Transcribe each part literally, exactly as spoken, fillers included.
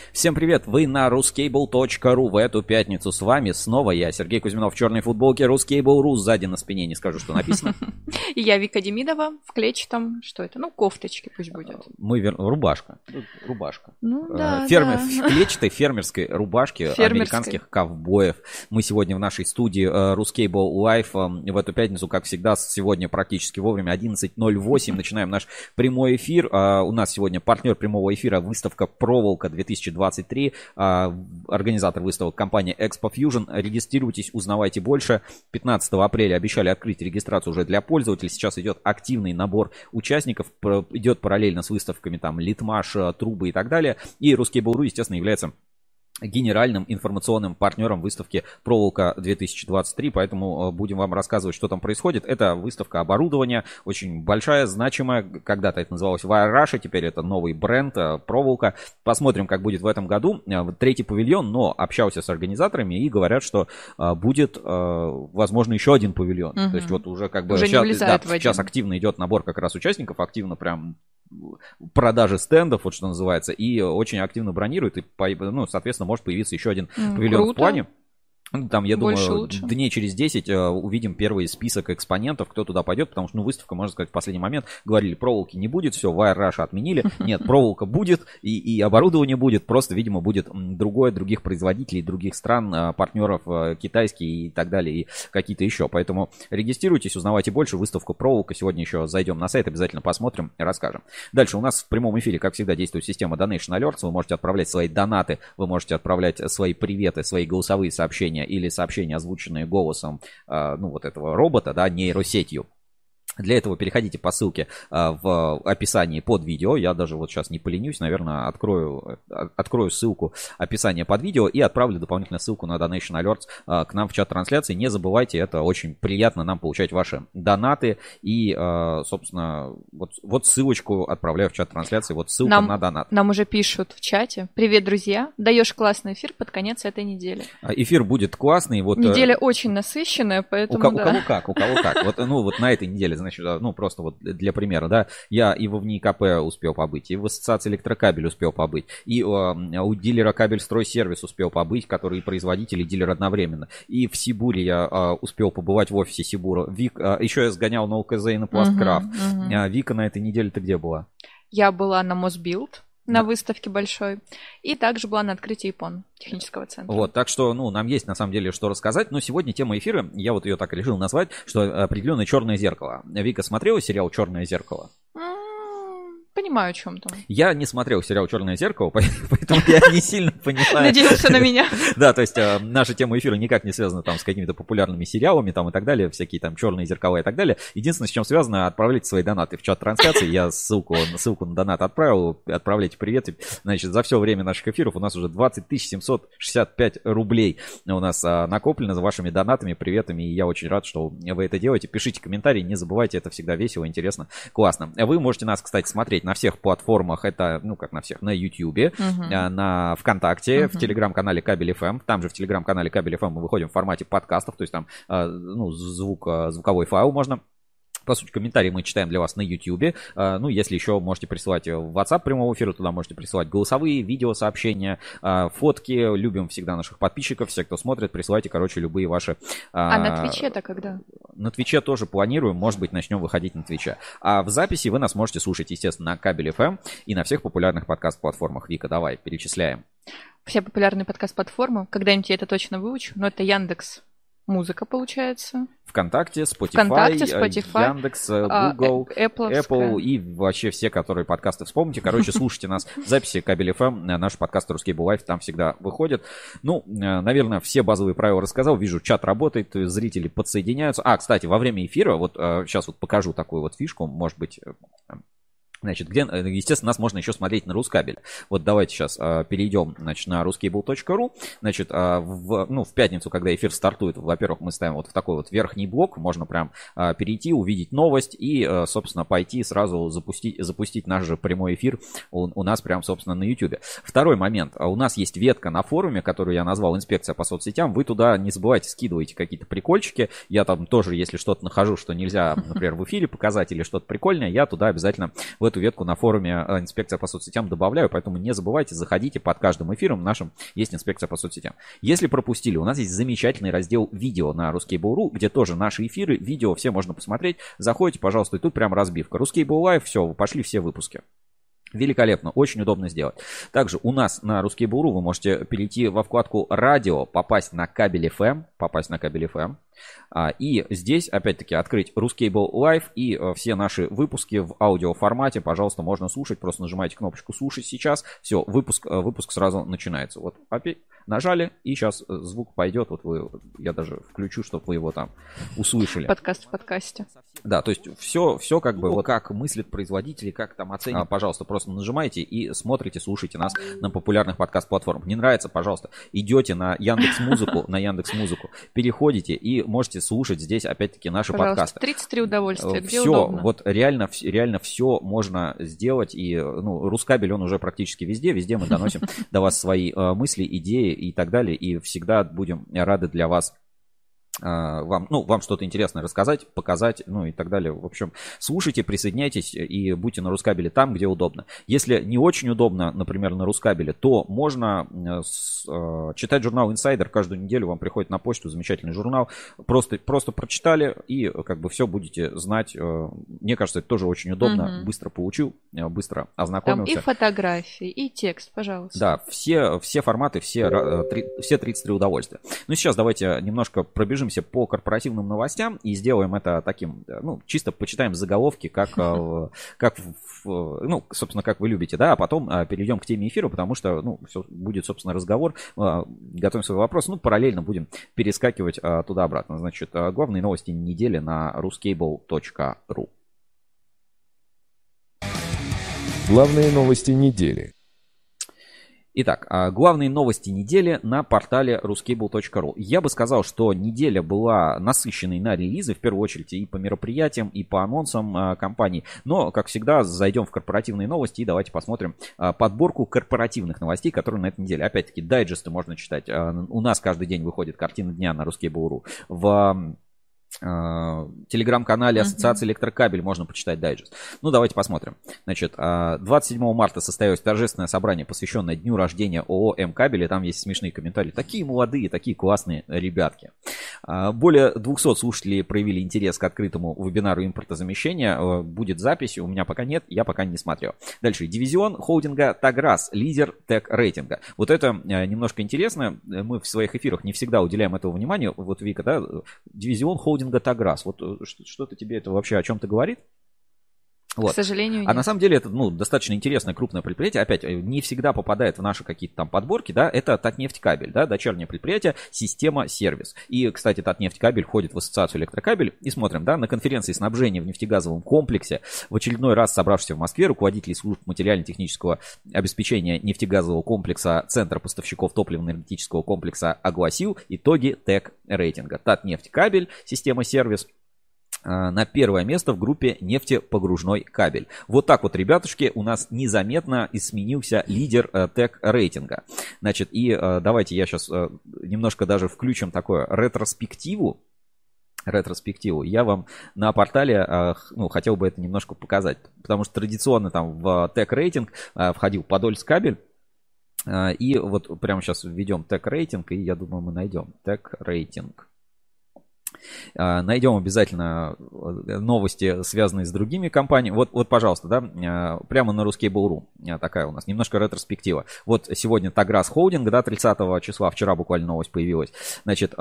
Всем привет, вы на ruskable точка ру. В эту пятницу с вами снова я, Сергей Кузьминов в черной футболке, ruskable.ru, сзади на спине, не скажу, что написано. И я, Вика Демидова, в клетчатом, что это, ну, кофточке пусть будет. Мы, вер... рубашка, рубашка. Ну, да, Фермер... да. В клетчатой фермерской рубашке американских ковбоев. Мы сегодня в нашей студии Ruskable Live. В эту пятницу, как всегда, сегодня практически вовремя, одиннадцать ноль восемь, начинаем наш прямой эфир. У нас сегодня партнер прямого эфира, выставка «Проволока две тысячи двадцать три», организатор выставок компания Expo Fusion. Регистрируйтесь, узнавайте больше. пятнадцатого апреля обещали открыть регистрацию уже для пользователей. Сейчас идет активный набор участников, идет параллельно с выставками там Литмаш, Трубы и так далее. И Ruskable.ru, естественно, является генеральным информационным партнером выставки «Проволока две тысячи двадцать три», поэтому будем вам рассказывать, что там происходит. Это выставка оборудования, очень большая, значимая. Когда-то это называлось Wire Russia, теперь это новый бренд «Проволока». Посмотрим, как будет в этом году. Третий павильон, но общался с организаторами и говорят, что будет, возможно, еще один павильон. Угу. То есть вот уже как бы уже сейчас, да, в сейчас активно идет набор как раз участников, активно прям продажи стендов, вот что называется, и очень активно бронирует, и, ну, соответственно, может появиться еще один mm, павильон круто. В плане. Там, я Больше думаю, лучше. Дней через десять э, увидим первый список экспонентов, кто туда пойдет, потому что, ну, выставка, можно сказать, в последний момент говорили, проволоки не будет, все, Wire Russia отменили. Нет, проволока будет, и, и оборудование будет, просто, видимо, будет другое, других производителей, других стран, э, партнеров, э, китайские и так далее, и какие-то еще. Поэтому регистрируйтесь, узнавайте больше, выставку «Проволока». Сегодня еще зайдем на сайт, обязательно посмотрим и расскажем. Дальше у нас в прямом эфире, как всегда, действует система Donation Alerts. Вы можете отправлять свои донаты, вы можете отправлять свои приветы, свои голосовые сообщения, или сообщения, озвученные голосом, ну, вот этого робота, да, нейросетью. Для этого переходите по ссылке в описании под видео. Я даже вот сейчас не поленюсь, наверное, открою, открою ссылку описания под видео и отправлю дополнительную ссылку на Donation Alerts к нам в чат трансляции. Не забывайте, это очень приятно нам получать ваши донаты. И, собственно, вот, вот ссылочку отправляю в чат трансляции. Вот ссылка нам, на донат. Нам уже пишут в чате. Привет, друзья. Даешь классный эфир под конец этой недели. Эфир будет классный. Вот, неделя очень насыщенная, поэтому у, да. у кого как, у кого как. Вот, ну, вот на этой неделе, значит, ну, просто вот для примера, да, я и во ВНИИКП успел побыть, и в Ассоциации Электрокабель успел побыть, и uh, у дилера Кабельстройсервис успел побыть, который и производитель, и дилер одновременно, и в Сибуре я uh, успел побывать в офисе Сибура. Вик, uh, еще я сгонял на ОКЗ и на Пласткрафт. Uh-huh, uh-huh. Uh, Вика, на этой неделе ты где была? Я была на Мосбилд. На выставке большой. И также была на открытии ИПОН, технического центра. Вот, так что, ну, нам есть на самом деле что рассказать. Но сегодня тема эфира, я вот ее так решил назвать, что определенное черное зеркало. Вика смотрела сериал «Черное зеркало»? Понимаю, о чем там. Я не смотрел сериал «Черное зеркало», поэтому я не сильно понимаю. Надеешься на меня. Да, то есть наша тема эфира никак не связана там с какими-то популярными сериалами там и так далее, всякие там черные зеркала и так далее. Единственное, с чем связано, отправляйте свои донаты в чат трансляции. Я ссылку, ссылку на донат отправил. Отправляйте приветы. Значит, за все время наших эфиров у нас уже двадцать тысяч семьсот шестьдесят пять рублей у нас накоплено за вашими донатами, приветами. И я очень рад, что вы это делаете. Пишите комментарии, не забывайте, это всегда весело, интересно, классно. Вы можете нас, кстати, смотреть на всех платформах, это, ну, как на всех, на Ютьюбе, uh-huh. на ВКонтакте, uh-huh. в Телеграм-канале Кабель эф эм, там же в Телеграм-канале Кабель эф эм мы выходим в формате подкастов, то есть там, ну, звук, звуковой файл можно. По сути, комментарии мы читаем для вас на YouTube. Ну, если еще можете присылать в WhatsApp прямого эфира, туда можете присылать голосовые, видеосообщения, фотки. Любим всегда наших подписчиков, все, кто смотрит, присылайте, короче, любые ваши... А на Твиче-то когда? На Твиче тоже планируем, может быть, начнем выходить на Твиче. А в записи вы нас можете слушать, естественно, на Кабель эф эм и на всех популярных подкаст-платформах. Вика, давай, перечисляем. Все популярные подкаст-платформы, когда-нибудь я это точно выучу, но это Яндекс. Музыка, получается. ВКонтакте, Spotify, ВКонтакте, Spotify, Яндекс, Google, а, Apple, Apple и вообще все, которые подкасты вспомните. Короче, слушайте нас в записи Кабель эф эм, наш подкаст Ruskable Live там всегда выходит. Ну, наверное, все базовые правила рассказал. Вижу, чат работает, зрители подсоединяются. А, кстати, во время эфира, вот сейчас вот покажу такую вот фишку, может быть... Значит, где, естественно, нас можно еще смотреть на Рускабель. Вот давайте сейчас а, перейдем, значит, на ruskable точка ру. Значит, а, в, ну, в пятницу, когда эфир стартует, во-первых, мы ставим вот в такой вот верхний блок. Можно прям а, перейти, увидеть новость и, а, собственно, пойти сразу запустить, запустить наш же прямой эфир у, у нас прям, собственно, на YouTube. Второй момент. У нас есть ветка на форуме, которую я назвал «Инспекция по соцсетям». Вы туда не забывайте, скидывайте какие-то прикольчики. Я там тоже, если что-то нахожу, что нельзя, например, в эфире показать или что-то прикольное, я туда обязательно в эту ветку на форуме «Инспекция по соцсетям» добавляю, поэтому не забывайте, заходите, под каждым эфиром нашим есть «Инспекция по соцсетям». Если пропустили, у нас есть замечательный раздел «Видео» на Ruskable точка ру, где тоже наши эфиры, видео, все можно посмотреть. Заходите, пожалуйста, и тут прям разбивка. Ruskable Live, все, пошли все выпуски. Великолепно, очень удобно сделать. Также у нас на Ruskable точка ру вы можете перейти во вкладку «Радио», попасть на кабель эф эм, попасть на кабель эф эм. И здесь, опять-таки, открыть Ruskable Live и все наши выпуски в аудиоформате, пожалуйста, можно слушать. Просто нажимаете кнопочку «Слушать сейчас». Все, выпуск, выпуск сразу начинается. Вот опять нажали, и сейчас звук пойдет. Вот вы, я даже включу, чтобы вы его там услышали. Подкаст в подкасте. Да, то есть все, все как бы, вот как мыслят производители, как там оценивают. Пожалуйста, просто нажимайте и смотрите, слушайте нас на популярных подкаст-платформах. Не нравится, пожалуйста, идете на Яндекс.Музыку, на Яндекс.Музыку, переходите и можете слушать здесь, опять-таки, наши Пожалуйста, подкасты. тридцать три удовольствия, где все, удобно. Вот реально, реально все можно сделать. И, ну, Рускабель, он уже практически везде. Везде мы доносим до вас свои мысли, идеи и так далее. И всегда будем рады для вас. Вам, ну, вам что-то интересное рассказать, показать, ну и так далее. В общем, слушайте, присоединяйтесь и будьте на Рускабеле там, где удобно. Если не очень удобно, например, на Рускабеле, то можно с, э, читать журнал Insider. Каждую неделю вам приходит на почту замечательный журнал. Просто, просто прочитали и как бы все будете знать. Мне кажется, это тоже очень удобно. Угу. Быстро получил, быстро ознакомился. Там и фотографии, и текст, пожалуйста. Да, все, все форматы, все, все тридцать три удовольствия. Ну и сейчас давайте немножко пробежим по корпоративным новостям и сделаем это таким, ну, чисто почитаем заголовки, как, как ну, собственно, как вы любите, да, а потом перейдем к теме эфира, потому что, ну, все, будет, собственно, разговор, готовим свой вопрос, ну, параллельно будем перескакивать туда-обратно. Значит, главные новости недели на ruskable точка ру. Главные новости недели. Итак, главные новости недели на портале ruskable точка ру. Я бы сказал, что неделя была насыщенной на релизы, в первую очередь и по мероприятиям, и по анонсам компаний. Но, как всегда, зайдем в корпоративные новости и давайте посмотрим подборку корпоративных новостей, которые на этой неделе. Опять-таки, дайджесты можно читать. У нас каждый день выходит картина дня на ruskable точка ру. В телеграм-канале Ассоциации Электрокабель можно почитать дайджест. Ну, давайте посмотрим. Значит, двадцать седьмого марта состоялось торжественное собрание, посвященное дню рождения ООО М-Кабель. И там есть смешные комментарии. Такие молодые, такие классные ребятки. Более двухсот слушателей проявили интерес к открытому вебинару импортозамещения. Будет запись, у меня пока нет, я пока не смотрел. Дальше. Дивизион холдинга Таграс, лидер тег-рейтинга. Вот это немножко интересно. Мы в своих эфирах не всегда уделяем этому внимания. Вот, Вика, да, дивизион холдинга Таграс. Вот что-то тебе это вообще о чем-то говорит? Вот. К сожалению, нет. А на самом деле это, ну, достаточно интересное крупное предприятие. Опять, не всегда попадает в наши какие-то там подборки, да. Это Татнефтькабель, да, дочернее предприятие, система сервис. И, кстати, Татнефтькабель входит в ассоциацию Электрокабель. И смотрим, да, на конференции снабжения в нефтегазовом комплексе, в очередной раз собравшийся в Москве, руководитель служб материально-технического обеспечения нефтегазового комплекса Центра поставщиков топливно-энергетического комплекса огласил итоги тег-рейтинга. Татнефтькабель, система сервис, на первое место в группе нефтепогружной кабель. Вот так вот, ребятушки, у нас незаметно сменился лидер э, тег-рейтинга. Значит, и э, давайте я сейчас э, немножко даже включим такую ретроспективу. Ретроспективу. Я вам на портале, э, ну, хотел бы это немножко показать. Потому что традиционно там в тег-рейтинг э, входил Подольскабель. Э, и вот прямо сейчас введем тег-рейтинг, и я думаю, мы найдем тег-рейтинг. Найдем обязательно новости, связанные с другими компаниями. Вот, вот, пожалуйста, да, прямо на Ruskable точка ру такая у нас немножко ретроспектива. Вот сегодня Таграс Холдинг, да, тридцатого числа, вчера буквально новость появилась. Значит,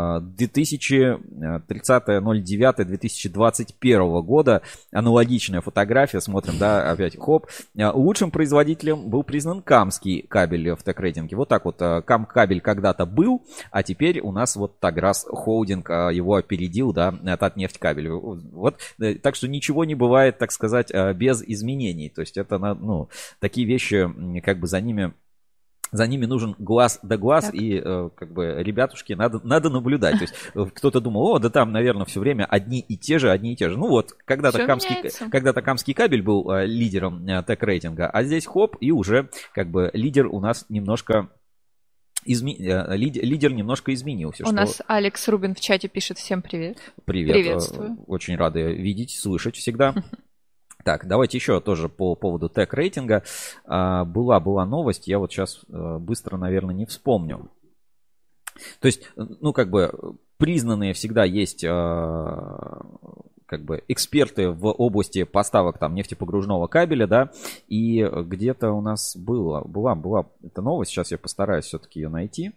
тридцатое ноль девятое две тысячи двадцать первого года, аналогичная фотография, смотрим, да, опять хоп. Лучшим производителем был признан Камский кабель в тег-рейтинге. Вот так вот, Камкабель когда-то был, а теперь у нас вот Таграс Холдинг его опередил, да, Татнефтькабель. Вот, так что ничего не бывает, так сказать, без изменений. То есть это, ну, такие вещи, как бы за ними, за ними нужен глаз да глаз, так. И как бы, ребятушки, надо, надо наблюдать. То есть кто-то думал, о, да там, наверное, все время одни и те же, одни и те же. Ну вот, когда-то Камский, когда-то Камский кабель был лидером тег-рейтинга, а здесь хоп, и уже как бы лидер у нас немножко Изме... Лидер, лидер немножко изменился. У что... нас Алекс Рубин в чате пишет: всем привет. Привет. Приветствую. Очень рады видеть, слышать всегда. Так, давайте еще тоже по поводу тег-рейтинга. Была, была новость, я вот сейчас быстро, наверное, не вспомню. То есть, ну, как бы, признанные всегда есть, как бы, эксперты в области поставок там нефтепогружного кабеля, да, и где-то у нас было, была, была эта новость, сейчас я постараюсь все-таки ее найти.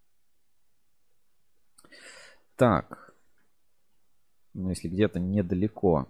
Так, ну, если где-то недалеко.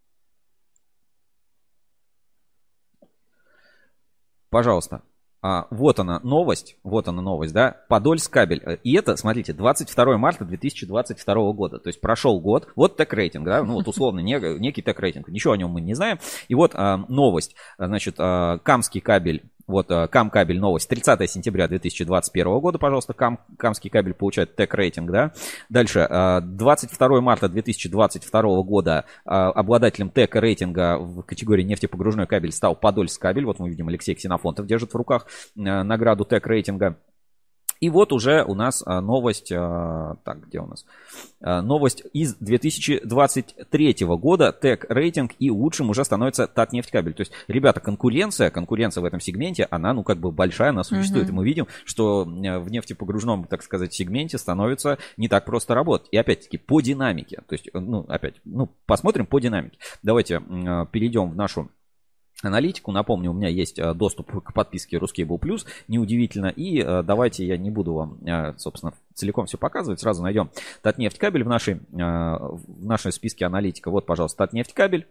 Пожалуйста. А, вот она новость, вот она новость, да, Подольскабель. И это, смотрите, двадцать второе марта две тысячи двадцать второго года. То есть прошел год, вот тег-рейтинг, да, ну вот условно не, некий тег-рейтинг, ничего о нем мы не знаем. И вот а, новость, значит, а, Камский кабель. Вот Камкабель, новость, тридцатое сентября две тысячи двадцать первого года, пожалуйста, Кам, Камский кабель получает тег-рейтинг, да. Дальше, двадцать второе марта две тысячи двадцать второго года обладателем тег-рейтинга в категории нефтепогружной кабель стал Подольскабель. Вот мы видим, Алексей Ксенофонтов держит в руках награду тег-рейтинга. И вот уже у нас новость, так, где у нас? Новость из две тысячи двадцать третьего года, тег-рейтинг, и лучшим уже становится Татнефтькабель. То есть, ребята, конкуренция, конкуренция в этом сегменте, она, ну, как бы большая, она существует. Mm-hmm. И мы видим, что в нефтепогружном, так сказать, сегменте становится не так просто работать. И опять-таки по динамике. То есть, ну, опять, ну, посмотрим по динамике. Давайте перейдем в нашу аналитику. Напомню, у меня есть доступ к подписке Ruskable Plus, неудивительно. И давайте я не буду вам, собственно, целиком все показывать. Сразу найдем Татнефтькабель в нашей, в нашей списке аналитика. Вот, пожалуйста, Татнефтькабель.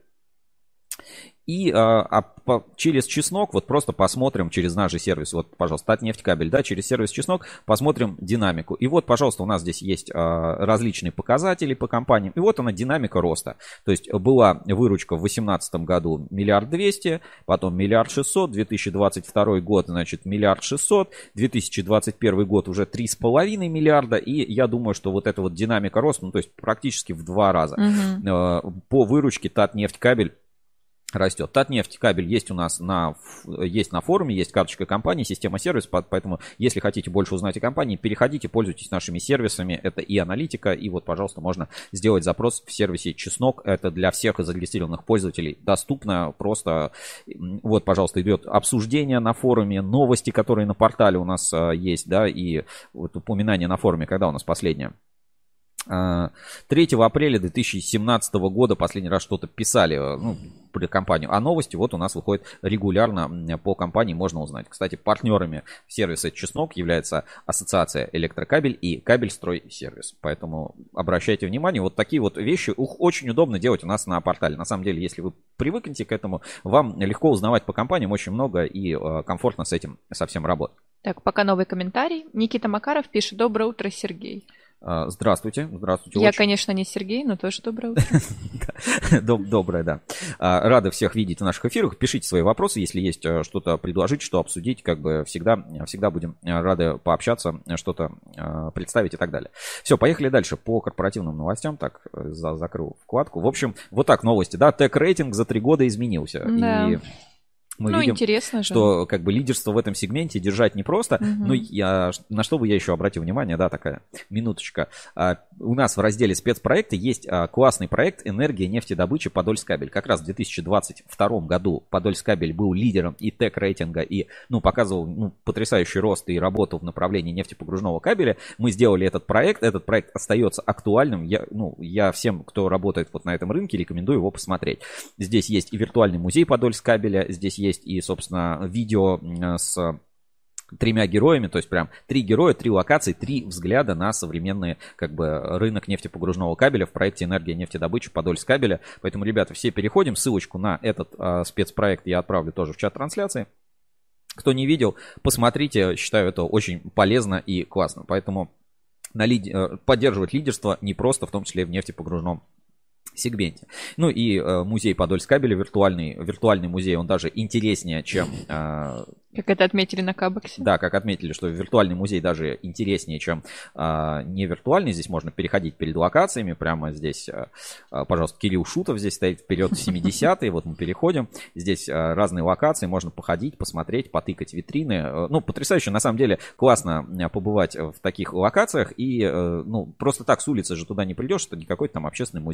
И а, а, по, через Чеснок вот просто посмотрим через наш же сервис. Вот, пожалуйста, Татнефтькабель, да, через сервис Чеснок посмотрим динамику. И вот, пожалуйста, у нас здесь есть а, различные показатели по компаниям. И вот она динамика роста. То есть была выручка в две тысячи восемнадцатом году миллиард двести, потом миллиард шестьсот, две тысячи двадцать второй год, значит, миллиард шестьсот, две тысячи двадцать первый год уже три с половиной миллиарда. И я думаю, что вот эта вот динамика роста, ну, то есть практически в два раза. Угу. А, по выручке Татнефтькабель растет. Татнефтькабель есть у нас на, есть на форуме, есть карточка компании, система сервис, поэтому если хотите больше узнать о компании, переходите, пользуйтесь нашими сервисами, это и аналитика, и вот, пожалуйста, можно сделать запрос в сервисе Чеснок, это для всех зарегистрированных пользователей доступно, просто вот, пожалуйста, идет обсуждение на форуме, новости, которые на портале у нас есть, да, и вот упоминание на форуме, когда у нас последнее. третьего апреля две тысячи семнадцатого года последний раз что-то писали, ну, про компанию. А новости вот у нас выходят регулярно по компании, можно узнать. Кстати, партнерами сервиса Чеснок является Ассоциация Электрокабель и Кабельстрой Сервис. Поэтому обращайте внимание, вот такие вот вещи очень удобно делать у нас на портале. На самом деле, если вы привыкнете к этому, вам легко узнавать по компаниям очень много и комфортно с этим совсем работать. Так, пока новый комментарий. Никита Макаров пишет: доброе утро, Сергей. Здравствуйте, здравствуйте. Я, очень... конечно, не Сергей, но тоже доброе утро. Доброе, да. Рады всех видеть в наших эфирах. Пишите свои вопросы, если есть что-то предложить, что обсудить. Как бы всегда, всегда будем рады пообщаться, что-то представить и так далее. Все, поехали дальше по корпоративным новостям. Так, закрыл вкладку. В общем, вот так новости. Да, тег-рейтинг за три года изменился. Да. И... Мы ну, видим, интересно же. что как бы лидерство в этом сегменте держать непросто. Угу. Но я, на что бы я еще обратил внимание, да, такая минуточка. А, у нас в разделе спецпроекты есть а, классный проект «Энергия нефтедобычи Подольскабель». Как раз в две тысячи двадцать втором году Подольскабель был лидером и тег-рейтинга, и ну, показывал ну, потрясающий рост и работу в направлении нефтепогружного кабеля. Мы сделали этот проект. Этот проект остается актуальным. Я, ну, я всем, кто работает вот на этом рынке, рекомендую его посмотреть. Здесь есть и виртуальный музей Подольскабеля, здесь есть и, собственно, видео с тремя героями, то есть прям три героя, три локации, три взгляда на современный как бы рынок нефтепогружного кабеля в проекте «Энергия нефтедобычи» Подольскабеля. Поэтому, ребята, все переходим. Ссылочку на этот а, спецпроект я отправлю тоже в чат трансляции. Кто не видел, посмотрите. Считаю, это очень полезно и классно. Поэтому на лид... поддерживать лидерство непросто, в том числе в нефтепогружном сегменте. Ну и э, музей Подольскабеля, виртуальный, виртуальный музей, он даже интереснее, чем... Э, как это отметили на Кабексе. Да, как отметили, что виртуальный музей даже интереснее, чем э, не виртуальный. Здесь можно переходить перед локациями. Прямо здесь, э, пожалуйста, Кирилл Шутов здесь стоит вперед в семидесятые. Вот мы переходим. Здесь э, разные локации. Можно походить, посмотреть, потыкать витрины. Э, ну, потрясающе. На самом деле, классно побывать в таких локациях. И, э, ну, просто так с улицы же туда не придешь, что не какой-то там общественный музей.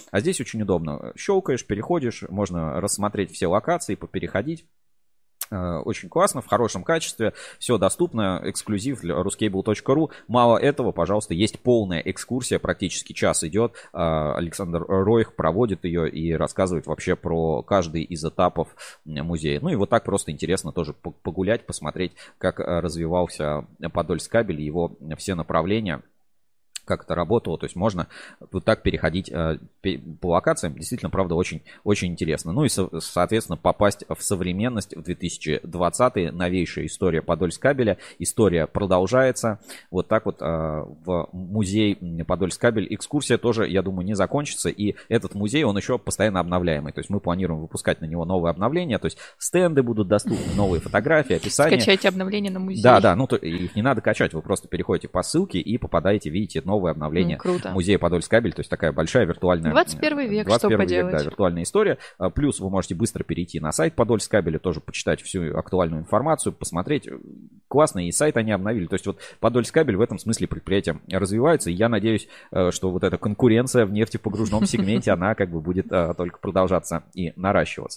А здесь очень удобно. Щелкаешь, переходишь, можно рассмотреть все локации, попереходить. Очень классно, в хорошем качестве, все доступно, эксклюзив для ruscable точка ру. Мало этого, пожалуйста, есть полная экскурсия, практически час идет. Александр Ройх проводит ее и рассказывает вообще про каждый из этапов музея. Ну и вот так просто интересно тоже погулять, посмотреть, как развивался Подольскабель и его все направления, как это работало, то есть можно вот так переходить э, по локациям, действительно, правда, очень, очень интересно. Ну и, со, соответственно, попасть в современность в две тысячи двадцатый, новейшая история Подольскабеля, история продолжается, вот так вот э, в музей Подольскабель. Экскурсия тоже, я думаю, не закончится, и этот музей, он еще постоянно обновляемый, то есть мы планируем выпускать на него новые обновления, то есть стенды будут доступны, новые фотографии, описания. Скачайте обновления на музей. Да, да, ну то, их не надо качать, вы просто переходите по ссылке и попадаете, видите, новое обновление mm, музея Подольскабель, то есть такая большая виртуальная... двадцать первый век, двадцать первый что век, поделать. Да, виртуальная история. Плюс вы можете быстро перейти на сайт Подольскабеля, тоже почитать всю актуальную информацию, посмотреть. Классно, и сайт они обновили. То есть вот Подольскабель в этом смысле предприятие развивается, и я надеюсь, что вот эта конкуренция в нефтепогружном сегменте, она как бы будет только продолжаться и наращиваться.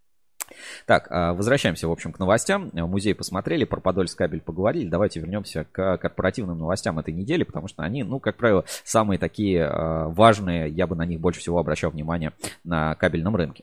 Так, возвращаемся, в общем, к новостям. Музей посмотрели, про Подольскабель поговорили. Давайте вернемся к корпоративным новостям этой недели, потому что они, ну, как правило, самые такие важные. Я бы на них больше всего обращал внимание на кабельном рынке.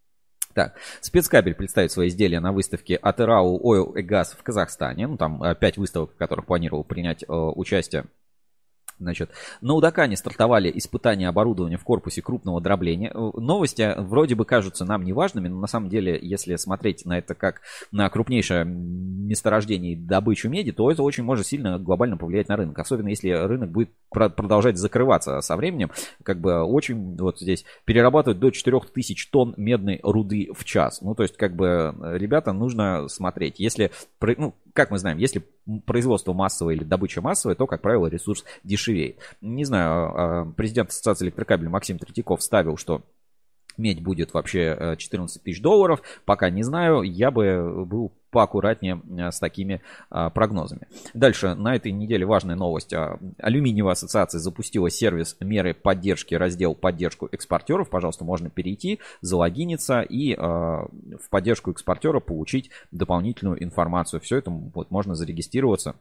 Так, спецкабель представит свои изделия на выставке Атырау Oil и Gas в Казахстане. Ну, там пять выставок, в которых планировал принять участие. Значит, на Удакане стартовали испытания оборудования в корпусе крупного дробления. Новости вроде бы кажутся нам неважными, но на самом деле, если смотреть на это как на крупнейшее месторождение и добычу меди, то это очень может сильно глобально повлиять на рынок. Особенно если рынок будет продолжать закрываться со временем. Как бы очень вот здесь перерабатывать до четырех тысяч тонн медной руды в час. Ну, то есть, как бы, ребята, нужно смотреть. Если, ну, как мы знаем, если производство массовое или добыча массовая, то, как правило, ресурс дешевеет. Не знаю, президент Ассоциации электрокабеля Максим Третьяков ставил, что медь будет вообще четырнадцать тысяч долларов. Пока не знаю, я бы был поаккуратнее с такими а, прогнозами. Дальше, на этой неделе важная новость. Алюминиевая ассоциация запустила сервис меры поддержки, раздел поддержку экспортеров. Пожалуйста, можно перейти, залогиниться и а, в поддержку экспортера получить дополнительную информацию. Все это вот, можно зарегистрироваться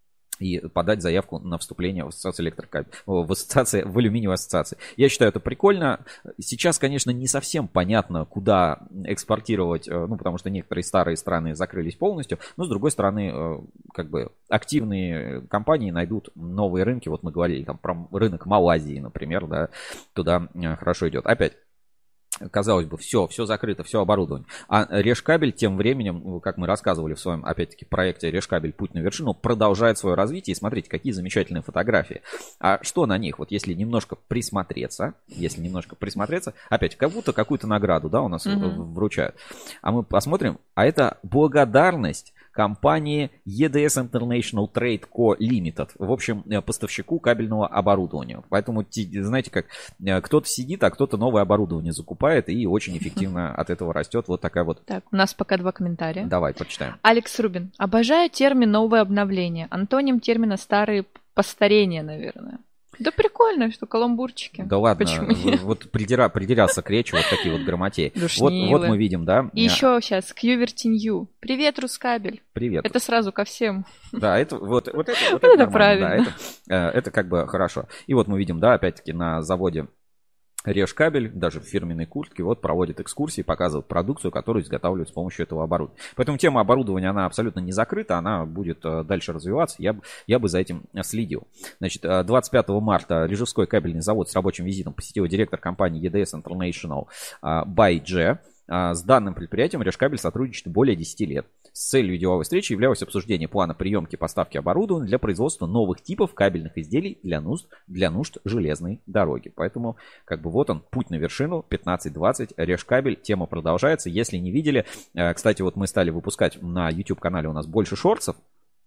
и подать заявку на вступление в ассоциацию электрокабель, в ассоциации, в алюминиевой ассоциации. Я считаю, это прикольно. Сейчас, конечно, не совсем понятно, куда экспортировать, ну, потому что некоторые старые страны закрылись полностью, но, с другой стороны, как бы активные компании найдут новые рынки. Вот мы говорили там про рынок Малайзии, например, да, туда хорошо идет. Опять, казалось бы, все, все закрыто, все оборудование. А Решкабель тем временем, как мы рассказывали в своем, опять-таки, проекте Решкабель «Путь на вершину», продолжает свое развитие. И смотрите, какие замечательные фотографии. А что на них? Вот если немножко присмотреться, если немножко присмотреться, опять, как будто какую-то награду, да, у нас mm-hmm. вручают. А мы посмотрим, а это благодарность компании и ди эс International Trade Co. Limited, в общем, поставщику кабельного оборудования. Поэтому, знаете, как кто-то сидит, а кто-то новое оборудование закупает и очень эффективно от этого растет. Вот такая вот. Так, у нас пока два комментария. Давай, почитаем. Алекс Рубин. Обожаю термин «новое обновление». Антоним термина «старые постарения», наверное. Да прикольно, что каламбурчики. Да ладно, вот придира, придирался к речи вот такие вот грамотеи. Вот, вот мы видим, да. И еще сейчас Кьювертинью. Привет, Рускабель. Привет. Это сразу ко всем. Да, это вот, вот это, вот это, это правильно. Да, это, это как бы хорошо. И вот мы видим, да, опять-таки на заводе Решкабель, даже в фирменной куртке, вот проводит экскурсии, показывает продукцию, которую изготавливают с помощью этого оборудования. Поэтому тема оборудования, она абсолютно не закрыта, она будет дальше развиваться, я, я бы за этим следил. Значит, двадцать пятого марта Рижевской кабельный завод с рабочим визитом посетил директор компании и ди эс International Байдже. С данным предприятием Решкабель сотрудничает более десяти лет. С целью деловой встречи являлось обсуждение плана приемки и поставки оборудования для производства новых типов кабельных изделий для нужд, для нужд железной дороги. Поэтому, как бы вот он, путь на вершину, пятнадцать двадцать, Решкабель, тема продолжается. Если не видели, кстати, вот мы стали выпускать на YouTube-канале у нас больше шортсов.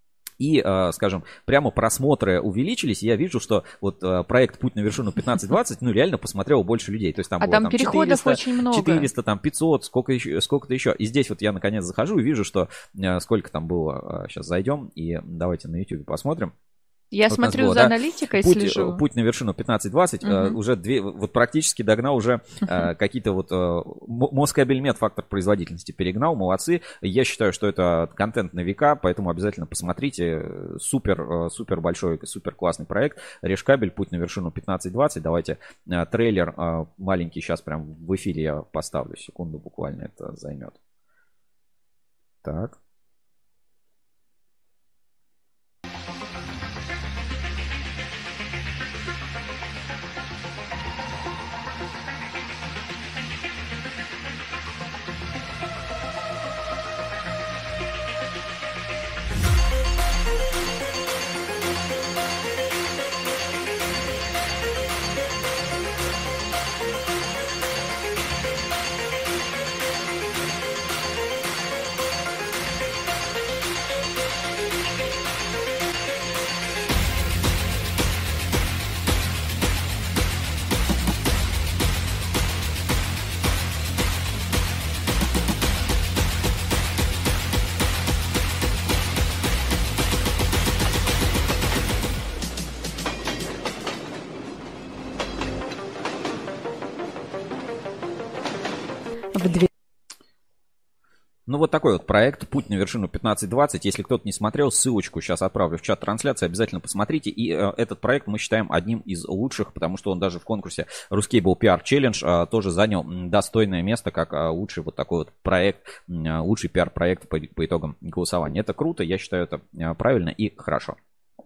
И, скажем, прямо просмотры увеличились, и я вижу, что вот проект «Путь на вершину» пятнадцать двадцать, ну, реально посмотрело больше людей. То есть там а было там там, переходов четыреста, очень много. четыреста, там пятьсот, сколько еще, сколько-то еще. И здесь вот я наконец захожу и вижу, что сколько там было. Сейчас зайдем и давайте на YouTube посмотрим. Я вот смотрю было, за да? аналитикой, путь, слежу. Путь на вершину пятнадцать двадцать угу. uh, уже две, вот практически догнал уже uh, какие-то вот uh, Москабельмет фактор производительности перегнал, молодцы. Я считаю, что это контент на века, поэтому обязательно посмотрите. Супер, супер большой, супер классный проект. Решкабель, путь на вершину пятнадцать двадцать. Давайте uh, трейлер uh, маленький сейчас прям в эфире я поставлю. Секунду буквально это займет. Так. Ну, вот такой вот проект «Путь на вершину пятнадцать двадцать». Если кто-то не смотрел, ссылочку сейчас отправлю в чат трансляции. Обязательно посмотрите. И э, этот проект мы считаем одним из лучших, потому что он даже в конкурсе Ruscable пи ар Challenge э, тоже занял достойное место, как э, лучший вот такой вот проект, э, лучший пиар-проект по, по итогам голосования. Это круто, я считаю это э, правильно и хорошо.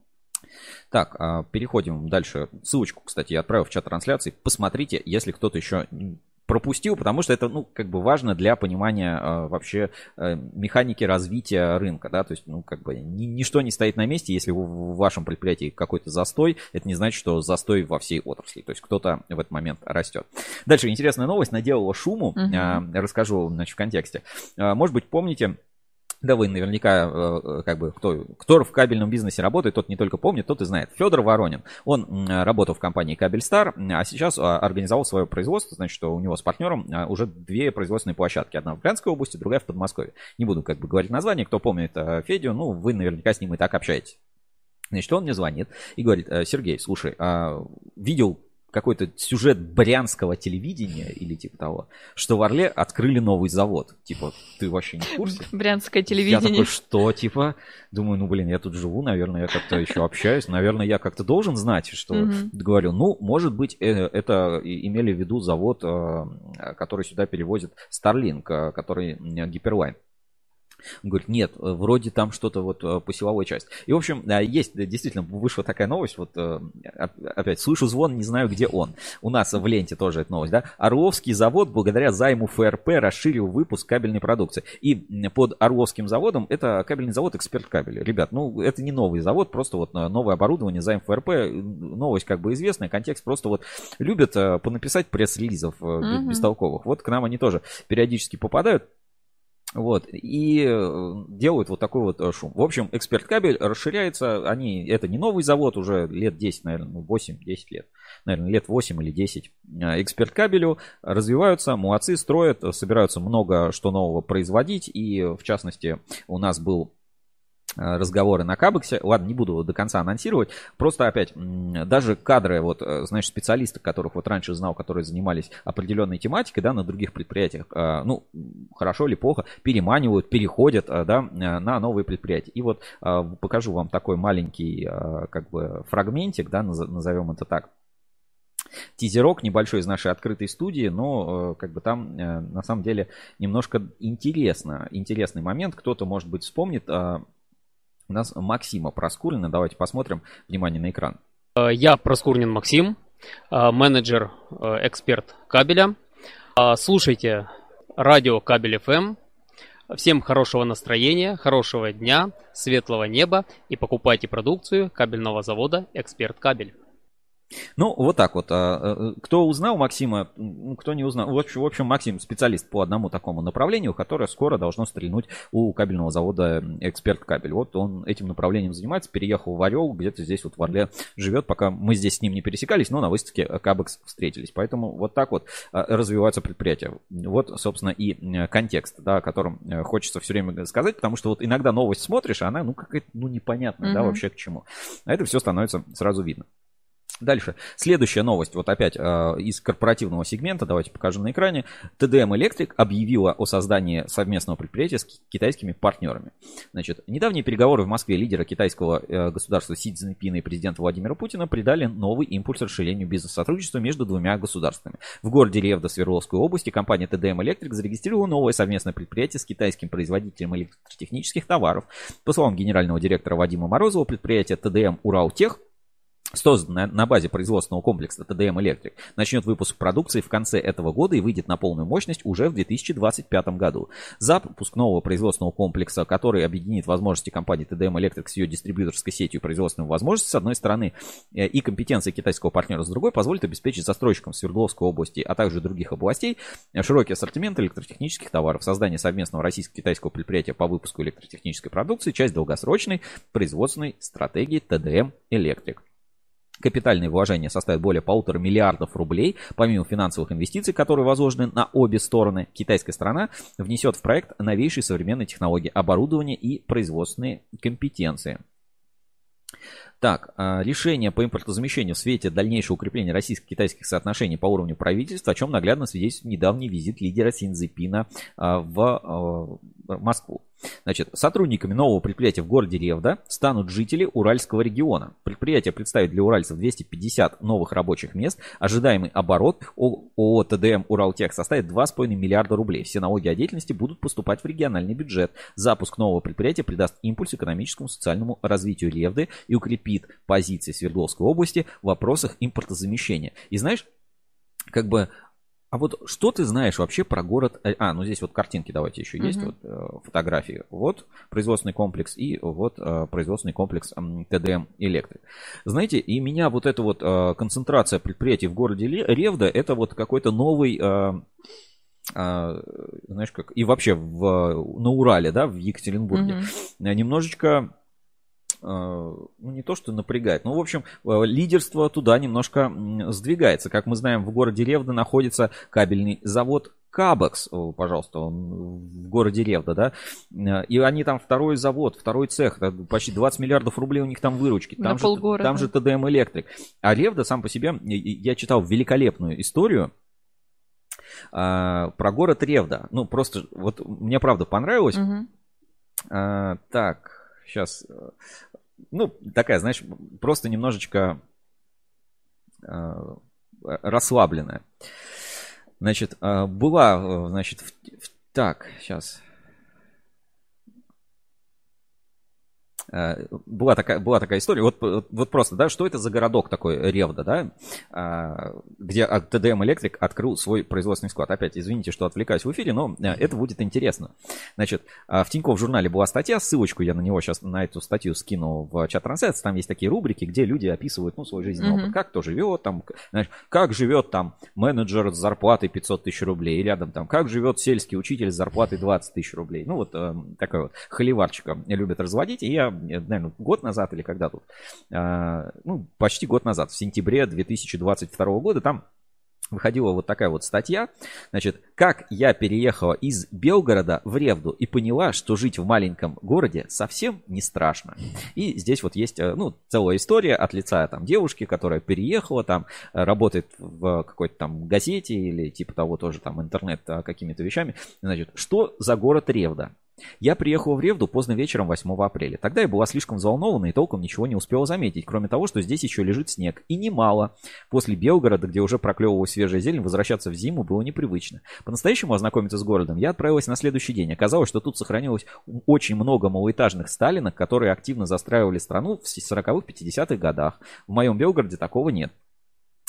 Так, э, переходим дальше. Ссылочку, кстати, я отправил в чат трансляции. Посмотрите, если кто-то еще пропустил, потому что это, ну, как бы важно для понимания э, вообще э, механики развития рынка, да, то есть, ну, как бы ни, ничто не стоит на месте, если в, в вашем предприятии какой-то застой, это не значит, что застой во всей отрасли, то есть кто-то в этот момент растет. Дальше интересная новость, наделала шуму, uh-huh. э, расскажу, значит, в контексте. Э, может быть, помните, да вы наверняка, как бы, кто, кто в кабельном бизнесе работает, тот не только помнит, тот и знает. Федор Воронин, он работал в компании Кабельстар, а сейчас организовал свое производство, значит, что у него с партнером уже две производственные площадки. Одна в Брянской области, другая в Подмосковье. Не буду, как бы, говорить название, кто помнит Федю, ну, вы наверняка с ним и так общаетесь. Значит, он мне звонит и говорит: Сергей, слушай, видел какой-то сюжет брянского телевидения или типа того, что в Орле открыли новый завод. Типа, ты вообще не в курсе? Брянское телевидение. Я такой, что, типа? Думаю, ну, блин, я тут живу, наверное, я как-то еще общаюсь. Наверное, я как-то должен знать, что... Mm-hmm. Говорю, ну, может быть, это имели в виду завод, который сюда перевозит Starlink, который Гиперлайн. Он говорит, нет, вроде там что-то вот по силовой части. И, в общем, есть, действительно, вышла такая новость, вот опять, слышу звон, не знаю, где он. У нас в ленте тоже эта новость, да. Орловский завод благодаря займу эф эр пэ расширил выпуск кабельной продукции. И под Орловским заводом это кабельный завод «Эксперт Кабель». Ребят, ну, это не новый завод, просто вот новое оборудование, займ эф эр пэ, новость как бы известная, контекст просто вот любят понаписать пресс-релизов mm-hmm. бестолковых. Вот к нам они тоже периодически попадают. Вот, и делают вот такой вот шум. В общем, Эксперт Кабель расширяется, они, это не новый завод, уже лет десять, наверное, восемь-десять лет, наверное, лет восемь или десять. Эксперт Кабелю развиваются, молодцы, строят, собираются много что нового производить, и в частности у нас был разговоры на Кабексе. Ладно, не буду до конца анонсировать. Просто опять, даже кадры, вот, знаешь, специалисты, которых вот раньше знал, которые занимались определенной тематикой, да, на других предприятиях, ну, хорошо или плохо, переманивают, переходят, да, на новые предприятия. И вот покажу вам такой маленький, как бы, фрагментик, да, назовем это так. Тизерок небольшой из нашей открытой студии, но как бы там на самом деле немножко интересно, интересный момент. Кто-то, может быть, вспомнит. У нас Максима Проскурина. Давайте посмотрим. Внимание на экран. Я Проскурин Максим, менеджер, эксперт кабеля. Слушайте радио Кабель эф эм. Всем хорошего настроения, хорошего дня, светлого неба и покупайте продукцию кабельного завода «Эксперт Кабель». Ну, вот так вот. Кто узнал Максима, кто не узнал. В общем, в общем, Максим специалист по одному такому направлению, которое скоро должно стрельнуть у кабельного завода «Эксперт Кабель». Вот он этим направлением занимается, переехал в Орел, где-то здесь вот в Орле живет, пока мы здесь с ним не пересекались, но на выставке Кабекс встретились. Поэтому вот так вот развиваются предприятия. Вот, собственно, и контекст, да, о котором хочется все время сказать, потому что вот иногда новость смотришь, а она, ну, какая-то, ну, непонятная, mm-hmm. да, вообще к чему. А это все становится сразу видно. Дальше. Следующая новость, вот опять э, из корпоративного сегмента, давайте покажем на экране. ти ди эм Electric объявила о создании совместного предприятия с китайскими партнерами. Значит, недавние переговоры в Москве лидера китайского э, государства Си Цзиньпина и президента Владимира Путина придали новый импульс расширению бизнес-сотрудничества между двумя государствами. В городе Ревда Свердловской области компания ти ди эм Electric зарегистрировала новое совместное предприятие с китайским производителем электротехнических товаров. По словам генерального директора Вадима Морозова, предприятие ти ди эм Уралтех, созданная на базе производственного комплекса ти ди эм Electric, начнет выпуск продукции в конце этого года и выйдет на полную мощность уже в две тысячи двадцать пятом году. Запуск нового производственного комплекса, который объединит возможности компании ти ди эм Electric с ее дистрибьюторской сетью и производственными возможностями, с одной стороны, и компетенции китайского партнера с другой, позволит обеспечить застройщикам Свердловской области, а также других областей широкий ассортимент электротехнических товаров. Создание совместного российско-китайского предприятия по выпуску электротехнической продукции – часть долгосрочной производственной стратегии ти ди эм Electric. Капитальные вложения составят более полутора миллиардов рублей. Помимо финансовых инвестиций, которые возложены на обе стороны, китайская сторона внесет в проект новейшие современные технологии, оборудование и производственные компетенции. Так, решение по импортозамещению в свете дальнейшего укрепления российско-китайских соотношений по уровню правительства, о чем наглядно свидетельствует недавний визит лидера Си Цзиньпина в Москву. Значит, сотрудниками нового предприятия в городе Ревда станут жители Уральского региона. Предприятие представит для уральцев двести пятьдесят новых рабочих мест. Ожидаемый оборот ООО ти ди эм Уралтех составит два с половиной миллиарда рублей. Все налоги о деятельности будут поступать в региональный бюджет. Запуск нового предприятия придаст импульс экономическому и социальному развитию Ревды и укрепит позиции Свердловской области в вопросах импортозамещения. И знаешь, как бы... А вот что ты знаешь вообще про город... А, ну здесь вот картинки давайте еще есть, uh-huh. вот э, фотографии. Вот производственный комплекс и вот э, производственный комплекс э, ти ди эм Electric. Знаете, и меня вот эта вот э, концентрация предприятий в городе Ревда, это вот какой-то новый... Э, э, знаешь как... И вообще в, на Урале, да, в Екатеринбурге. Uh-huh. Немножечко... ну, не то, что напрягает, но, в общем, лидерство туда немножко сдвигается. Как мы знаем, в городе Ревда находится кабельный завод Кабекс, пожалуйста, он в городе Ревда, да, и они там второй завод, второй цех, почти двадцать миллиардов рублей у них там выручки, там, же, там же ти ди эм Electric. А Ревда сам по себе, я читал великолепную историю а, про город Ревда, ну, просто, вот, мне правда понравилось. Угу. А, так, сейчас... Ну, такая, знаешь, просто немножечко э, расслабленная. Значит, э, была, значит, в, в, так, сейчас... Была такая, была такая история, вот, вот просто, да, что это за городок такой, Ревда, да, где ти ди эм Electric открыл свой производственный склад. Опять, извините, что отвлекаюсь в эфире, но это будет интересно. Значит, в Тинькофф журнале была статья, ссылочку я на него сейчас, на эту статью скину в чат трансляции, там есть такие рубрики, где люди описывают, ну, свой жизненный mm-hmm. опыт, как кто живет, там, знаешь, как живет там менеджер с зарплатой пятьсот тысяч рублей, и рядом там, как живет сельский учитель с зарплатой двадцать тысяч рублей. Ну, вот такой вот холиварчика любят разводить, и я наверное, год назад или когда тут, ну, почти год назад, в сентябре две тысячи двадцать второго года, там выходила вот такая вот статья, значит, как я переехала из Белгорода в Ревду и поняла, что жить в маленьком городе совсем не страшно. И здесь вот есть, ну, целая история от лица там девушки, которая переехала, там, работает в какой-то там газете или типа того тоже там интернет какими-то вещами. Значит, что за город Ревда? Я приехала в Ревду поздно вечером восьмого апреля. Тогда я была слишком взволнована и толком ничего не успела заметить, кроме того, что здесь еще лежит снег. И немало. После Белгорода, где уже проклевывалась свежая зелень, возвращаться в зиму было непривычно. По-настоящему ознакомиться с городом я отправилась на следующий день. Оказалось, что тут сохранилось очень много малоэтажных сталинок, которые активно застраивали страну в сороковых-пятидесятых годах. В моем Белгороде такого нет.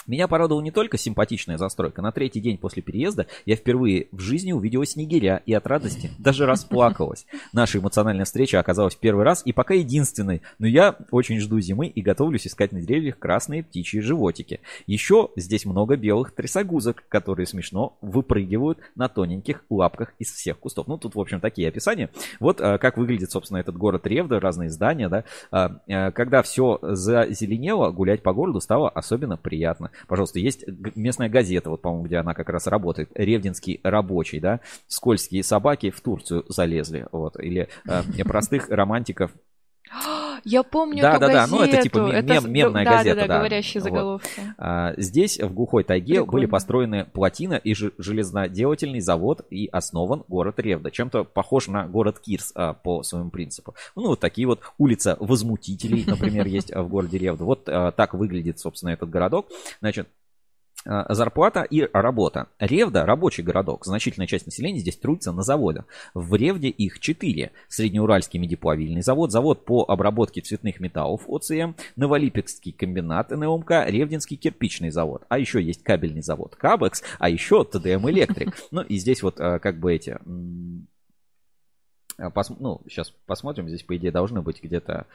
Меня порадовала не только симпатичная застройка. На третий день после переезда я впервые в жизни увидела снегиря и от радости даже расплакалась. Наша эмоциональная встреча оказалась в первый раз и пока единственной. Но я очень жду зимы и готовлюсь искать на деревьях красные птичьи животики. Еще здесь много белых трясогузок, которые смешно выпрыгивают на тоненьких лапках из всех кустов. Ну, тут, в общем, такие описания. Вот а, как выглядит, собственно, этот город Ревда, разные здания, да. А, а, когда все зазеленело, гулять по городу стало особенно приятно. Пожалуйста, есть местная газета, вот, по-моему, где она как раз работает, Ревдинский рабочий, да, скользкие собаки в Турцию залезли, вот, или э, простых романтиков. Я помню да, эту да, газету. Да, ну это типа мем, это... мемная да, газета. Да, да, да, говорящие заголовки. Вот. А, здесь, в глухой тайге, Прикольно. Были построены плотина и железноделательный завод и основан город Ревда. Чем-то похож на город Кирс а, по своему принципу. Ну, вот такие вот улица возмутителей, например, есть в городе Ревда. Вот а, так выглядит, собственно, этот городок. Значит, зарплата и работа. Ревда – рабочий городок. Значительная часть населения здесь трудится на заводах. В Ревде их четыре. Среднеуральский медиплавильный завод, завод по обработке цветных металлов ОЦМ, Новолипецкий комбинат эн эм ка, Ревдинский кирпичный завод. А еще есть кабельный завод Кабекс, а еще тэ дэ эм Электрик. Ну и здесь вот как бы эти... Пос, ну, сейчас посмотрим, здесь, по идее, должны быть где-то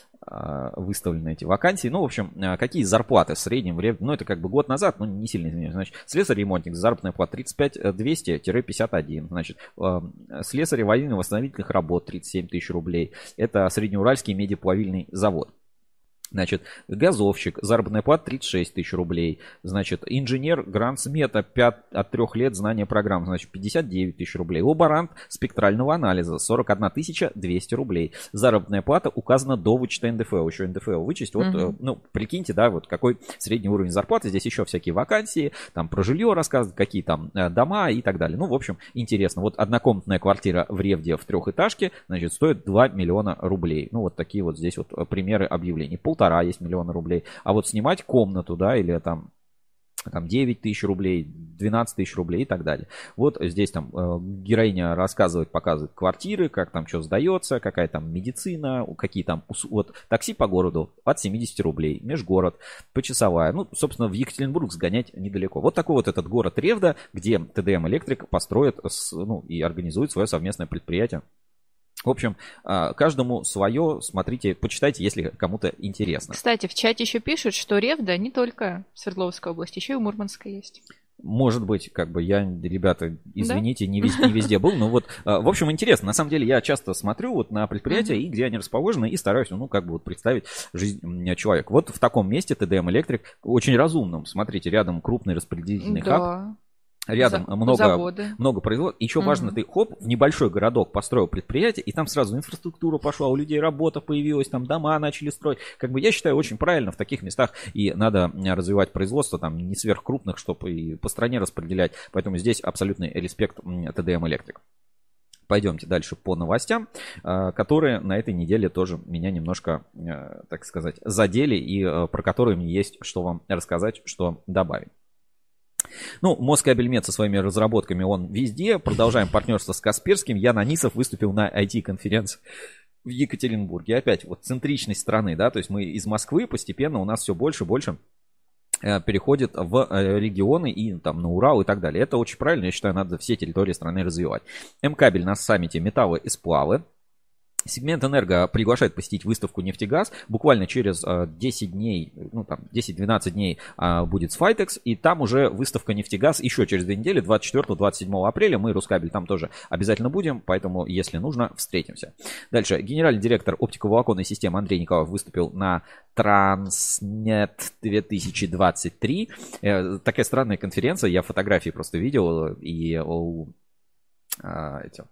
э, выставлены эти вакансии. Ну, в общем, э, какие зарплаты в среднем в Ревде? Ну, это как бы год назад, ну, не сильно изменилось. Значит, слесарь-ремонтник, заработная плата тридцать пять тысяч двести - пятьдесят один. Значит, э, слесарь аварийно-восстановительных работ тридцать семь тысяч рублей. Это среднеуральский медиплавильный завод. Значит, газовщик, заработная плата тридцать шесть тысяч рублей. Значит, инженер гранд-смета от трех лет знания программ, значит, пятьдесят девять тысяч рублей. Лаборант спектрального анализа сорок одна тысяча двести рублей. Заработная плата указана до вычета эн дэ эф эл. Еще эн дэ эф эл вычесть. Вот, uh-huh. ну, прикиньте, да, вот какой средний уровень зарплаты. Здесь еще всякие вакансии, там про жилье рассказывают, какие там дома и так далее. Ну, в общем, интересно. Вот однокомнатная квартира в Ревде в трехэтажке, значит, стоит два миллиона рублей. Ну, вот такие вот здесь вот примеры объявлений. Полтора есть миллиона рублей. А вот снимать комнату, да, или там, там девять тысяч рублей, двенадцать тысяч рублей и так далее. Вот здесь там э, героиня рассказывает, показывает квартиры, как там что сдается, какая там медицина, какие там... Вот такси по городу от семьдесят рублей, межгород, почасовая. Ну, собственно, в Екатеринбург сгонять недалеко. Вот такой вот этот город Ревда, где тэ дэ эм Электрик построит, с, ну, и организует свое совместное предприятие. В общем, каждому свое, смотрите, почитайте, если кому-то интересно. Кстати, в чате еще пишут, что Ревда не только в Свердловской области, еще и в Мурманской есть. Может быть, как бы я, ребята, извините, да? не, везде, не везде был, но вот, в общем, интересно. На самом деле, я часто смотрю вот на предприятия, uh-huh. и где они расположены, и стараюсь, ну, как бы вот представить жизнь человека. Вот в таком месте тэ дэ эм Электрик, очень разумном, смотрите, рядом крупный распределительный да. хаб. Рядом За, много, много производств. Еще mm-hmm. важно, ты хоп, в небольшой городок построил предприятие, и там сразу инфраструктура пошла, у людей работа появилась, там дома начали строить. Как бы я считаю, очень правильно в таких местах и надо развивать производство, там не сверхкрупных, чтобы и по стране распределять. Поэтому здесь абсолютный респект тэ дэ эм Электрик. Пойдемте дальше по новостям, которые на этой неделе тоже меня немножко, так сказать, задели, и про которые мне есть что вам рассказать, что добавить. Ну, Москабельмет со своими разработками, он везде. Продолжаем партнерство с Касперским. Ян Анисов выступил на ай ти-конференции в Екатеринбурге. Опять вот центричность страны, да, то есть мы из Москвы постепенно у нас все больше и больше переходит в регионы и там на Урал и так далее. Это очень правильно, я считаю, надо все территории страны развивать. М-кабель на саммите «Металлы и сплавы». Сегмент «Энерго» приглашает посетить выставку «Нефтегаз». Буквально через десять дней, ну там десять-двенадцать дней будет Sfitex. И там уже выставка «Нефтегаз» еще через две недели, двадцать четвёртого - двадцать седьмого апреля. Мы, Рускабель, там тоже обязательно будем. Поэтому, если нужно, встретимся. Дальше. Генеральный директор оптиковолоконной системы Андрей Николаев выступил на Транснет две тысячи двадцать три. Такая странная конференция. Я фотографии просто видел. И у этих...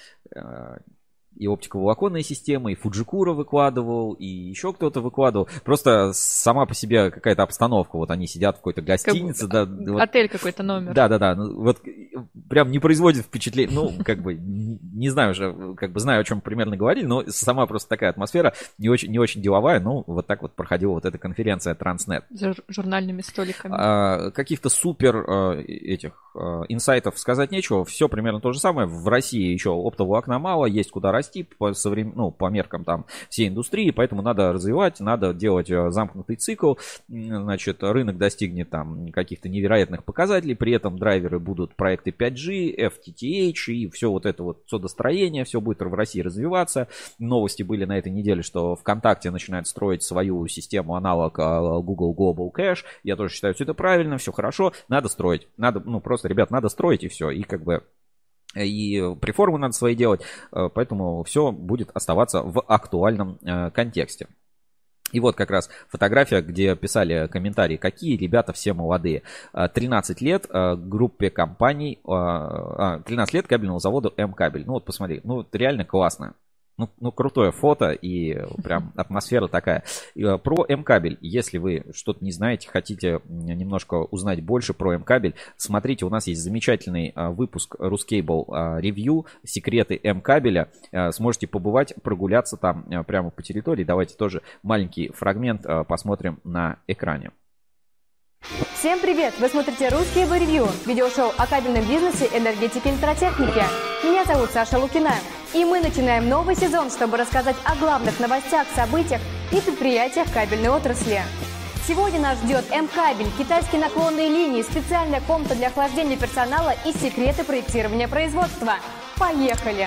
И оптиковолоконные системы, и Фуджикура выкладывал, и еще кто-то выкладывал. Просто сама по себе какая-то обстановка. Вот они сидят в какой-то гостинице. Как... Да, вот... Отель какой-то номер. Да-да-да. Ну, вот прям не производит впечатление. Ну, как бы, не, не знаю уже, как бы знаю, о чем примерно говорили, но сама просто такая атмосфера не очень, не очень деловая. Ну, вот так вот проходила вот эта конференция Транснет. За журнальными столиками. А, каких-то супер а, этих а, инсайтов сказать нечего. Все примерно то же самое. В России еще оптоволокна мало, есть куда расти. расти по, соврем... ну, по меркам там всей индустрии, поэтому надо развивать, надо делать замкнутый цикл, значит, рынок достигнет там каких-то невероятных показателей, при этом драйверы будут проекты пять джи, эф ти ти эйч и все вот это вот судостроение, все будет в России развиваться. Новости были на этой неделе, что ВКонтакте начинает строить свою систему, аналог Google Global Cache. Я тоже считаю, все это правильно, все хорошо, надо строить, надо, ну просто, ребят, надо строить и все, и как бы и реформы надо свои делать, поэтому все будет оставаться в актуальном контексте. И вот как раз фотография, где писали комментарии, какие ребята все молодые. тринадцать лет группе компаний, тринадцать лет кабельному заводу М-Кабель. Ну вот посмотри, ну это реально классно. Ну, ну, крутое фото и прям атмосфера такая. Про М-Кабель, если вы что-то не знаете, хотите немножко узнать больше про М-Кабель, смотрите, у нас есть замечательный выпуск Ruscable ревью, секреты М-Кабеля. Сможете побывать, прогуляться там прямо по территории. Давайте тоже маленький фрагмент посмотрим на экране. Всем привет! Вы смотрите Ruscable ревью, видеошоу о кабельном бизнесе, энергетике и электротехнике. Меня зовут Саша Лукина. И мы начинаем новый сезон, чтобы рассказать о главных новостях, событиях и предприятиях кабельной отрасли. Сегодня нас ждет М-Кабель, китайские наклонные линии, специальная комната для охлаждения персонала и секреты проектирования производства. Поехали!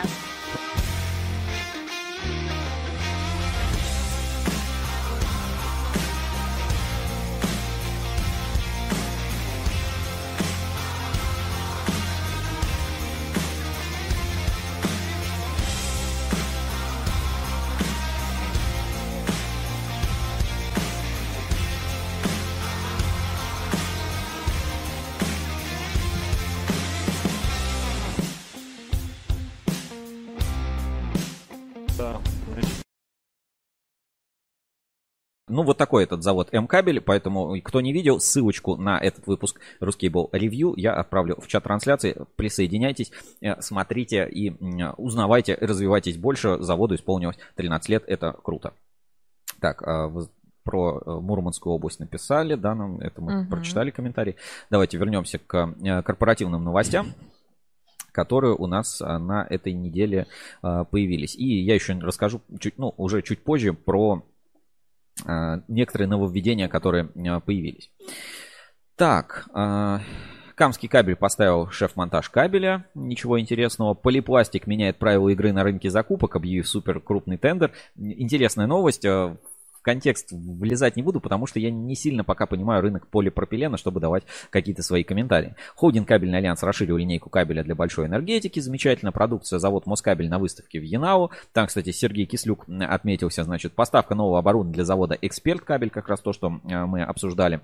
Ну, вот такой этот завод М-Кабель, поэтому, кто не видел, ссылочку на этот выпуск Ruscable Review я отправлю в чат трансляции. Присоединяйтесь, смотрите и узнавайте, развивайтесь больше. Заводу исполнилось тринадцать лет, это круто. Так, про Мурманскую область написали, да, нам это мы угу. прочитали комментарий. Давайте вернемся к корпоративным новостям, которые у нас на этой неделе появились. И я еще расскажу чуть, ну, уже чуть позже про некоторые нововведения, которые появились. Так, Камский кабель поставил шеф-монтаж кабеля. Ничего интересного. Полипластик меняет правила игры на рынке закупок, объявив супер крупный тендер. Интересная новость. В контекст влезать не буду, потому что я не сильно пока понимаю рынок полипропилена, чтобы давать какие-то свои комментарии. Холдинг Кабельный альянс расширил линейку кабеля для большой энергетики. Замечательная продукция. Завод Москабель на выставке в Янау. Там, кстати, Сергей Кислюк отметился. Значит, поставка нового оборудования для завода Эксперт Кабель. Как раз то, что мы обсуждали.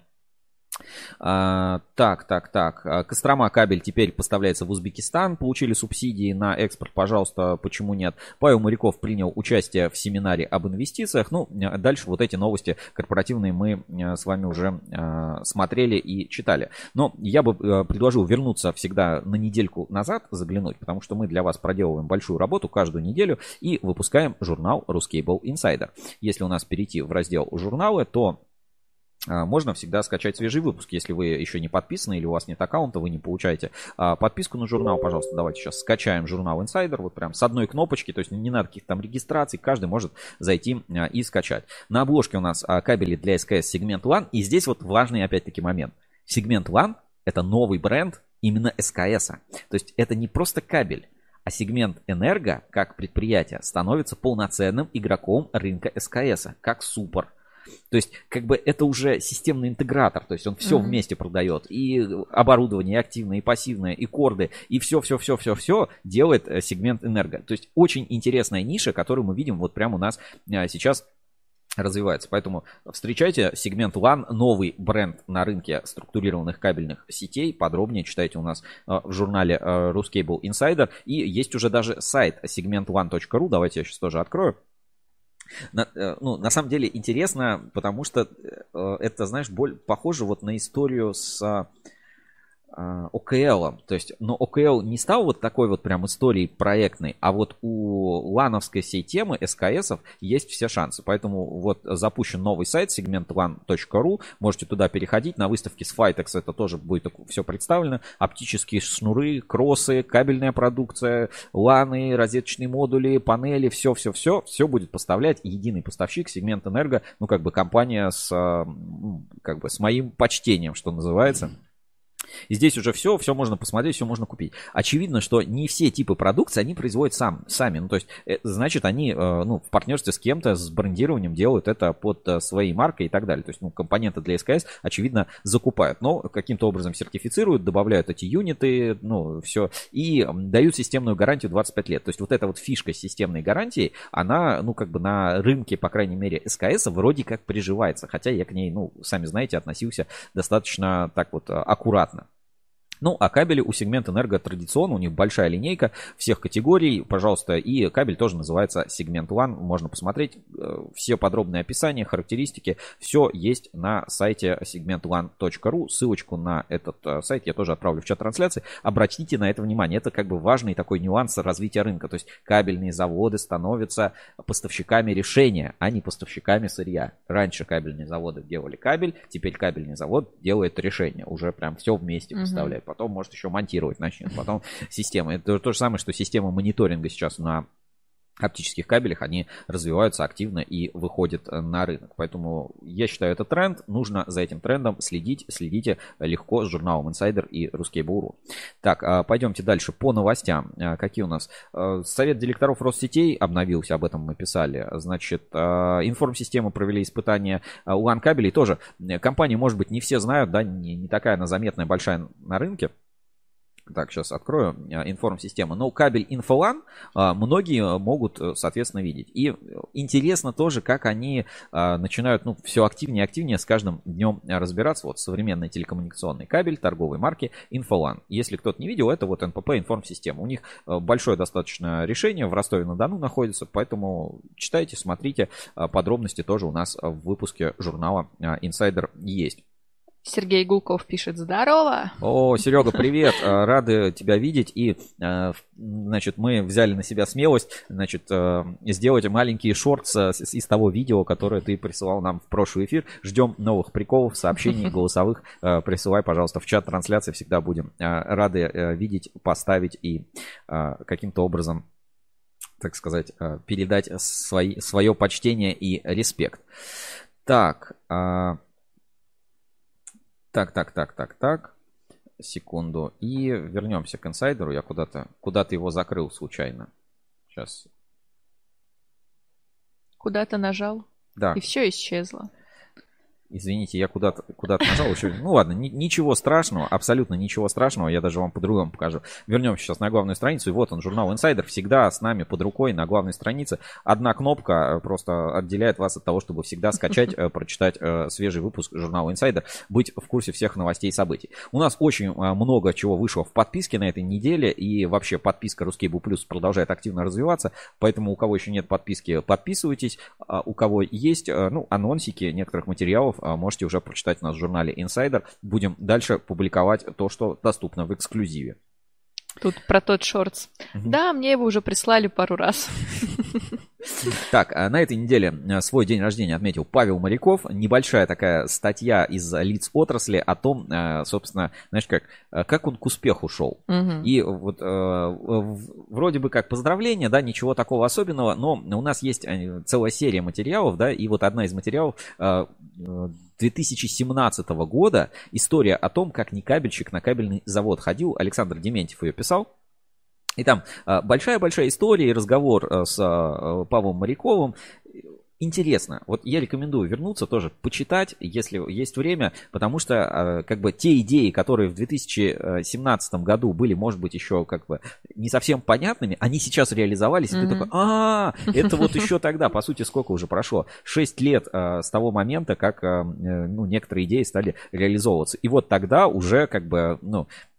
А, так, так, так. Кострома кабель теперь поставляется в Узбекистан. Получили субсидии на экспорт, пожалуйста, почему нет? Павел Моряков принял участие в семинаре об инвестициях. Ну, дальше вот эти новости корпоративные мы с вами уже смотрели и читали. Но я бы предложил вернуться всегда на недельку назад, заглянуть, потому что мы для вас проделываем большую работу каждую неделю и выпускаем журнал Ruscable Insider. Если у нас перейти в раздел журналы, то можно всегда скачать свежий выпуск. Если вы еще не подписаны или у вас нет аккаунта, вы не получаете подписку на журнал, пожалуйста, давайте сейчас скачаем журнал Insider. Вот прям с одной кнопочки, то есть не надо каких-то там регистраций, каждый может зайти и скачать. На обложке у нас кабели для эс ка эс сегмент лан. И здесь вот важный опять-таки момент. Сегмент лан — это новый бренд именно эс ка эс. То есть это не просто кабель, а сегмент энерго, как предприятие, становится полноценным игроком рынка эс ка эс, как Супер. То есть, как бы это уже системный интегратор, то есть он все mm-hmm. вместе продает, и оборудование, и активное, и пассивное, и корды, и все-все-все-все-все делает сегмент энерго. То есть очень интересная ниша, которую мы видим вот прямо у нас сейчас развивается. Поэтому встречайте сегмент лан, новый бренд на рынке структурированных кабельных сетей. Подробнее читайте у нас в журнале Ruscable Insider. И есть уже даже сайт сегмент лан точка ру. Давайте я сейчас тоже открою. На, ну, на самом деле интересно, потому что это, знаешь, боль, похоже вот на историю с о ка эл. То есть, но о ка эл не стал вот такой вот прям историей проектной, а вот у лановской всей темы эс ка эсов есть все шансы. Поэтому вот запущен новый сайт сегмент лан точка ру. Можете туда переходить. На выставке с Fightex это тоже будет все представлено. Оптические шнуры, кроссы, кабельная продукция, ланы, розеточные модули, панели, все-все-все. Все будет поставлять единый поставщик сегмент Энерго. Ну, как бы компания с, как бы, с моим почтением, что называется. И здесь уже все, все можно посмотреть, все можно купить. Очевидно, что не все типы продукции они производят сам, сами. Ну, то есть, значит, они ну, в партнерстве с кем-то, с брендированием делают это под своей маркой и так далее. То есть, ну, компоненты для эс ка эс, очевидно, закупают. Но каким-то образом сертифицируют, добавляют эти юниты, ну, все. И дают системную гарантию двадцать пять лет. То есть, вот эта вот фишка системной гарантии, она, ну, как бы на рынке, по крайней мере, эс ка эс вроде как приживается. Хотя я к ней, ну, сами знаете, относился достаточно так вот аккуратно. Ну, а кабели у сегмент Энерго традиционно, у них большая линейка всех категорий, пожалуйста, и кабель тоже называется сегмент One, можно посмотреть, все подробные описания, характеристики, все есть на сайте сегмент лан точка ру, ссылочку на этот сайт я тоже отправлю в чат трансляции, обратите на это внимание, это как бы важный такой нюанс развития рынка, то есть кабельные заводы становятся поставщиками решения, а не поставщиками сырья. Раньше кабельные заводы делали кабель, теперь кабельный завод делает решение, уже прям все вместе поставляет. Потом, может, еще монтировать начнет. Потом система. Это то же самое, что система мониторинга сейчас на оптических кабелях, они развиваются активно и выходят на рынок. Поэтому я считаю, это тренд. Нужно за этим трендом следить. Следите легко с журналом Insider и Ruskable.ru. Так, пойдемте дальше по новостям. Какие у нас? Совет директоров Россетей обновился, об этом мы писали. Значит, информсистемы провели испытания улан кабелей. Тоже компании, может быть, не все знают, да, не, не такая она заметная, большая на рынке. Так, сейчас открою информсистему. Но кабель Инфолан многие могут, соответственно, видеть. И интересно тоже, как они начинают, ну, все активнее и активнее с каждым днем разбираться. Вот современный телекоммуникационный кабель торговой марки Инфолан. Если кто-то не видел, это вот эн пэ пэ информсистема. У них большое достаточно решение, в Ростове-на-Дону находится, поэтому читайте, смотрите. Подробности тоже у нас в выпуске журнала Insider есть. Сергей Гулков пишет: здорово. О, Серега, привет, рады тебя видеть. И, значит, мы взяли на себя смелость, значит, сделать маленький шортс из того видео, которое ты присылал нам в прошлый эфир. Ждем новых приколов, сообщений голосовых. Присылай, пожалуйста, в чат трансляции. Всегда будем рады видеть, поставить и каким-то образом, так сказать, передать свои, свое почтение и респект. Так, Так, так, так, так, так. Секунду. И вернемся к инсайдеру. Я куда-то куда-то его закрыл случайно. Сейчас. Куда-то нажал. Да. И все исчезло. Извините, я куда-то куда-то нажал. Еще... Ну ладно, ни, ничего страшного, абсолютно ничего страшного. Я даже вам по-другому покажу. Вернемся сейчас на главную страницу. И вот он, журнал Insider. Всегда с нами под рукой на главной странице. Одна кнопка просто отделяет вас от того, чтобы всегда скачать, прочитать свежий выпуск журнала Insider. Быть в курсе всех новостей и событий. У нас очень много чего вышло в подписке на этой неделе. И вообще подписка Ruskable Plus продолжает активно развиваться. Поэтому у кого еще нет подписки, подписывайтесь. У кого есть, ну, анонсики некоторых материалов, можете уже прочитать у нас в журнале Insider. Будем дальше публиковать то, что доступно в эксклюзиве. Тут про тот шортс. Угу. Да, мне его уже прислали пару раз. Так, на этой неделе свой день рождения отметил Павел Моряков. Небольшая такая статья из лиц отрасли о том, собственно, знаешь, как, как он к успеху шел. Угу. И вот вроде бы как поздравления, да, ничего такого особенного, но у нас есть целая серия материалов, да, и вот одна из материалов две тысячи семнадцатого года, история о том, как некабельщик на кабельный завод ходил. Александр Дементьев ее писал. И там большая-большая история и разговор с Павлом Моряковым. Интересно. Вот я рекомендую вернуться тоже, почитать, если есть время, потому что как бы те идеи, которые в две тысячи семнадцатом году были, может быть, еще как бы не совсем понятными, они сейчас реализовались, и mm-hmm. ты такой, а, это вот еще тогда, по сути, сколько уже прошло? Шесть лет с того момента, как, ну, некоторые идеи стали реализовываться. И вот тогда уже как бы, ну,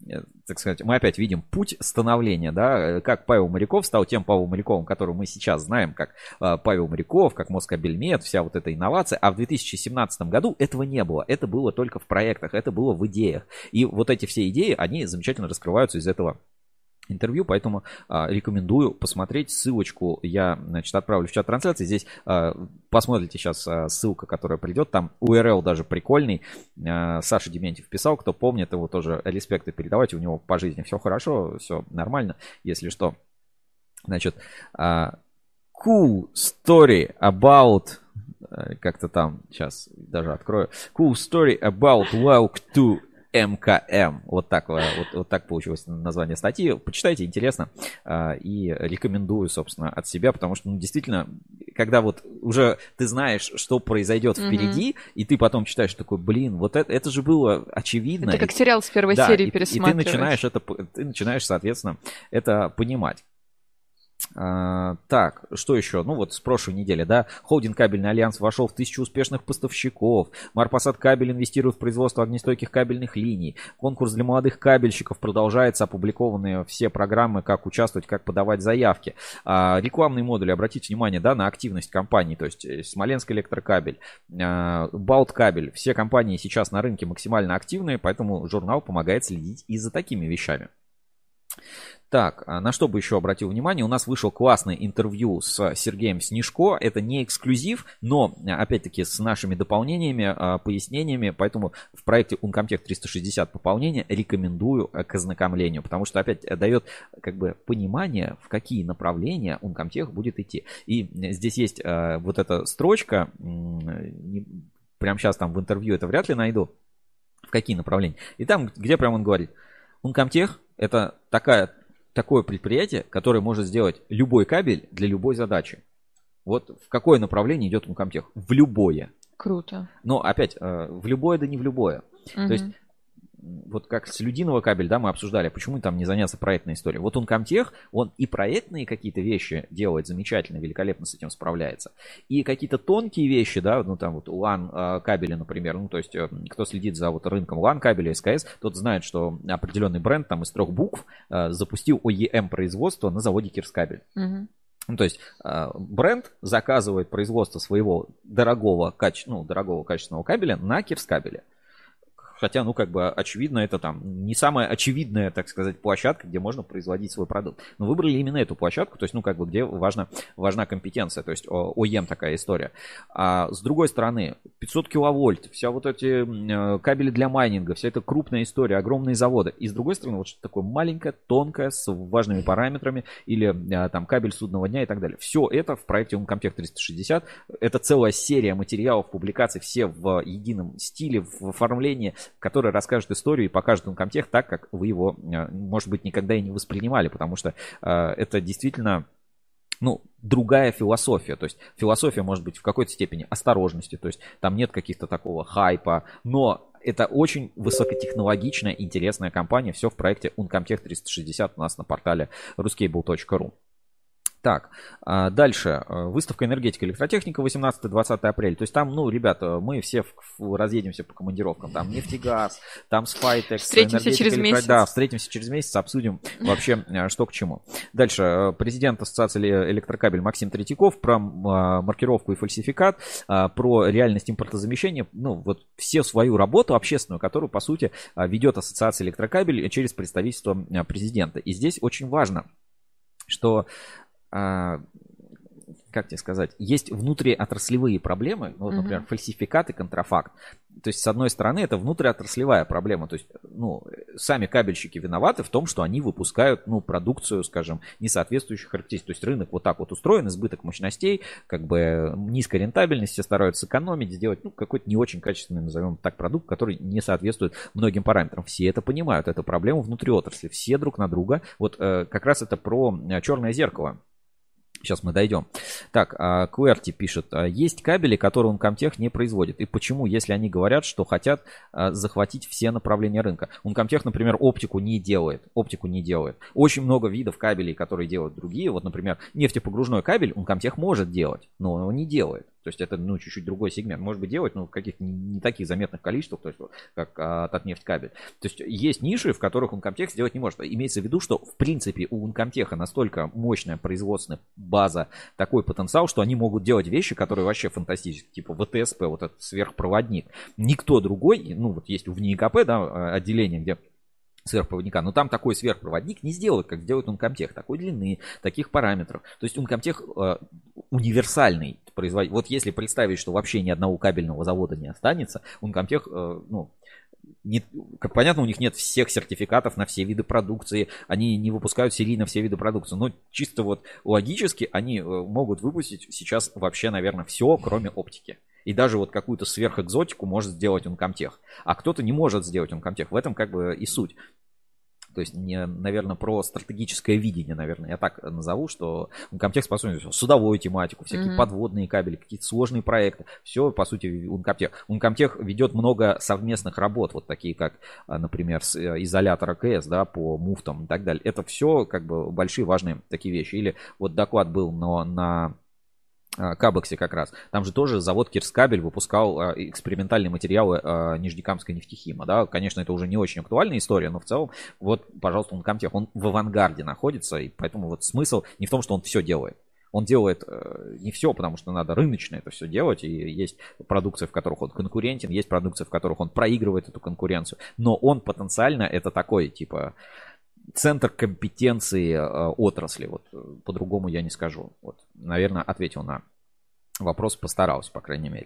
так сказать, мы опять видим путь становления, да, как Павел Моряков стал тем Павлом Моряковым, которого мы сейчас знаем, как Павел Моряков, как Москабельмет, вся вот эта инновация, а в две тысячи семнадцатом году этого не было, это было только в проектах, это было в идеях, и вот эти все идеи, они замечательно раскрываются из этого интервью, поэтому а, рекомендую посмотреть. Ссылочку я, значит, отправлю в чат трансляции. Здесь а, посмотрите сейчас а, ссылка, которая придет. Там ю ар эл даже прикольный. А, Саша Дементьев писал, кто помнит, его тоже респекты передавайте. У него по жизни все хорошо, все нормально, если что. Значит, а, cool story about... Как-то там, сейчас даже открою. Cool story about walk to эм ка эм. Вот так, вот, вот так получилось название статьи. Почитайте, интересно. И рекомендую, собственно, от себя, потому что, ну, действительно, когда вот уже ты знаешь, что произойдет впереди, mm-hmm. и ты потом читаешь такой, блин, вот это, это же было очевидно. Это как сериал с первой да, серии и, пересматриваешь. И ты начинаешь это, ты начинаешь, соответственно, это понимать. А, так, что еще? Ну вот с прошлой недели, да, Холдинг Кабельный Альянс вошел в тысячу успешных поставщиков. Марпасад Кабель инвестирует в производство огнестойких кабельных линий. Конкурс для молодых кабельщиков продолжается. Опубликованы все программы, как участвовать, как подавать заявки. А, рекламные модули, обратите внимание, да, на активность компаний. То есть Смоленск Электрокабель, а, Балт Кабель. Все компании сейчас на рынке максимально активные, поэтому журнал помогает следить и за такими вещами. Так, на что бы еще обратил внимание, у нас вышло классное интервью с Сергеем Снежко, это не эксклюзив, но, опять-таки, с нашими дополнениями, пояснениями, поэтому в проекте Uncomtech триста шестьдесят пополнения рекомендую к ознакомлению, потому что, опять, дает, как бы, понимание, в какие направления Uncomtech будет идти. И здесь есть вот эта строчка, прямо сейчас там в интервью это вряд ли найду, в какие направления, и там, где прямо он говорит, Uncomtech это такая... такое предприятие, которое может сделать любой кабель для любой задачи. Вот в какое направление идет Uncomtech? В любое. Круто. Но опять, в любое, да не в любое. Угу. То есть, вот как с Людиного кабель, да, мы обсуждали, почему там не заняться проектной историей. Вот Uncomtech, он и проектные какие-то вещи делает замечательно, великолепно с этим справляется. И какие-то тонкие вещи, да, ну там вот лан кабели, например, ну то есть кто следит за вот рынком лан кабеля, эс ка эс, тот знает, что определенный бренд там из трех букв запустил о и эм производство на заводе Кирскабель. Угу. Ну, то есть бренд заказывает производство своего дорогого, каче... ну, дорогого качественного кабеля на Кирскабеле. Хотя, ну, как бы, очевидно, это там не самая очевидная, так сказать, площадка, где можно производить свой продукт. Но выбрали именно эту площадку, то есть, ну, как бы, где важна, важна компетенция, то есть о и эм такая история. А с другой стороны, пятьсот киловольт, вся вот эти кабели для майнинга, вся эта крупная история, огромные заводы. И с другой стороны, вот что-то такое маленькое, тонкое, с важными параметрами, или там кабель судного дня и так далее. Все это в проекте Uncomtech триста шестьдесят. Это целая серия материалов, публикаций, все в едином стиле, в оформлении, который расскажет историю и покажет Uncomtech так, как вы его, может быть, никогда и не воспринимали, потому что э, это действительно, ну, другая философия. То есть философия может быть в какой-то степени осторожности, то есть там нет каких-то такого хайпа, но это очень высокотехнологичная, интересная компания. Все в проекте Uncomtech триста шестьдесят у нас на портале ruskable точка ру. Так, дальше. Выставка «Энергетика и электротехника» восемнадцатое-двадцатое апреля. То есть там, ну, ребята, мы все разъедемся по командировкам. Там «Нефтегаз», там «Спайтекс». Встретимся через электро... месяц. Да, встретимся через месяц, обсудим вообще, что к чему. Дальше. Президент Ассоциации электрокабель Максим Третьяков про маркировку и фальсификат, про реальность импортозамещения. Ну, вот все свою работу общественную, которую, по сути, ведет Ассоциация электрокабель через представительство президента. И здесь очень важно, что... как тебе сказать, есть внутриотраслевые проблемы, ну, вот, например, uh-huh. фальсификат и контрафакт. То есть, с одной стороны, это внутриотраслевая проблема. То есть, ну, сами кабельщики виноваты в том, что они выпускают, ну, продукцию, скажем, не соответствующих характеристик. То есть, рынок вот так вот устроен, избыток мощностей, как бы низкая рентабельность, все стараются сэкономить, сделать, ну, какой-то не очень качественный, назовем так, продукт, который не соответствует многим параметрам. Все это понимают, это проблема внутри отрасли, все друг на друга. Вот э, как раз это про черное зеркало. Сейчас мы дойдем. Так, Куэрти пишет, есть кабели, которые Uncomtech не производит. И почему, если они говорят, что хотят захватить все направления рынка? Uncomtech, например, оптику не делает. Оптику не делает. Очень много видов кабелей, которые делают другие. Вот, например, нефтепогружной кабель Uncomtech может делать, но он его не делает. То есть это, ну, чуть-чуть другой сегмент. Может быть, делать, ну, в каких-то не таких заметных количествах, то есть, как а, Татнефтькабель. То есть есть ниши, в которых Uncomtech сделать не может. Имеется в виду, что, в принципе, у Uncomtech настолько мощная производственная база, такой потенциал, что они могут делать вещи, которые вообще фантастические. Типа вэ тэ эс пэ, вот этот сверхпроводник. Никто другой, ну, вот есть в НИИКП, да, отделение, где сверхпроводника, но там такой сверхпроводник не сделает, как сделает Uncomtech, такой длины, таких параметров. То есть Uncomtech э, универсальный производитель. Вот если представить, что вообще ни одного кабельного завода не останется, Uncomtech, э, ну, не, как понятно, у них нет всех сертификатов на все виды продукции, они не выпускают серийно все виды продукции, но чисто вот логически они э, могут выпустить сейчас вообще, наверное, все, кроме оптики. И даже вот какую-то сверхэкзотику может сделать Uncomtech. А кто-то не может сделать Uncomtech. В этом как бы и суть. То есть, не, наверное, про стратегическое видение, наверное, я так назову, что Uncomtech способен судовую тематику, всякие mm-hmm. подводные кабели, какие-то сложные проекты. Все, по сути, Uncomtech. Uncomtech ведет много совместных работ, вот такие, как, например, изолятор а ка эс, да, по муфтам и так далее. Это все как бы большие важные такие вещи. Или вот доклад был на... на Кабексе как раз. Там же тоже завод Кирскабель выпускал экспериментальные материалы Нижнекамской нефтехима. Да? Конечно, это уже не очень актуальная история, но в целом, вот, пожалуйста, Uncomtech, он в авангарде находится, и поэтому вот смысл не в том, что он все делает. Он делает не все, потому что надо рыночно это все делать, и есть продукция, в которых он конкурентен, есть продукция, в которых он проигрывает эту конкуренцию, но он потенциально это такой, типа... центр компетенции э, отрасли, вот по-другому я не скажу. Вот, наверное, ответил на вопрос, постарался, по крайней мере.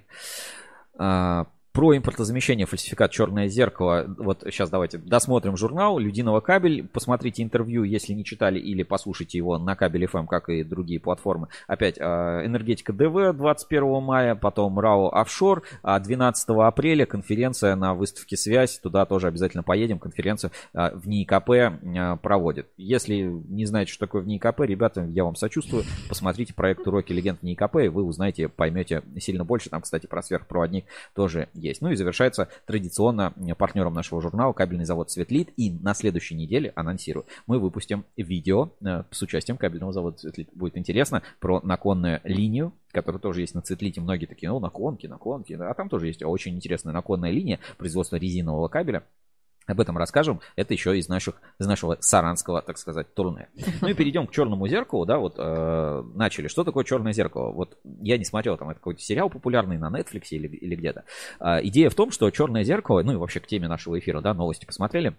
А, про импортозамещение, фальсификат «Черное зеркало». Вот сейчас давайте досмотрим журнал «Людиного кабель». Посмотрите интервью, если не читали, или послушайте его на Кабель эф эм, как и другие платформы. Опять «Энергетика ДВ» двадцать первого мая, потом РАО «Офшор». двенадцатого апреля конференция на выставке «Связь». Туда тоже обязательно поедем. Конференцию в НИИКП проводит. Если не знаете, что такое в НИИКП, ребята, я вам сочувствую. Посмотрите проект «Уроки легенд НИИКП», и вы узнаете, поймете сильно больше. Там, кстати, про сверхпроводник тоже есть. Есть. Ну и завершается традиционно партнером нашего журнала кабельный завод Светлит. И на следующей неделе, анонсирую, мы выпустим видео с участием кабельного завода Светлит. Будет интересно про наклонную линию, которая тоже есть на Светлите. Многие такие, ну наклонки, наклонки. А там тоже есть очень интересная наклонная линия производства резинового кабеля. Об этом расскажем. Это еще из, наших, из нашего саранского, так сказать, турне. Ну и перейдем к «Черному зеркалу». Да, вот э, начали. Что такое «Черное зеркало»? Вот я не смотрел, там это какой-то сериал популярный на Netflix или, или где-то. Э, идея в том, что «Черное зеркало», ну и вообще к теме нашего эфира, да, новости посмотрели.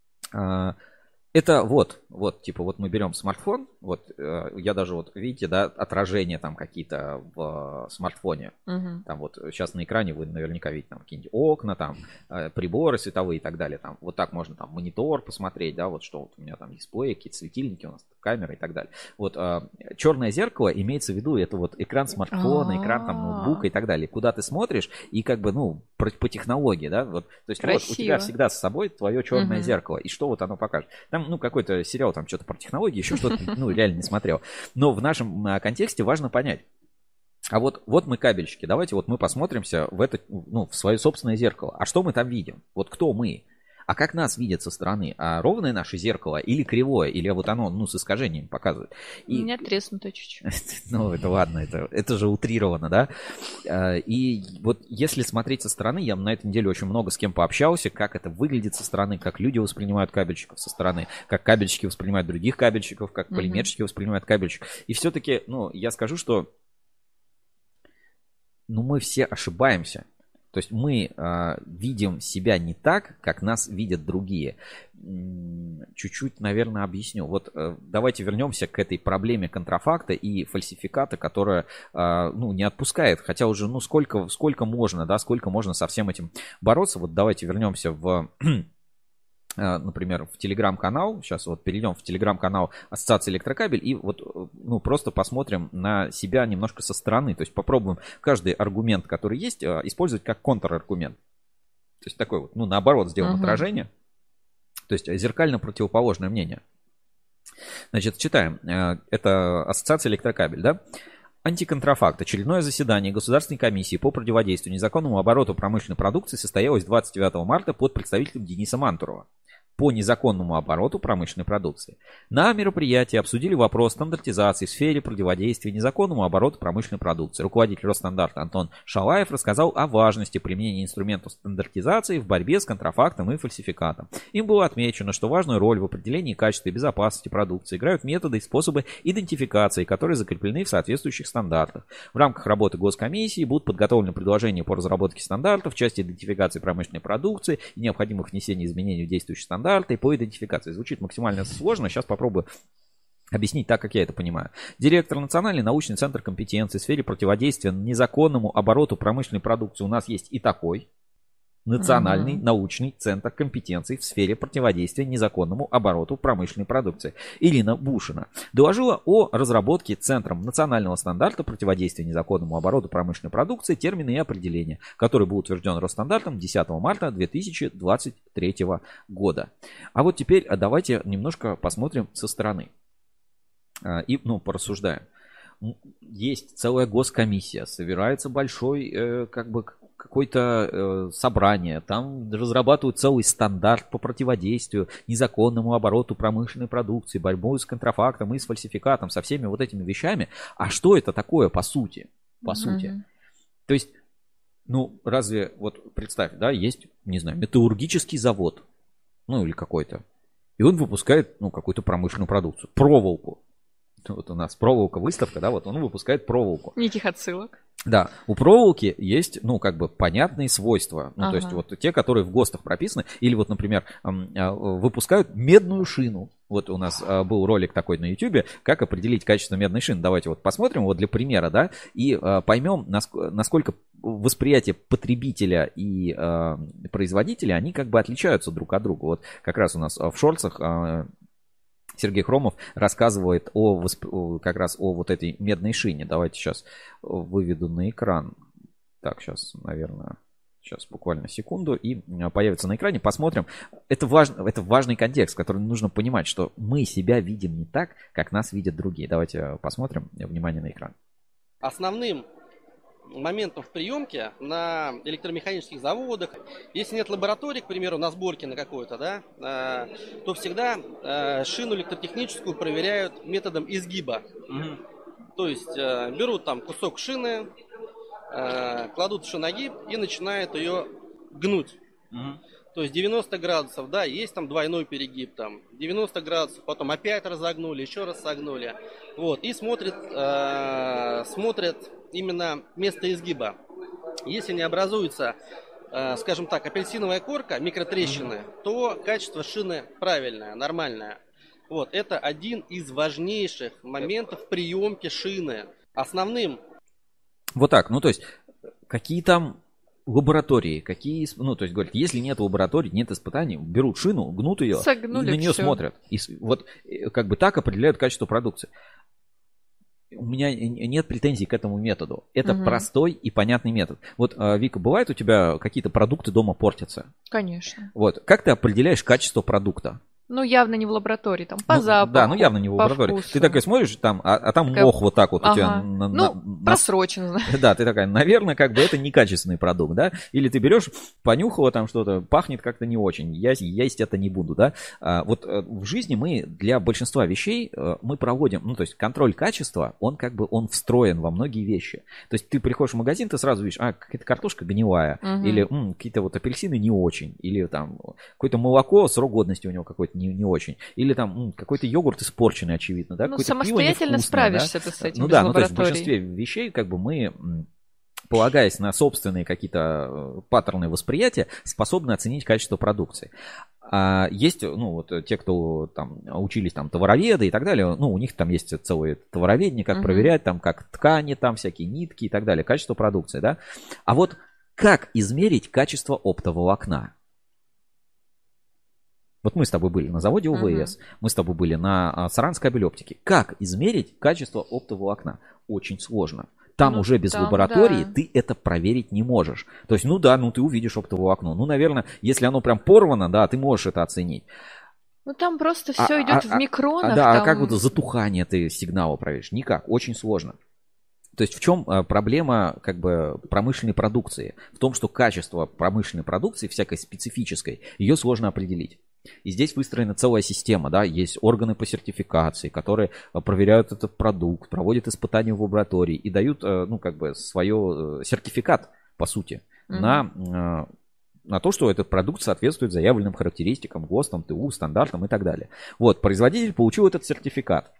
Э, это вот, вот, типа, вот мы берем смартфон, вот, э, я даже вот, видите, да, отражения там какие-то в э, смартфоне. Uh-huh. Там вот сейчас на экране вы наверняка видите там какие-нибудь окна, там, э, приборы световые и так далее. Там, вот так можно там монитор посмотреть, да, вот что вот у меня там дисплей, какие-то светильники у нас, камеры и так далее. Вот э, черное зеркало имеется в виду, это вот экран смартфона, Uh-huh. экран там ноутбука и так далее. Куда ты смотришь и как бы, ну, по, по технологии, да, вот, то есть вот у тебя всегда с собой твое черное Uh-huh. зеркало, и что вот оно покажет. Там, ну, какой-то сериал, там что-то про технологии, еще что-то, ну, реально не смотрел. Но в нашем контексте важно понять. А вот, вот мы кабельщики, давайте вот мы посмотримся в это, ну, в свое собственное зеркало. А что мы там видим? Вот кто мы? А как нас видят со стороны? А ровное наше зеркало или кривое? Или вот оно, ну, с искажением показывает? И... У меня треснуто чуть-чуть. Ну, это ладно, это, это же утрировано, да? И вот если смотреть со стороны, я на этой неделе очень много с кем пообщался, как это выглядит со стороны, как люди воспринимают кабельщиков со стороны, как кабельщики воспринимают других кабельщиков, как полимерщики воспринимают кабельщиков. И все-таки, ну, я скажу, что ну, мы все ошибаемся. То есть мы э, видим себя не так, как нас видят другие. Чуть-чуть, наверное, объясню. Вот э, давайте вернемся к этой проблеме контрафакта и фальсификата, которая э, ну, не отпускает. Хотя уже ну, сколько, сколько можно, да, сколько можно со всем этим бороться. Вот давайте вернемся в... например, в телеграм-канал, сейчас вот перейдем в телеграм-канал Ассоциации Электрокабель и вот, ну, просто посмотрим на себя немножко со стороны, то есть попробуем каждый аргумент, который есть, использовать как контраргумент. То есть такой вот, ну, наоборот, сделаем uh-huh. отражение, то есть зеркально противоположное мнение. Значит, читаем. Это Ассоциация Электрокабель, да? Антиконтрафакт. Очередное заседание Государственной комиссии по противодействию незаконному обороту промышленной продукции состоялось двадцать девятого марта под представителем Дениса Мантурова. по незаконному обороту промышленной продукции. На мероприятии обсудили вопрос стандартизации в сфере противодействия незаконному обороту промышленной продукции. Руководитель Росстандарта Антон Шалаев рассказал о важности применения инструментов стандартизации в борьбе с контрафактом и фальсификатом. Им было отмечено, что важную роль в определении качества и безопасности продукции играют методы и способы идентификации, которые закреплены в соответствующих стандартах. В рамках работы Госкомиссии будут подготовлены предложения по разработке стандартов в части идентификации промышленной продукции и необходимых внесений изменений в действующие стандарты по идентификации. Звучит максимально сложно, сейчас попробую объяснить так, как я это понимаю. Директор Национальный научный центр компетенции в сфере противодействия незаконному обороту промышленной продукции. У нас есть и такой. Национальный uh-huh. научный центр компетенций в сфере противодействия незаконному обороту промышленной продукции. Ирина Бушина доложила о разработке Центром национального стандарта противодействия незаконному обороту промышленной продукции термины и определения, который был утвержден Росстандартом десятого марта две тысячи двадцать третьего года. А вот теперь давайте немножко посмотрим со стороны и ну, порассуждаем. Есть целая госкомиссия, собирается большой э, как бы какое-то э, собрание, там разрабатывают целый стандарт по противодействию незаконному обороту промышленной продукции, борьбу с контрафактом и с фальсификатом, со всеми вот этими вещами. А что это такое по сути? По mm-hmm. сути. То есть, ну, разве, вот представь, да, есть, не знаю, металлургический завод, ну, или какой-то, и он выпускает, ну, какую-то промышленную продукцию, проволоку. Вот у нас проволока, выставка, да, вот он выпускает проволоку. Никаких отсылок. Да, у проволоки есть, ну, как бы понятные свойства. Ну, ага. то есть вот те, которые в ГОСТах прописаны. Или вот, например, выпускают медную шину. Вот у нас был ролик такой на YouTube, как определить качество медной шины. Давайте вот посмотрим вот для примера, да, и поймем, насколько восприятие потребителя и производителя, они как бы отличаются друг от друга. Вот как раз у нас в шорцах Сергей Хромов рассказывает о, как раз о вот этой медной шине. Давайте сейчас выведу на экран. Так, сейчас, наверное, сейчас буквально секунду, и появится на экране. Посмотрим. Это, важ, это важный контекст, который нужно понимать, что мы себя видим не так, как нас видят другие. Давайте посмотрим. Внимание на экран. Основным моментом в приемке на электромеханических заводах, если нет лаборатории, к примеру, на сборке на какой-то, да, то всегда шину электротехническую проверяют методом изгиба. Угу. То есть берут там кусок шины, кладут в шиногиб и начинают ее гнуть. Угу. То есть девяносто градусов, да, есть там двойной перегиб, там девяносто градусов, потом опять разогнули, еще раз согнули. Вот, и смотрят, э, смотрят именно место изгиба. Если не образуется, э, скажем так, апельсиновая корка, микротрещины, mm-hmm. то качество шины правильное, нормальное. Вот, это один из важнейших моментов приемки шины. Основным... Вот так, ну то есть, какие там... лаборатории, какие, ну, то есть, говорят, если нет лаборатории, нет испытаний, берут шину, гнут ее, согнули, и на нее все. смотрят. И вот как бы так определяют качество продукции. У меня нет претензий к этому методу. Это угу. простой и понятный метод. Вот, Вика, бывает у тебя какие-то продукты дома портятся? Конечно. Вот, как ты определяешь качество продукта? Ну, явно не в лаборатории, там, по ну, запаху. Да, ну явно не в лаборатории. Вкусу. Ты такой смотришь, там, а, а там такая... мох вот так вот ага. у тебя. На, ну, на, просрочен. На... Да, ты такая, наверное, как бы это некачественный продукт, да? Или ты берешь, понюхала там что-то, пахнет как-то не очень, я есть это не буду, да? А, вот в жизни мы для большинства вещей мы проводим, ну, то есть контроль качества, он как бы, он встроен во многие вещи. То есть ты приходишь в магазин, ты сразу видишь, а, какая-то картошка гнилая, угу. или м, какие-то вот апельсины не очень, или там какое-то молоко, срок годности у него какой-то не, не очень. Или там м, какой-то йогурт испорченный, очевидно, да? Ну, Какое-то самостоятельно пиво справишься да? ты с этим. Ну без да, лаборатории. ну то есть в большинстве вещей, как бы мы, полагаясь на собственные какие-то паттерны восприятия, способны оценить качество продукции. А есть, ну, вот те, кто там учились там товароведы и так далее, ну, у них там есть целые товароведения, как uh-huh. проверять, там, как ткани, там, всякие нитки и так далее, качество продукции, да? А вот как измерить качество оптоволокна? Вот мы с тобой были на заводе ОВС, uh-huh. мы с тобой были на Саранской кабель оптики. Как измерить качество оптоволокна? Очень сложно. Там ну, уже без там, лаборатории да. ты это проверить не можешь. То есть, ну да, ну ты увидишь оптоволокно. Ну, наверное, если оно прям порвано, да, ты можешь это оценить. Ну там просто все а, идет а, в микронах. А, да, там... а как вот затухание ты сигнала проверишь? Никак, очень сложно. То есть в чем проблема как бы промышленной продукции? В том, что качество промышленной продукции, всякой специфической, ее сложно определить. И здесь выстроена целая система, да, есть органы по сертификации, которые проверяют этот продукт, проводят испытания в лаборатории и дают, ну, как бы, свой сертификат, по сути, mm-hmm. на, на то, что этот продукт соответствует заявленным характеристикам, ГОСТам, ТУ, стандартам и так далее. Вот, производитель получил этот сертификат.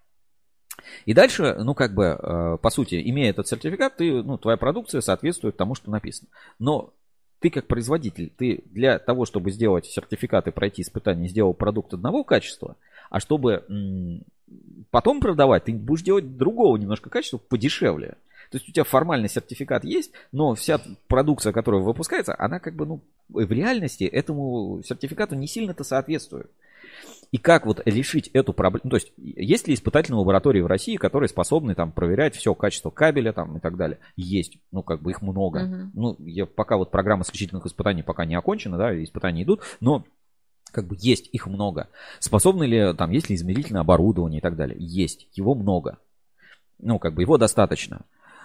И дальше, ну, как бы, по сути, имея этот сертификат, ты, ну, твоя продукция соответствует тому, что написано. Но ты как производитель, ты для того, чтобы сделать сертификат и пройти испытание, сделал продукт одного качества, а чтобы м- потом продавать, ты будешь делать другого немножко качества подешевле. То есть у тебя формальный сертификат есть, но вся продукция, которая выпускается, она как бы, ну, в реальности этому сертификату не сильно-то соответствует. И как вот решить эту проблему? То есть есть ли испытательные лаборатории в России, которые способны там проверять все качество кабеля там и так далее? Есть. Ну, как бы их много. Uh-huh. Ну, я, пока вот программа исключительных испытаний пока не окончена, да, испытания идут, но как бы есть их много. Способны ли, там, есть ли измерительное оборудование и так далее? Есть. Его много. Ну, как бы его достаточно.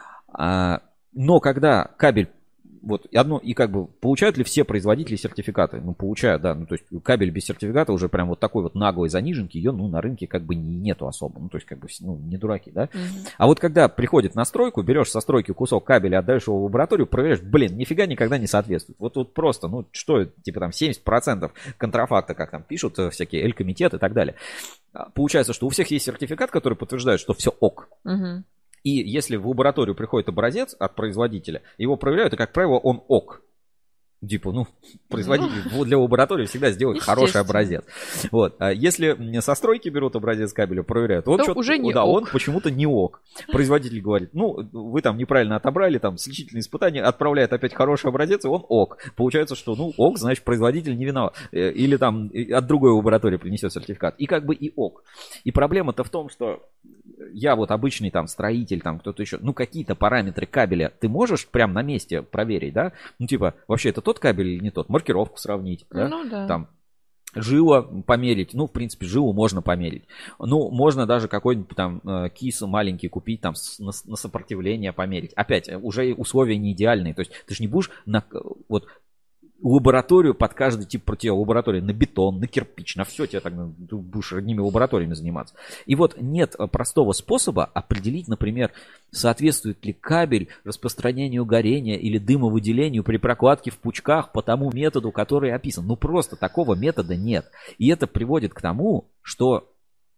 А, но когда кабель вот одно, и как бы получают ли все производители сертификаты? Ну, получают, да. Ну, то есть кабель без сертификата уже прям вот такой вот наглой заниженки, ее, ну, на рынке как бы нету особо. Ну, то есть, как бы, ну, не дураки, да. Mm-hmm. А вот когда приходит на стройку, берешь со стройки кусок кабеля, отдаешь его в лабораторию, проверяешь, блин, нифига никогда не соответствует. Вот, вот просто, ну, что, типа там семьдесят процентов контрафакта, как там пишут всякие эль-комитет и так далее. Получается, что у всех есть сертификат, который подтверждает, что все ок. Mm-hmm. И если в лабораторию приходит образец от производителя, его проверяют, и, как правило, он ок. Типа, ну, производитель ну, для лаборатории всегда сделает хороший образец. Вот. А если со стройки берут образец кабеля, проверяют, он, уже не да, ок. он почему-то не ок. Производитель говорит, ну, вы там неправильно отобрали, там, сличительные испытания, отправляет опять хороший образец, и он ок. Получается, что, ну, ок, значит, производитель не виноват. Или там от другой лаборатории принесет сертификат. И как бы и ок. И проблема-то в том, что я вот обычный там строитель, там кто-то еще, ну, какие-то параметры кабеля ты можешь прям на месте проверить, да? Ну, типа, вообще это тот кабель или не тот? Маркировку сравнить, да? Ну, да. Там жило померить, ну, в принципе, жилу можно померить. Ну, можно даже какой-нибудь там кис маленький купить, там, на, на сопротивление померить. Опять, уже условия не идеальные, то есть ты же не будешь на, вот, лабораторию под каждый тип противолаборатории, на бетон, на кирпич, на все, тебе так ты будешь одними лабораториями заниматься. И вот нет простого способа определить, например, соответствует ли кабель распространению горения или дымовыделению при прокладке в пучках по тому методу, который описан. Ну просто такого метода нет. И это приводит к тому, что,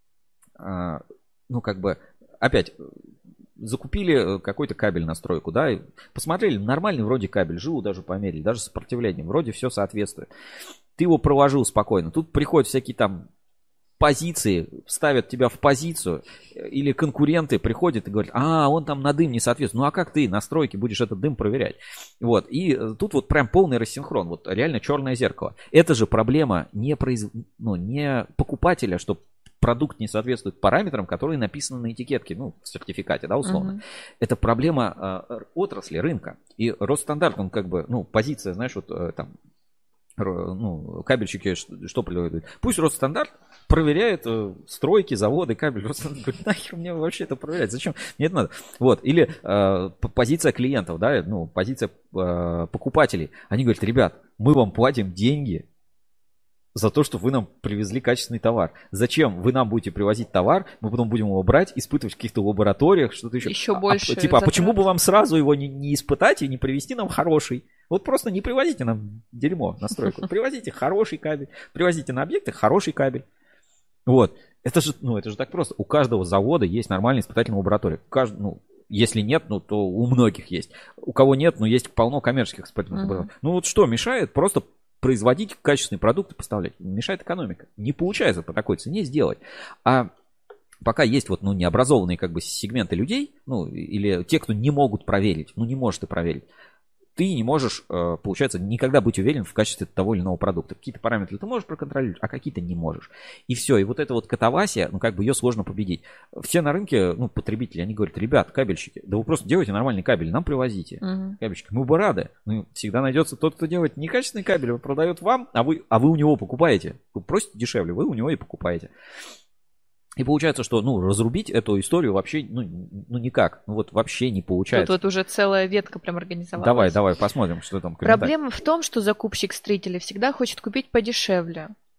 ну как бы, опять... Закупили какой-то кабель на стройку, да, и посмотрели, нормальный вроде кабель, жилу даже померили, даже с сопротивлением, вроде все соответствует. Ты его проложил спокойно. Тут приходят всякие там позиции, ставят тебя в позицию, или конкуренты приходят и говорят, а, он там на дым не соответствует. Ну а как ты на стройке будешь этот дым проверять? Вот, и тут вот прям полный рассинхрон, вот реально черное зеркало. Это же проблема не, произ... ну, не покупателя, что продукт не соответствует параметрам, которые написаны на этикетке, ну, в сертификате, да, условно. Uh-huh. Это проблема э, отрасли, рынка. И Росстандарт, он как бы, ну, позиция, знаешь, вот э, там, ну, кабельщики что предлагают? Пусть Росстандарт проверяет э, стройки, заводы, кабель. Росстандарт говорит, нахер мне вообще это проверять? Зачем? Мне это надо. Вот. Или э, позиция клиентов, да, ну, позиция э, покупателей. Они говорят, ребят, мы вам платим деньги за то, что вы нам привезли качественный товар. Зачем вы нам будете привозить товар, мы потом будем его брать, испытывать в каких-то лабораториях, что-то еще. Еще больше. А, типа, а почему бы вам сразу его не, не испытать и не привезти нам хороший? Вот просто не привозите нам дерьмо на стройку. Привозите хороший кабель. Привозите на объекты хороший кабель. Вот. Это же, ну, это же так просто. У каждого завода есть нормальная испытательная лаборатория. Каждый, ну, если нет, ну, то у многих есть. У кого нет, ну, есть полно коммерческих испытательных uh-huh. лабораторий. Ну, вот что мешает? Просто производить качественные продукты, поставлять. Мешает экономика. Не получается по такой цене сделать. А пока есть вот, ну, необразованные как бы сегменты людей, ну, или те, кто не могут проверить, ну, не может и проверить, ты не можешь, получается, никогда быть уверен в качестве того или иного продукта. Какие-то параметры ты можешь проконтролировать, а какие-то не можешь. И все. И вот эта вот катавасия, ну, как бы ее сложно победить. Все на рынке, ну, потребители, они говорят, ребят, кабельщики, да вы просто делайте нормальный кабель, нам привозите. Uh-huh. Кабельщики, мы бы рады. Ну, всегда найдется тот, кто делает некачественный кабель, он продает вам, а вы, а вы у него покупаете. Вы просите дешевле, вы у него и покупаете. И получается, что, ну, разрубить эту историю вообще, ну, ну никак, ну вот вообще не получается. Тут вот уже целая ветка прям организовалась. Давай, давай, посмотрим, что там. Проблема в том, что закупщик строителей всегда хочет купить подешевле.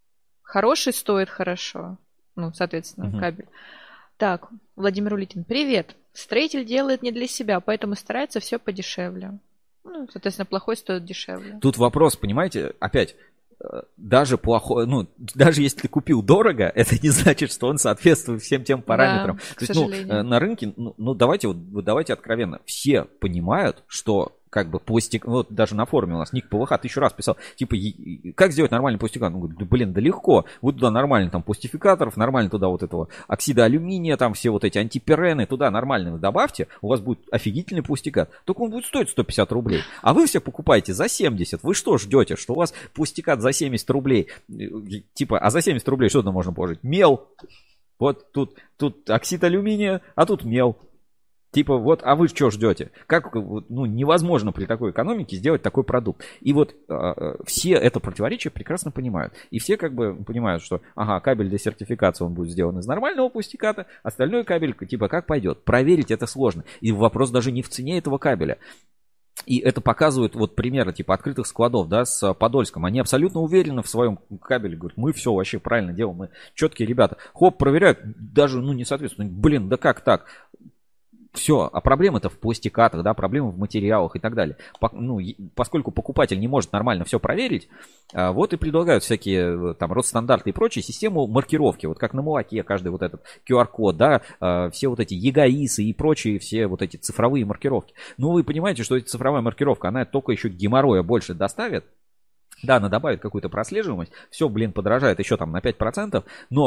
Хороший стоит хорошо. Ну, соответственно, угу. кабель. Так, Владимир Улитин. Привет. Строитель делает не для себя, поэтому старается все подешевле. Ну, соответственно, плохой стоит дешевле. Тут вопрос, понимаете, опять... Даже плохой, ну, даже если ты купил дорого, это не значит, что он соответствует всем тем параметрам. Да, То есть, ну, на рынке, ну, ну давайте, вот, давайте откровенно, все понимают, что как бы пластик, вот даже на форуме у нас Ник ПВХ тысячу раз писал, типа, как сделать нормальный пластикат? Он говорит, да, блин, да легко, вот туда нормально там пластификаторов, нормально туда вот этого оксида алюминия, там все вот эти антипирены, туда нормально добавьте, у вас будет офигительный пластикат, только он будет стоить сто пятьдесят рублей, а вы все покупаете за семьдесят, вы что ждете, что у вас пластикат за семьдесят рублей, типа, а за семьдесят рублей что туда можно положить? Мел, вот тут, тут оксид алюминия, а тут мел. Типа вот, а вы что ждете? Как, ну, невозможно при такой экономике сделать такой продукт. И вот э, все это противоречие прекрасно понимают. И все как бы понимают, что, ага, кабель для сертификации он будет сделан из нормального пластиката, остальной кабель, типа, как пойдет. Проверить это сложно. И вопрос даже не в цене этого кабеля. И это показывают вот примеры типа открытых складов, да, с Подольском. Они абсолютно уверены в своем кабеле. Говорят, мы все вообще правильно делаем, мы четкие ребята. Хоп, проверяют, даже, ну, не соответственно. Блин, да как так? Все, а проблема-то в пластикатах, да, проблема в материалах и так далее. По, ну, поскольку покупатель не может нормально все проверить, вот и предлагают всякие там Росстандарты и прочие систему маркировки. Вот как на молоке каждый вот этот ку ар-код, да, все вот эти ЕГАИСы и прочие все вот эти цифровые маркировки. Ну, вы понимаете, что эта цифровая маркировка, она только еще геморроя больше доставит. Да, она добавит какую-то прослеживаемость, все, блин, подорожает еще там на пять процентов,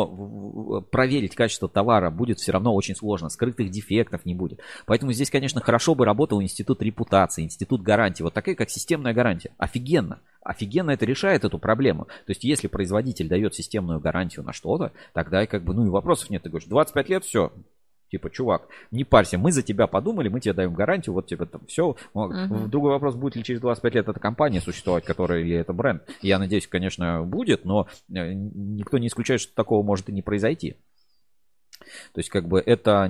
но проверить качество товара будет все равно очень сложно, скрытых дефектов не будет. Поэтому здесь, конечно, хорошо бы работал институт репутации, институт гарантии, вот такая как системная гарантия. Офигенно, офигенно это решает эту проблему. То есть, если производитель дает системную гарантию на что-то, тогда и как бы, ну и вопросов нет, ты говоришь, двадцать пять лет, все. Типа, чувак, не парься, мы за тебя подумали, мы тебе даем гарантию, вот тебе там все. Uh-huh. Другой вопрос, будет ли через двадцать пять лет эта компания существовать, которая или это бренд. Я надеюсь, конечно, будет, но никто не исключает, что такого может и не произойти. То есть, как бы, это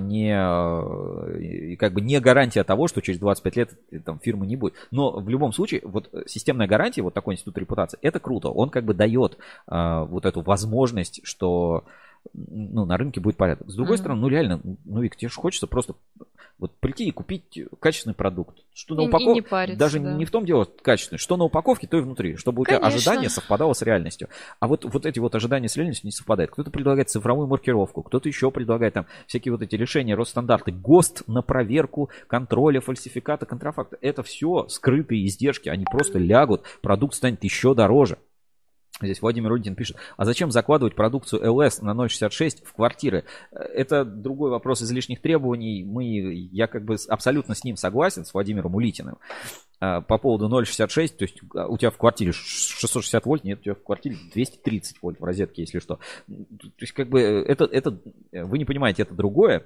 не, как бы, не гарантия того, что через двадцать пять лет там фирмы не будет. Но в любом случае, вот системная гарантия, вот такой институт репутации, это круто. Он как бы дает а, вот эту возможность, что... ну, на рынке будет порядок. С другой mm-hmm. стороны, ну реально, ну, Вик, тебе же хочется просто вот прийти и купить качественный продукт. Что на упаковке, даже да. не в том дело качественный, что на упаковке, то и внутри, чтобы у Конечно. тебя ожидание совпадало с реальностью. А вот, вот эти вот ожидания с реальностью не совпадают. Кто-то предлагает цифровую маркировку, кто-то еще предлагает там всякие вот эти решения, Росстандарты, ГОСТ на проверку контроля, фальсификата, контрафакта. Это все скрытые издержки, они просто лягут, продукт станет еще дороже. Здесь Владимир Рудин пишет, а зачем закладывать продукцию эл эс на ноль шестьдесят шесть в квартиры? Это другой вопрос излишних требований. Мы, я как бы абсолютно с ним согласен, с Владимиром Улитиным. По поводу ноль шестьдесят шесть, то есть у тебя в квартире шестьсот шестьдесят вольт, нет, у тебя в квартире двести тридцать вольт в розетке, если что. То есть как бы это, это вы не понимаете, это другое.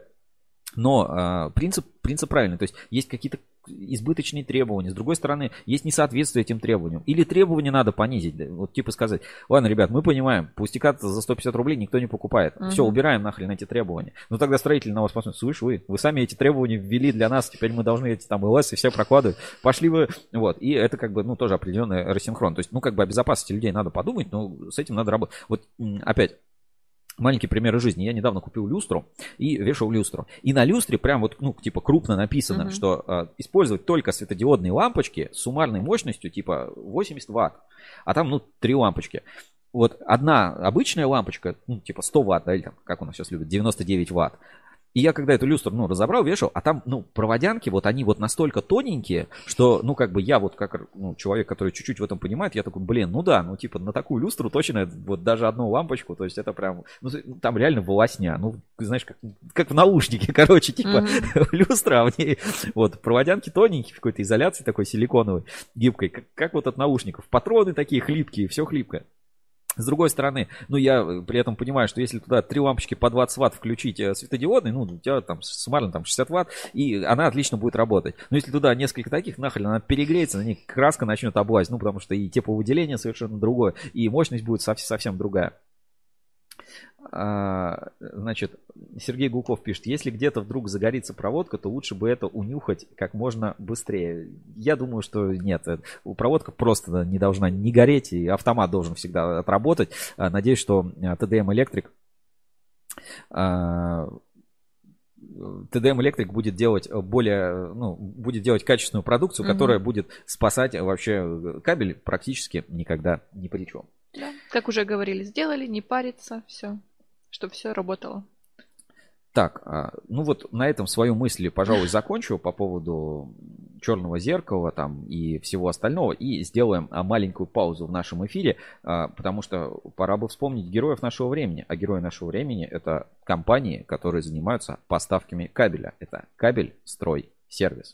Но принцип, принцип правильный, то есть есть какие-то избыточные требования, с другой стороны есть несоответствие этим требованиям, или требования надо понизить, вот типа сказать, ладно, ребят, мы понимаем, пластикат за сто пятьдесят рублей никто не покупает, uh-huh. все, убираем нахрен эти требования, но тогда строитель на вас посмотрит, слышь, вы, вы сами эти требования ввели для нас, теперь мы должны эти там эл эс и все прокладывать, пошли вы, вот, и это как бы, ну, тоже определенный рассинхрон, то есть, ну, как бы о безопасности людей надо подумать, но с этим надо работать, вот, опять, маленький пример из жизни. Я недавно купил люстру и вешал люстру. И на люстре прям вот, ну, типа крупно написано, uh-huh. что э, использовать только светодиодные лампочки с суммарной мощностью типа восемьдесят ватт. А там, ну, три лампочки. Вот одна обычная лампочка, ну, типа сто ватт, да, или там, как у нас сейчас любят, девяносто девять ватт. И я когда эту люстру, ну, разобрал, вешал, а там, ну, проводянки, вот они вот настолько тоненькие, что, ну, как бы я вот как, ну, человек, который чуть-чуть в этом понимает, я такой, блин, ну да, ну, типа, на такую люстру точно вот даже одну лампочку, то есть это прям, ну, там реально волосня, ну, знаешь, как, как в наушнике, короче, типа, mm-hmm. люстра, а в ней, вот, проводянки тоненькие, в какой-то изоляции такой силиконовой, гибкой, как, как вот от наушников, патроны такие хлипкие, все хлипкое. С другой стороны, ну, я при этом понимаю, что если туда три лампочки по двадцать ватт включить светодиодный, ну, у тебя там суммарно там шестьдесят ватт, и она отлично будет работать. Но если туда несколько таких, нахрен она перегреется, на ней краска начнет облазить, ну, потому что и тепловыделение совершенно другое, и мощность будет совсем, совсем другая. А, значит, Сергей Гулков пишет, если где-то вдруг загорится проводка, то лучше бы это унюхать как можно быстрее. Я думаю, что нет, проводка просто не должна не гореть, и автомат должен всегда отработать. Надеюсь, что тэ дэ эм Electric тэ дэ эм Electric будет делать более, ну, будет делать качественную продукцию, mm-hmm. которая будет спасать вообще кабель практически никогда ни при чем. Да. Как уже говорили, сделали, не париться, все, чтобы все работало. Так, ну вот на этом свою мысль, пожалуй, закончу по поводу черного зеркала там и всего остального. И сделаем маленькую паузу в нашем эфире, потому что пора бы вспомнить героев нашего времени. А герои нашего времени — это компании, которые занимаются поставками кабеля. Это Кабель Строй Сервис.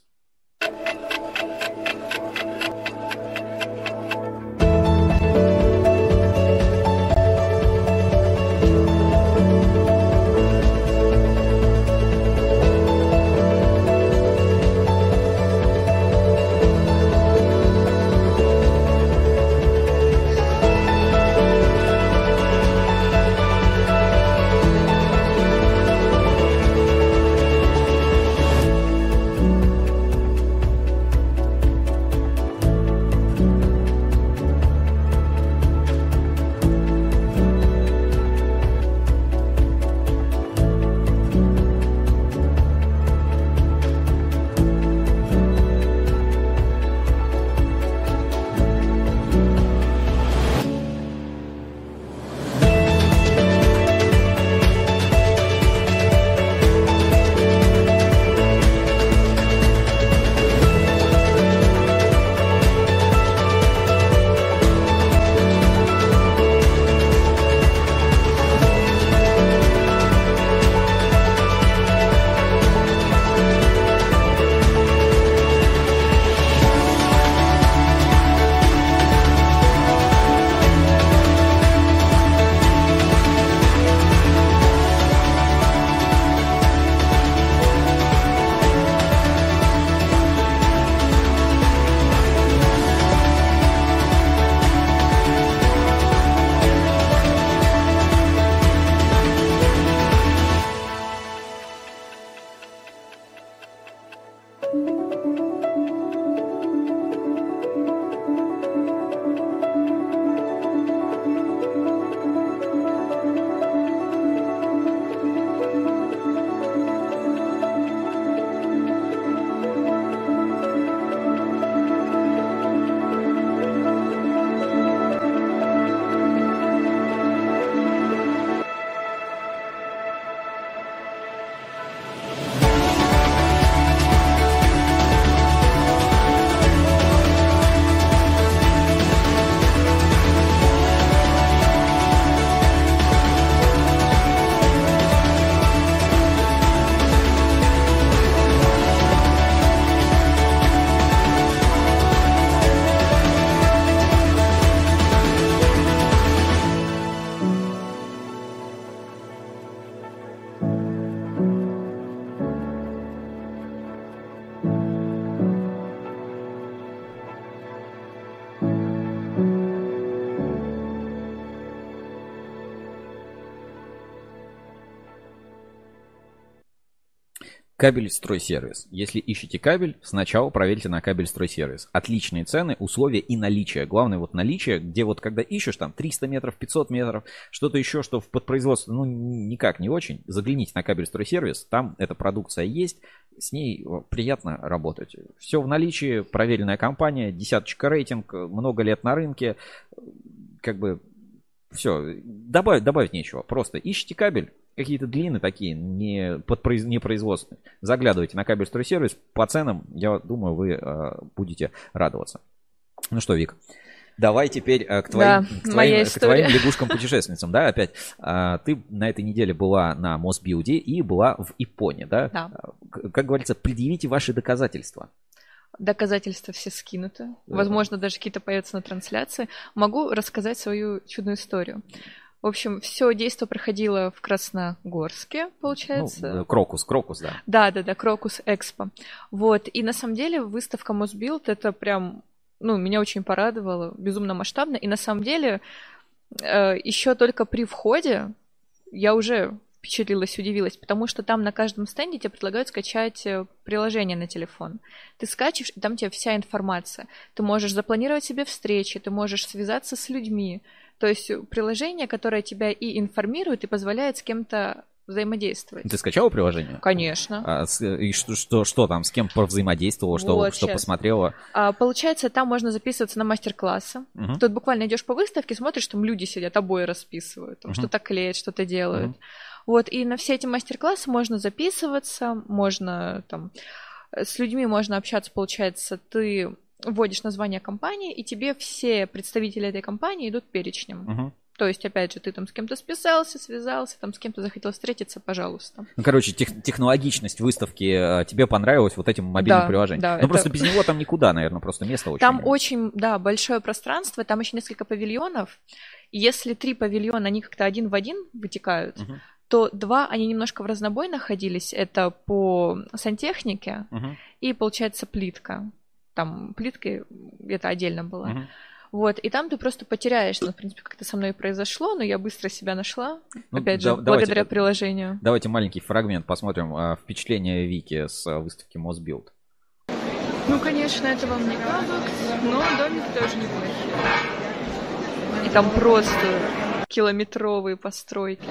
Кабель Стройсервис. Если ищете кабель, сначала проверьте на Кабель Стройсервис. Отличные цены, условия и наличие. Главное вот наличие, где вот когда ищешь там триста метров, пятьсот метров, что-то еще, что в подпроизводстве, ну никак не очень. Загляните на Кабель Стройсервис, там эта продукция есть, с ней приятно работать. Все в наличии, проверенная компания, десяточка рейтинг, много лет на рынке, как бы все, добавить, добавить нечего. Просто ищите кабель. Какие-то длины такие, не, подпроиз... не производственные. Заглядывайте на Кабель Стройсервис. По ценам, я думаю, вы э, будете радоваться. Ну что, Вик, давай теперь э, к твоим, да, к твоим, к твоим лягушкам-путешественницам. Да, опять. Э, ты на этой неделе была на Мосбилде и была в Иппоне. Да? Да. Как говорится, предъявите ваши доказательства. Доказательства все скинуты. Да. Возможно, даже какие-то появятся на трансляции. Могу рассказать свою чудную историю. В общем, все действо проходило в Красногорске, получается. Ну, Крокус, Крокус, да. Да, да, да, Крокус Экспо. Вот. И на самом деле выставка Мосбилд, это прям, ну, меня очень порадовало, безумно масштабно. И на самом деле э, еще только при входе я уже впечатлилась, удивилась, потому что там на каждом стенде тебе предлагают скачать приложение на телефон. Ты скачиваешь, и там у тебя вся информация. Ты можешь запланировать себе встречи, ты можешь связаться с людьми. То есть приложение, которое тебя и информирует, и позволяет с кем-то взаимодействовать. Ты скачала приложение? Конечно. А, с, и что, что, что там, с кем взаимодействовала, что, вот, что посмотрела? А, получается, там можно записываться на мастер-классы. Угу. Тут буквально идешь по выставке, смотришь, там люди сидят, обои расписывают, там, угу. что-то клеят, что-то делают. Угу. Вот, и на все эти мастер-классы можно записываться, можно там, с людьми можно общаться, получается, ты вводишь название компании, и тебе все представители этой компании идут перечнем. Угу. То есть, опять же, ты там с кем-то списался, связался, там с кем-то захотел встретиться, пожалуйста. Ну, короче, тех, технологичность выставки тебе понравилась вот этим мобильным да, приложением. Да, ну, это... просто без него там никуда, наверное, просто место очень. Там очень, да, большое пространство, там еще несколько павильонов. Если три павильона, они как-то один в один вытекают, угу. то два, они немножко в разнобой находились. Это по сантехнике угу. и, получается, плитка. Там плитка где-то отдельно была. Угу. Вот, и там ты просто потеряешься. Ну, в принципе, как это со мной и произошло, но я быстро себя нашла. Ну, опять да, же, давайте, благодаря приложению. Давайте маленький фрагмент посмотрим. А, впечатление Вики с а, выставки Мосбилд. Ну, конечно, это вам не Кабекс, но домик тоже неплохие. И там просто километровые постройки.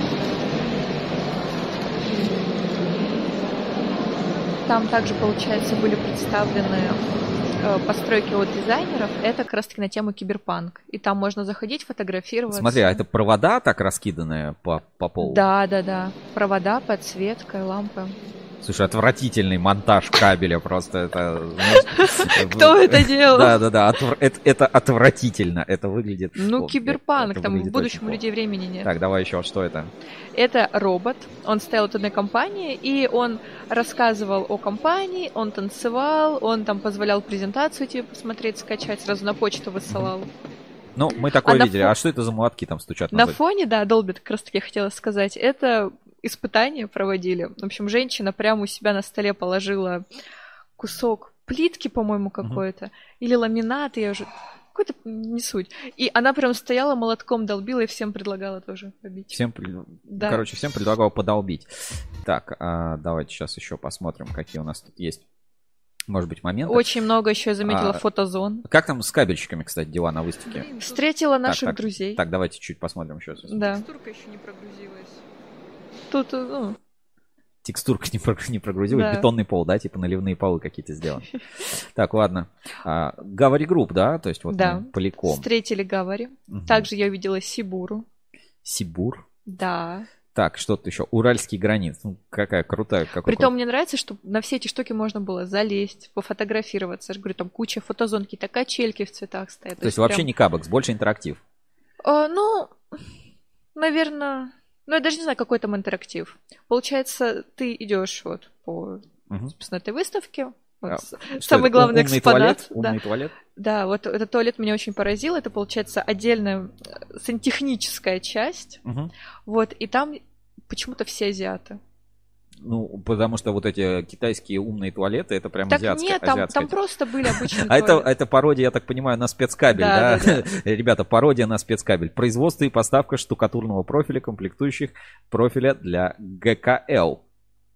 Там также, получается, были представлены постройки от дизайнеров. Это как раз-таки на тему киберпанк. И там можно заходить, фотографироваться. Смотри, а это провода так раскиданные по, по полу? Да, да, да. Провода, подсветка, лампы. Слушай, отвратительный монтаж кабеля просто. Это, кто это делал? Да, да, да. Это отвратительно. Это выглядит. Ну, киберпанк. Там в будущем у людей времени нет. Так, давай еще. Что это? Это робот. Он стоял от одной компании, и он рассказывал о компании, он танцевал, он там позволял презентацию тебе посмотреть, скачать, сразу на почту высылал. Ну, мы такое а видели. Фо... А что это за молотки там стучат? На, на фоне, да, долбит, как раз таки я хотела сказать. Это испытания проводили. В общем, женщина прямо у себя на столе положила кусок плитки, по-моему, какой-то, угу. или ламинат, я уже... Какой-то не суть. И она прям стояла, молотком долбила и всем предлагала тоже побить. Всем, да. Короче, всем предлагала подолбить. Так, а давайте сейчас еще посмотрим, какие у нас тут есть, может быть, моменты. Очень много еще я заметила а, фотозон. Как там с кабельщиками, кстати, дела на выставке? Встретила наших так, так, друзей. Так, давайте чуть посмотрим еще. Да. Текстурка еще не прогрузилась. Тут, ну... Текстурка не, про, не прогрузилась, да. Бетонный пол, да, типа наливные полы какие-то сделаны. Так, ладно. Гавари Групп, да, то есть вот да. Поликом. Встретили Гавари. Угу. Также я увидела Сибуру. Сибур? Да. Так, что-то еще. Уральский гранит. Ну, какая крутая. Притом крут... мне нравится, что на все эти штуки можно было залезть, пофотографироваться. Я же говорю, там куча фотозон, какие-то качельки в цветах стоят. То, то есть прям... вообще не кабекс, больше интерактив? А, ну, наверное... Ну, я даже не знаю, какой там интерактив. Получается, ты идешь вот по, угу. собственно, этой выставке. Вот, а, самый главный умный экспонат. Туалет? Умный да. туалет? Да, вот этот туалет меня очень поразил. Это, получается, отдельная сантехническая часть. Угу. Вот, и там почему-то все азиаты. Ну, потому что вот эти китайские умные туалеты, это прям так азиатская. Нет, там, там просто были обычные А это, это пародия, я так понимаю, на спецкабель, да? да? да, да. Ребята, пародия на спецкабель. Производство и поставка штукатурного профиля, комплектующих профиля для ГКЛ.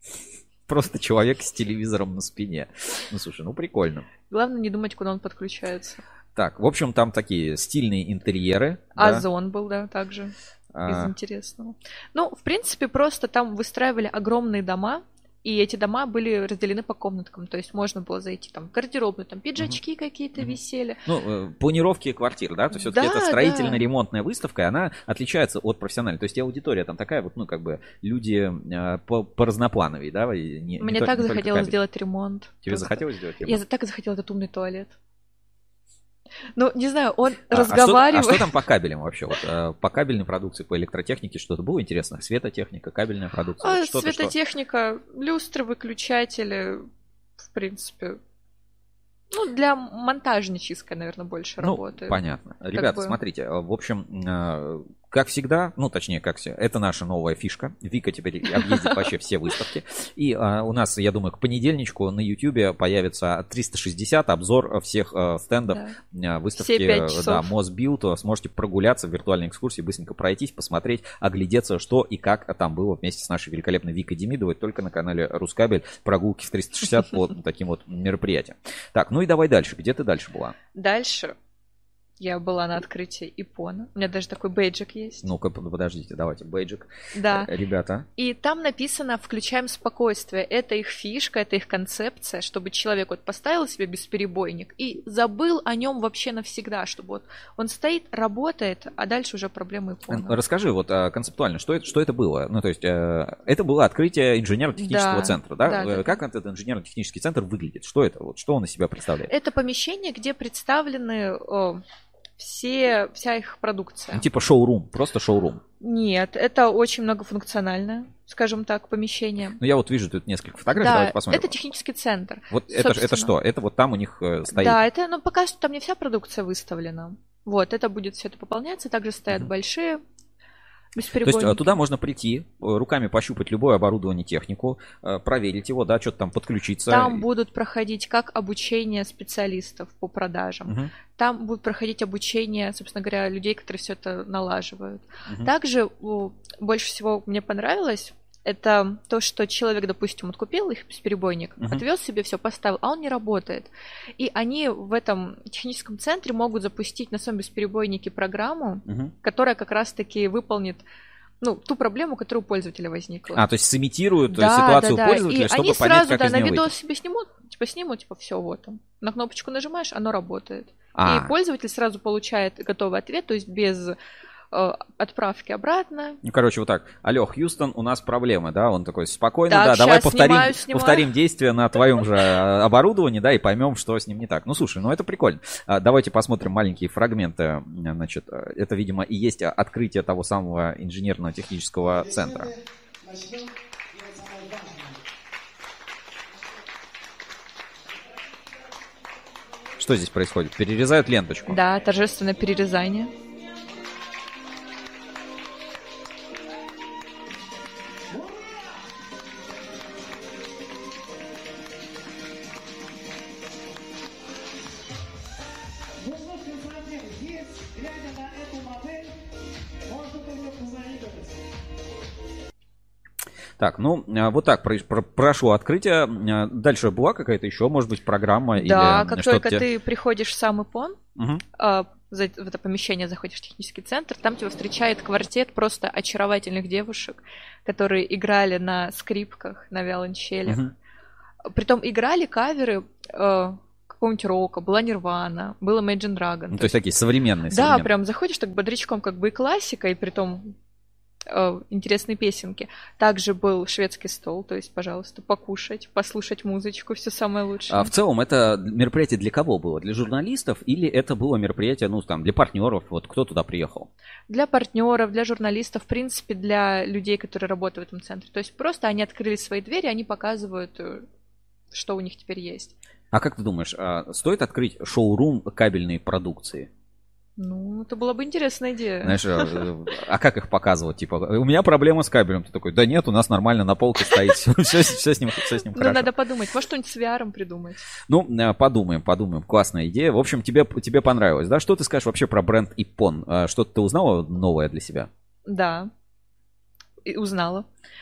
Просто человек с телевизором на спине. Ну, слушай, ну прикольно. Главное не думать, куда он подключается. Так, в общем, там такие стильные интерьеры. Озон да? был, да, также. Из интересного. Ну, в принципе, просто там выстраивали огромные дома, и эти дома были разделены по комнаткам. То есть можно было зайти там в гардеробную, там пиджачки угу. какие-то угу. висели. Ну, планировки квартир, да? То есть все-таки да, это строительно-ремонтная да. выставка, и она отличается от профессиональной. То есть и аудитория там такая вот, ну, как бы люди э, по, по разноплановей, да? Не, Мне не так не захотелось сделать ремонт. Тебе просто. захотелось сделать ремонт? Я так и захотела этот умный туалет. Ну, не знаю, он а, разговаривает. А что, а что там по кабелям вообще? Вот, а, по кабельной продукции, по электротехнике что-то было интересно? Светотехника, кабельная продукция? А, вот что-то, светотехника, что... люстры, выключатели, в принципе. Ну, для монтажнической, наверное, больше ну, работает. Понятно. Ребята, как бы... смотрите, в общем, как всегда, ну, точнее, как все, это наша новая фишка. Вика теперь объездит вообще все выставки. И а, у нас, я думаю, к понедельничку на YouTube появится триста шестьдесят обзор всех а, стендов да. выставки да, Мосбилд. Сможете прогуляться в виртуальной экскурсии, быстренько пройтись, посмотреть, оглядеться, что и как там было вместе с нашей великолепной Викой Демидовой, только на канале Рускабель. Прогулки в триста шестьдесят по таким вот мероприятиям. Так, ну и давай дальше. Где ты дальше была? Дальше я была на открытии Иппона. У меня даже такой бейджик есть. Ну-ка, подождите, давайте, бейджик. Да. Ребята. И там написано «Включаем спокойствие». Это их фишка, это их концепция, чтобы человек вот поставил себе бесперебойник и забыл о нем вообще навсегда, чтобы вот он стоит, работает, а дальше уже проблемы Иппона. Расскажи вот концептуально, что это, что это было? Ну, то есть, это было открытие инженерно-технического да, центра, да? да как да. этот инженерно-технический центр выглядит? Что это? Вот, что он из себя представляет? Это помещение, где представлены... Все, вся их продукция. Ну, типа шоурум, просто шоурум. Нет, это очень многофункциональное, скажем так, помещение. Ну, я вот вижу тут несколько фотографий, да, давайте посмотрим. Это технический центр. Вот это, это что? Это вот там у них стоит? Да, это, ну, пока что там не вся продукция выставлена. Вот, это будет все это пополняться. Также стоят uh-huh. большие бесперебойники. То есть туда можно прийти, руками пощупать любое оборудование, технику, проверить его, да, что-то там подключиться. Там будут проходить как обучение специалистов по продажам, угу. там будут проходить обучение, собственно говоря, людей, которые все это налаживают. Угу. Также больше всего мне понравилось, это то, что человек, допустим, вот купил их бесперебойник, uh-huh. отвез себе, все поставил, а он не работает. И они в этом техническом центре могут запустить на своем бесперебойнике программу, uh-huh. которая как раз-таки выполнит ну, ту проблему, которая у пользователя возникла. А, то есть сымитируют да, ситуацию да, да. пользователя, и чтобы они понять, сразу, как да, из него на видос выйти. себе снимут, типа снимут, типа все, вот там. На кнопочку нажимаешь, оно работает. А. И пользователь сразу получает готовый ответ, то есть без... отправки обратно. Ну, короче, вот так. Алло, Хьюстон, у нас проблемы, да? Он такой, спокойно, так, да, давай повторим, снимаю, снимаю. повторим действия на твоем же оборудовании, да, и поймем, что с ним не так. Ну, слушай, ну это прикольно. Давайте посмотрим маленькие фрагменты. Значит, это, видимо, и есть открытие того самого инженерно-технического центра. Что здесь происходит? Перерезают ленточку. Да, торжественное перерезание. Так, ну, вот так прошло открытие. Дальше была какая-то еще, может быть, программа? Да, или как что-то только те... ты приходишь в сам Иппон, угу. в это помещение заходишь в технический центр, там тебя встречает квартет просто очаровательных девушек, которые играли на скрипках, на виолончелях. Угу. Притом играли каверы какого-нибудь рока, была Нирвана, было Imagine Dragon. Ну, то есть такие современные. Да, современные. Прям заходишь так бодрячком, как бы и классика, и притом интересные песенки. Также был шведский стол, то есть, пожалуйста, покушать, послушать музычку, все самое лучшее. А в целом это мероприятие для кого было? Для журналистов или это было мероприятие, ну, там, для партнеров? Вот кто туда приехал? Для партнеров, для журналистов, в принципе, для людей, которые работают в этом центре. То есть просто они открыли свои двери, они показывают, что у них теперь есть. А как ты думаешь, стоит открыть шоурум кабельной продукции? Ну, это была бы интересная идея. Знаешь, а как их показывать? Типа, у меня проблема с кабелем. Ты такой, да нет, у нас нормально на полке стоит. Все, все, все с ним, все с ним хорошо. Ну, надо подумать. Может, что-нибудь с ви ар придумать. Ну, подумаем, подумаем. Классная идея. В общем, тебе, тебе понравилось, да? Что ты скажешь вообще про бренд Иппон? Что-то ты узнала новое для себя? Да, узнала.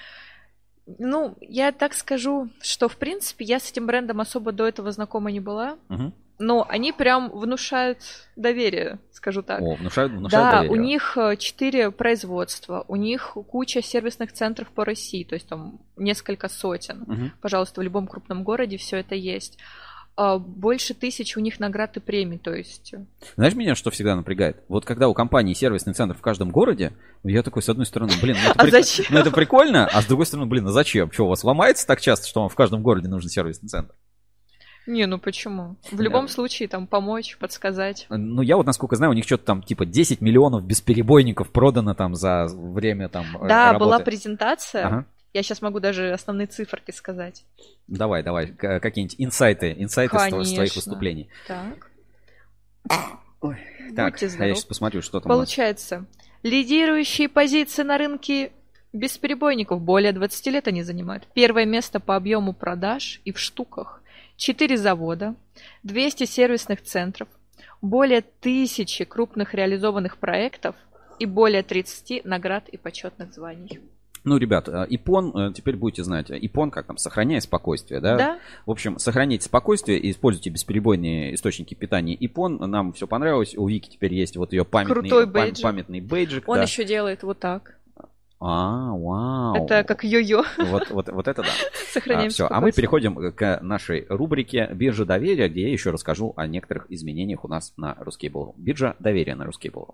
Ну, я так скажу, что, в принципе, я с этим брендом особо до этого знакома не была. Угу. Но они прям внушают доверие, скажу так. О, внушают, внушают да, доверие. У них четыре производства, у них куча сервисных центров по России, то есть там несколько сотен. Угу. Пожалуйста, в любом крупном городе все это есть. Больше тысяч у них наград и премий, то есть... Знаешь, меня что всегда напрягает? Вот когда у компании сервисный центр в каждом городе, я такой, с одной стороны, блин, ну это, а прик... зачем? ну это прикольно, а с другой стороны, блин, а зачем? Что, у вас ломается так часто, что вам в каждом городе нужен сервисный центр? Не, ну почему? В любом да. случае, там, помочь, подсказать. Ну, я вот, насколько знаю, у них что-то там, типа, десять миллионов бесперебойников продано там за время там Да, работы. Была презентация. Ага. Я сейчас могу даже основные циферки сказать. Давай, давай, какие-нибудь инсайты, инсайты с твоих выступлений. Так. Ой. Так, я сейчас посмотрю, что там. Получается, Лидирующие позиции на рынке бесперебойников более двадцати лет они занимают. Первое место по объему продаж и в штуках. четыре завода, двести сервисных центров, более тысячи крупных реализованных проектов и более тридцати наград и почетных званий. Ну, ребят, ИПОН, теперь будете знать, ИПОН, как там, сохраняй спокойствие, да? Да. В общем, сохраняйте спокойствие и используйте бесперебойные источники питания ИПОН. Нам все понравилось. У Вики теперь есть вот ее памятный, Крутой бейджик. памятный бейджик. Он да. еще делает вот так. А, вау. Это как йо-йо. Вот, вот, вот это да. Сохраняем а, все. А мы переходим к нашей рубрике «Биржа доверия», где я еще расскажу о некоторых изменениях у нас на Ruskable. Биржа доверия на Ruskable.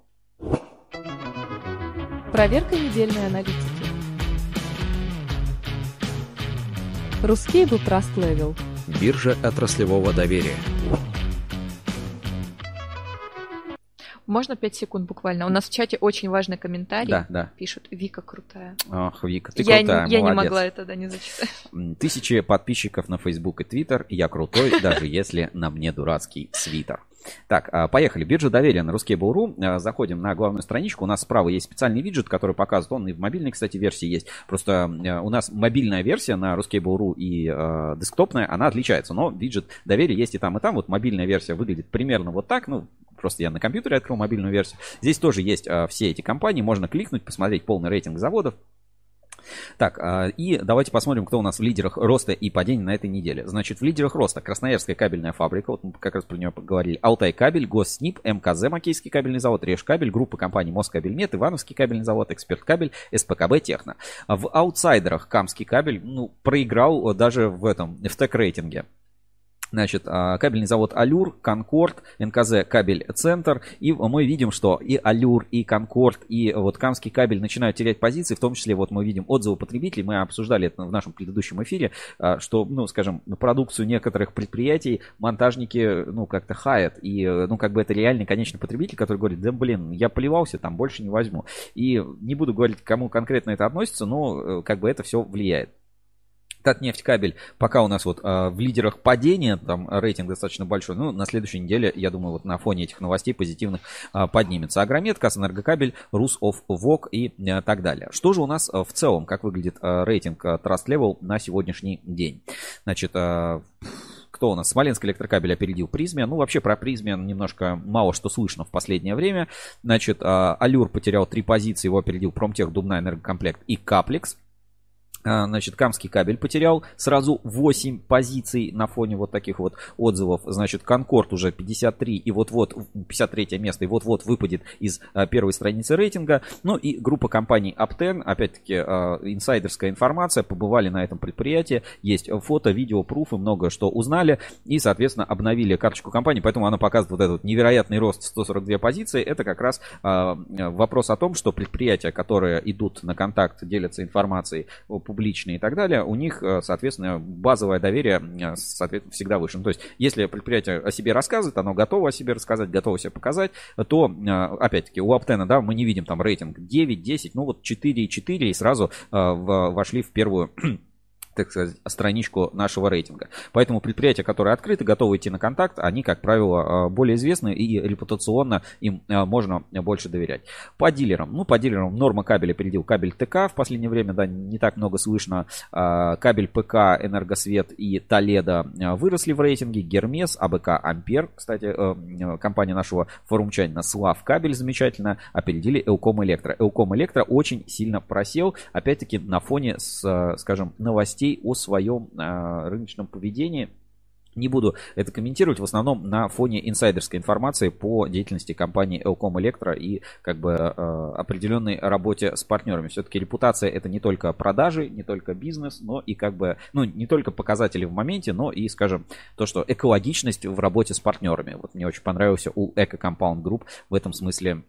Проверка недельной аналитики. Ruskable Trust Level. Биржа отраслевого доверия. Можно пять секунд буквально? У нас в чате очень важный комментарий. Да, да. Пишут: Вика крутая. Ах, Вика, ты я крутая, не, я молодец. не могла это да, не зачитать. Тысячи подписчиков на Facebook и Twitter. Я крутой, даже если на мне дурацкий свитер. Так, поехали. Биржа доверия на Ruskable.ru. Заходим на главную страничку. У нас справа есть специальный виджет, который показывает. Он и в мобильной, кстати, версии есть. Просто у нас мобильная версия на Ruskable.ru и э, десктопная, она отличается. Но виджет доверия есть и там, и там. Вот мобильная версия выглядит примерно вот так. Ну, просто я на компьютере открыл мобильную версию. Здесь тоже есть э, все эти компании. Можно кликнуть, посмотреть полный рейтинг заводов. Так, и давайте посмотрим, кто у нас в лидерах роста и падения на этой неделе. Значит, в лидерах роста Красноярская кабельная фабрика, вот мы как раз про нее поговорили, Алтай кабель, Госснип, МКЗ, Макейский кабельный завод, Решкабель, группа компаний Москабельмет, Ивановский кабельный завод, Эксперт кабель, СПКБ Техно. В аутсайдерах Камский кабель, ну, проиграл даже в этом, в тег-рейтинге. Значит, кабельный завод Алюр, Конкорд, НКЗ кабель Центр. И мы видим, что и Алюр, и Конкорд, и вот Камский кабель начинают терять позиции. В том числе вот мы видим отзывы потребителей. Мы обсуждали это в нашем предыдущем эфире, что, ну, скажем, продукцию некоторых предприятий монтажники, ну, как-то хаят. И, ну, как бы это реальный конечный потребитель, который говорит: да, блин, я плевался, там больше не возьму. И не буду говорить, к кому конкретно это относится, но как бы это все влияет. Татнефтькабель пока у нас вот э, в лидерах падения, там рейтинг достаточно большой. Ну, на следующей неделе, я думаю, вот на фоне этих новостей позитивных э, поднимется. Агромет, Казэнергокабель, Русов, ВОК и э, так далее. Что же у нас э, в целом, как выглядит э, рейтинг э, Trust Level на сегодняшний день? Значит, э, кто у нас? Смоленский электрокабель опередил Призме. Ну, вообще про Призме немножко мало что слышно в последнее время. Значит, э, Алюр потерял три позиции, его опередил Промтех, Дубна, Энергокомплект и Каплекс. Значит, Камский кабель потерял сразу восемь позиций на фоне вот таких вот отзывов. Значит, Конкорд уже пятьдесят три и вот-вот пятьдесят третье место и вот-вот выпадет из а, первой страницы рейтинга. Ну и группа компаний Аптен, опять-таки а, инсайдерская информация, побывали на этом предприятии, есть фото, видео, пруфы, много что узнали и, соответственно, обновили карточку компании, поэтому она показывает вот этот невероятный рост сто сорок две позиции. Это как раз а, вопрос о том, что предприятия, которые идут на контакт, делятся информацией публичные и так далее, у них, соответственно, базовое доверие, соответственно, всегда выше. Ну, то есть, если предприятие о себе рассказывает, оно готово о себе рассказать, готово себя показать, то, опять-таки, у Аптена, да, мы не видим там рейтинг девять, десять, ну вот четыре и четыре, и сразу вошли в первую, так сказать, страничку нашего рейтинга. Поэтому предприятия, которые открыты, готовы идти на контакт, они, как правило, более известны и репутационно им можно больше доверять. По дилерам. Ну, по дилерам Норма кабель опередил кабель ТК в последнее время, да, не так много слышно. Кабель ПК, Энергосвет и Толедо выросли в рейтинге. Гермес, АБК Ампер, кстати, компания нашего форумчанина Слав кабель замечательно опередили Элком Электро. Элком Электро очень сильно просел, опять-таки, на фоне, с, скажем, новостей о своем э, рыночном поведении. Не буду это комментировать, в основном на фоне инсайдерской информации по деятельности компании Элком Электро и как бы э, определенной работе с партнерами. Все-таки репутация — это не только продажи, не только бизнес, но и как бы, ну, не только показатели в моменте, но и, скажем, то, что экологичность в работе с партнерами. Вот мне очень понравился у Eco Compound Group в этом смысле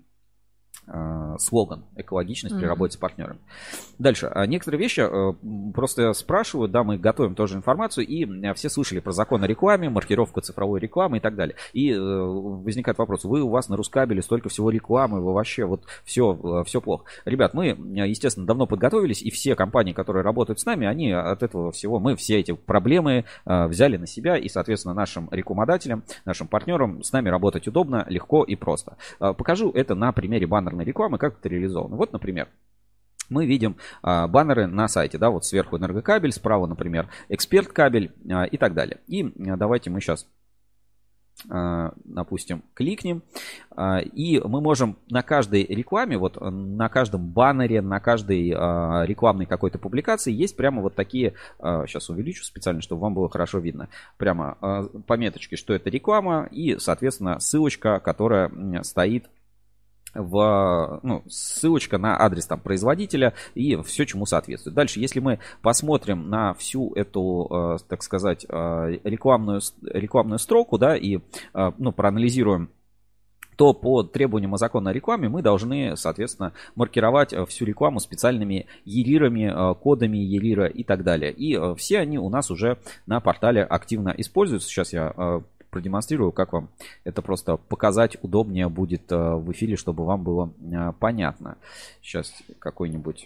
слоган «Экологичность при работе с партнерами». Дальше. Некоторые вещи просто спрашивают, да, мы готовим тоже информацию, и все слышали про закон о рекламе, маркировку цифровой рекламы и так далее. И возникает вопрос: вы, у вас на Рускабеле столько всего рекламы, вы вообще вот все, все плохо. Ребят, мы, естественно, давно подготовились, и все компании, которые работают с нами, они от этого всего, мы все эти проблемы взяли на себя, и, соответственно, нашим рекламодателям, нашим партнерам с нами работать удобно, легко и просто. Покажу это на примере баннерной рекламы, как как это реализовано. Вот, например, мы видим а, баннеры на сайте, да, вот сверху энергокабель, справа, например, эксперт кабель а, и так далее. И а, давайте мы сейчас, а, допустим, кликнем, а, и мы можем на каждой рекламе, вот на каждом баннере, на каждой а, рекламной какой-то публикации есть прямо вот такие, а, сейчас увеличу специально, чтобы вам было хорошо видно, прямо а, пометочки, что это реклама и, соответственно, ссылочка, которая стоит в, ну, ссылочка на адрес там производителя и все, чему соответствует. Дальше, если мы посмотрим на всю эту, так сказать, рекламную, рекламную строку, да, и, ну, проанализируем, то по требованиям закона о рекламе мы должны, соответственно, маркировать всю рекламу специальными ерирами, кодами ерира и так далее. И все они у нас уже на портале активно используются. Сейчас я продемонстрирую, как вам это просто показать удобнее будет в эфире, чтобы вам было понятно. Сейчас какой-нибудь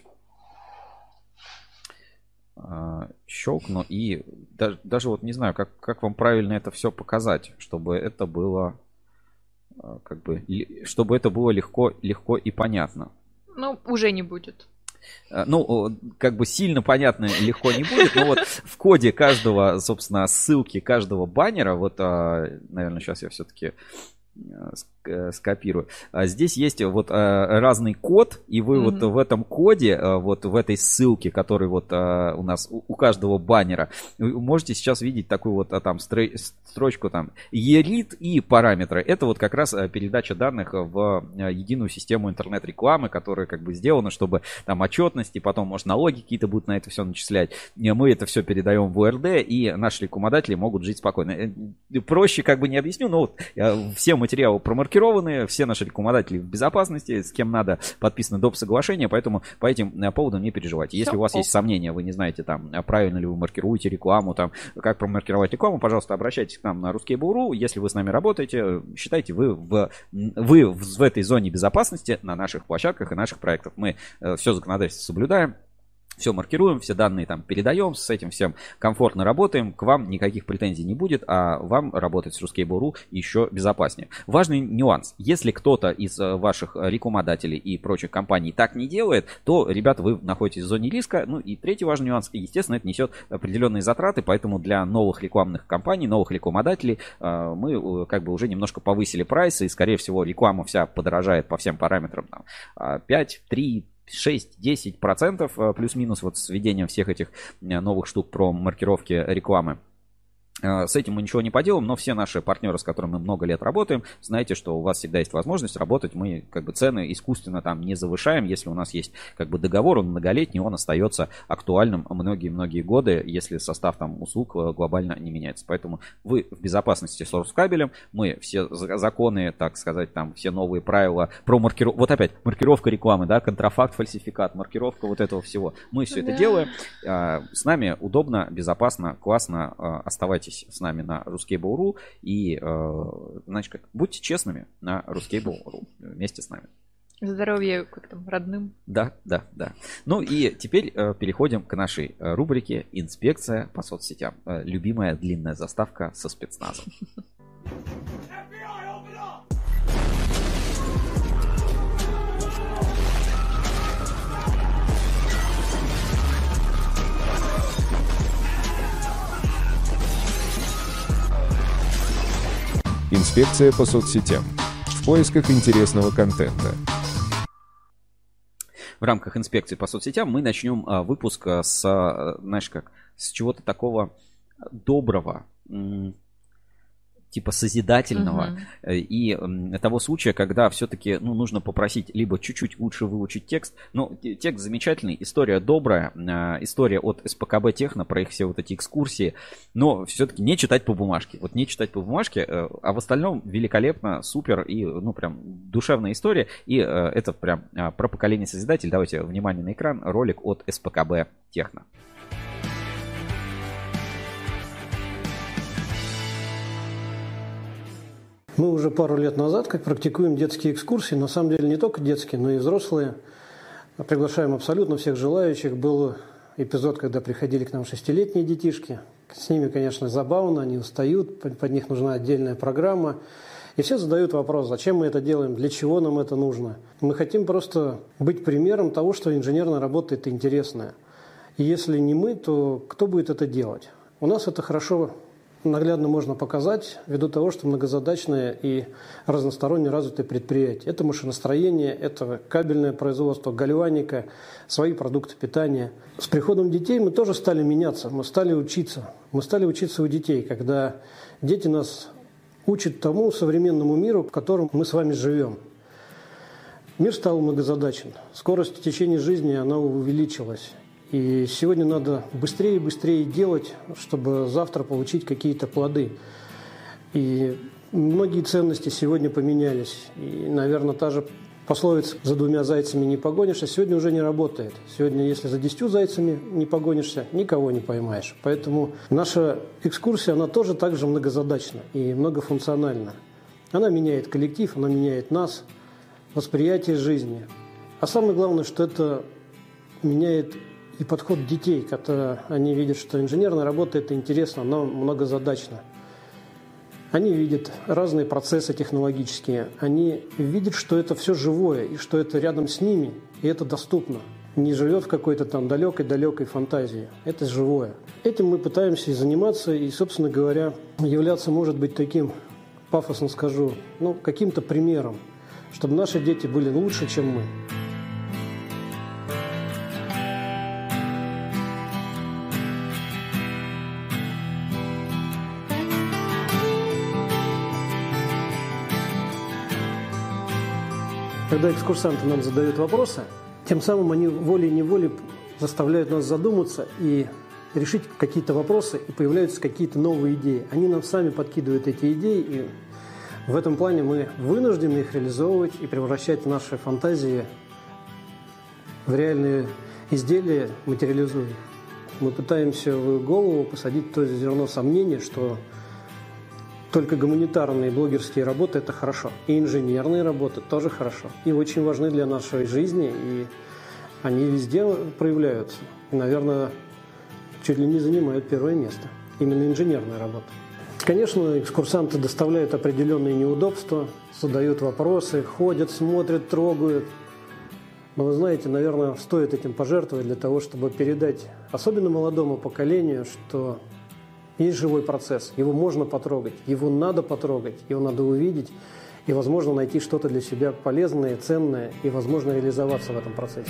щелкну и даже, даже вот не знаю, как, как вам правильно это все показать, чтобы это было как бы, чтобы это было легко, легко и понятно. Ну, уже не будет. Ну, как бы сильно понятно легко не будет, но вот в коде каждого, собственно, ссылки каждого баннера, вот, наверное, сейчас я все-таки скопирую. Здесь есть вот разный код, и вы mm-hmm. вот в этом коде, вот в этой ссылке, который вот у нас у каждого баннера, вы можете сейчас видеть такую вот там строчку там ерит и параметры. Это вот как раз передача данных в единую систему интернет-рекламы, которая как бы сделана, чтобы там отчетности, потом, может, налоги какие-то будут на это все начислять. Мы это все передаем в о эр дэ, и наши рекламодатели могут жить спокойно. Проще как бы не объясню, но вот все материалы промаркированы, все наши рекламодатели в безопасности, с кем надо подписано доп. Соглашение, поэтому по этим поводам не переживайте. Если Все, у вас о. есть сомнения, вы не знаете, там, правильно ли вы маркируете рекламу, там, как промаркировать рекламу, пожалуйста, обращайтесь к нам на ruskable.ru. Если вы с нами работаете, считайте, вы в, вы в этой зоне безопасности на наших площадках и наших проектах. Мы все законодательство соблюдаем. Все маркируем, все данные там передаем, с этим всем комфортно работаем, к вам никаких претензий не будет, а вам работать с ruskable.ru еще безопаснее. Важный нюанс. Если кто-то из ваших рекламодателей и прочих компаний так не делает, то, ребята, вы находитесь в зоне риска. Ну и третий важный нюанс. Естественно, это несет определенные затраты, поэтому для новых рекламных компаний, новых рекламодателей мы как бы уже немножко повысили прайсы, и, скорее всего, реклама вся подорожает по всем параметрам там, пять, три, шесть-десять процентов плюс-минус вот с введением всех этих новых штук про маркировки рекламы. С этим мы ничего не поделаем, но все наши партнеры, с которыми мы много лет работаем, знаете, что у вас всегда есть возможность работать. Мы как бы цены искусственно там не завышаем. Если у нас есть как бы договор, он многолетний, он остается актуальным многие-многие годы, если состав там услуг глобально не меняется. Поэтому вы в безопасности с Рускабелем. Мы все законы, так сказать, там все новые правила про маркировку. Вот опять маркировка рекламы, да, контрафакт, фальсификат, маркировка вот этого всего. Мы все да. это делаем. С нами удобно, безопасно, классно. Оставайтесь с нами на ruskable.ru и, э, значит, как, будьте честными на ruskable.ru вместе с нами. Здоровья как там, родным. Да, да, да. Ну и теперь э, переходим к нашей э, рубрике «Инспекция по соцсетям». Э, любимая длинная заставка со спецназом. Инспекция по соцсетям. В поисках интересного контента. В рамках инспекции по соцсетям мы начнем а, выпуск с, а, знаешь как, с чего-то такого доброго, м- типа созидательного, uh-huh. и м, того случая, когда все-таки ну, нужно попросить либо чуть-чуть лучше выучить текст. Ну, текст замечательный, история добрая, э, история от эс пэ ка бэ Техно про их все вот эти экскурсии, но все-таки не читать по бумажке. Вот не читать по бумажке, э, а в остальном великолепно, супер и, ну, прям душевная история. И э, это прям э, про поколение Созидатель. Давайте внимание на экран, ролик от эс пэ ка бэ Техно. Мы уже пару лет назад как практикуем детские экскурсии, на самом деле не только детские, но и взрослые. Приглашаем абсолютно всех желающих. Был эпизод, когда приходили к нам шестилетние детишки. С ними, конечно, забавно, они устают, под них нужна отдельная программа. И все задают вопрос, зачем мы это делаем, для чего нам это нужно. Мы хотим просто быть примером того, что инженерная работа – это интересная. И если не мы, то кто будет это делать? У нас это хорошо, наглядно можно показать ввиду того, что многозадачное и разносторонне развитое предприятие. Это машиностроение, это кабельное производство, гальваника, свои продукты питания. С приходом детей мы тоже стали меняться, мы стали учиться. Мы стали учиться у детей, когда дети нас учат тому современному миру, в котором мы с вами живем. Мир стал многозадачен, скорость течения жизни она увеличилась. И сегодня надо быстрее и быстрее делать, чтобы завтра получить какие-то плоды. И многие ценности сегодня поменялись. И, наверное, та же пословица «за двумя зайцами не погонишься» сегодня уже не работает. Сегодня, если за десятью зайцами не погонишься, никого не поймаешь. Поэтому наша экскурсия, она тоже так же многозадачна и многофункциональна. Она меняет коллектив, она меняет нас, восприятие жизни. А самое главное, что это меняет и подход детей, когда они видят, что инженерная работа – это интересно, она многозадачна. Они видят разные процессы технологические, они видят, что это все живое, и что это рядом с ними, и это доступно. Не живет в какой-то там далекой-далекой фантазии. Это живое. Этим мы пытаемся и заниматься, и, собственно говоря, являться, может быть, таким, пафосно скажу, ну, каким-то примером, чтобы наши дети были лучше, чем мы. Когда экскурсанты нам задают вопросы, тем самым они волей-неволей заставляют нас задуматься и решить какие-то вопросы, и появляются какие-то новые идеи. Они нам сами подкидывают эти идеи, и в этом плане мы вынуждены их реализовывать и превращать наши фантазии в реальные изделия, материализуя их. Мы пытаемся в голову посадить то зерно сомнения, что только гуманитарные блогерские работы – это хорошо. И инженерные работы тоже хорошо. И очень важны для нашей жизни, и они везде проявляются. И, наверное, чуть ли не занимают первое место. Именно инженерная работа. Конечно, экскурсанты доставляют определенные неудобства, задают вопросы, ходят, смотрят, трогают. Но вы знаете, наверное, стоит этим пожертвовать для того, чтобы передать особенно молодому поколению, что есть живой процесс, его можно потрогать, его надо потрогать, его надо увидеть и, возможно, найти что-то для себя полезное, ценное и, возможно, реализоваться в этом процессе.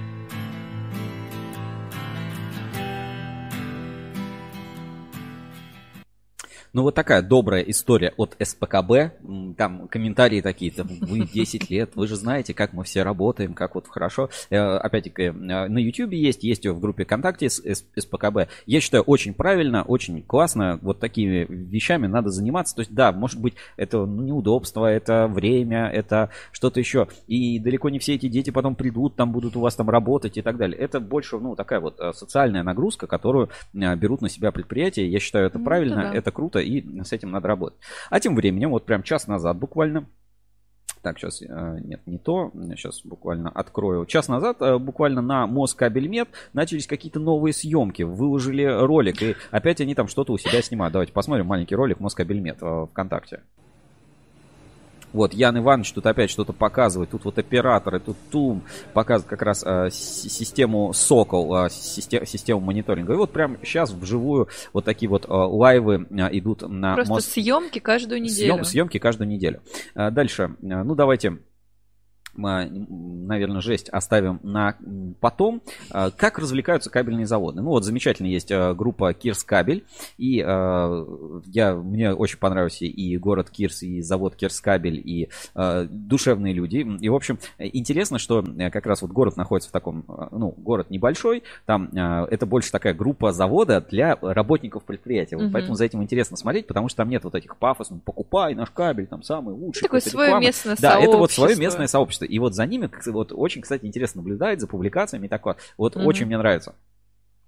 Ну, вот такая добрая история от эс пэ ка бэ. Там комментарии такие, там, вы десять лет, вы же знаете, как мы все работаем, как вот хорошо. Опять-таки, на Ютубе есть, есть в группе ВКонтакте с эс пэ ка бэ. Я считаю, очень правильно, очень классно. Вот такими вещами надо заниматься. То есть, да, может быть, это ну, неудобство, это время, это что-то еще. И далеко не все эти дети потом придут, там будут у вас там работать и так далее. Это больше, ну, такая вот социальная нагрузка, которую берут на себя предприятия. Я считаю, это правильно, ну, это, да. это круто. И с этим надо работать. А тем временем, вот прям час назад буквально, так, сейчас, нет, не то, сейчас буквально открою. Час назад буквально на Москабельмет начались какие-то новые съемки, выложили ролик, и опять они там что-то у себя снимают. Давайте посмотрим маленький ролик Москабельмет ВКонтакте. Вот, Ян Иванович тут опять что-то показывает. Тут вот операторы, тут Тум показывает как раз э, систему Сокол, э, систему, систему мониторинга. И вот прямо сейчас вживую вот такие вот э, лайвы э, идут на... Просто мост... съемки каждую неделю. Съем, съемки каждую неделю. Э, дальше, э, ну давайте... наверное, жесть оставим на потом. Как развлекаются кабельные заводы? Ну вот замечательно есть группа Кирс Кабель. И я, мне очень понравился и город Кирс, и завод Кирс Кабель, и душевные люди. И, в общем, интересно, что как раз вот город находится в таком, ну, город небольшой. Там это больше такая группа завода для работников предприятия. Вот, угу. Поэтому за этим интересно смотреть, потому что там нет вот этих пафосных покупай наш кабель, там самый лучший. Такое свое рекламы. местное да, сообщество. Это вот свое местное сообщество. И вот за ними вот очень, кстати, интересно наблюдать за публикациями. Так вот, вот угу. очень мне нравится.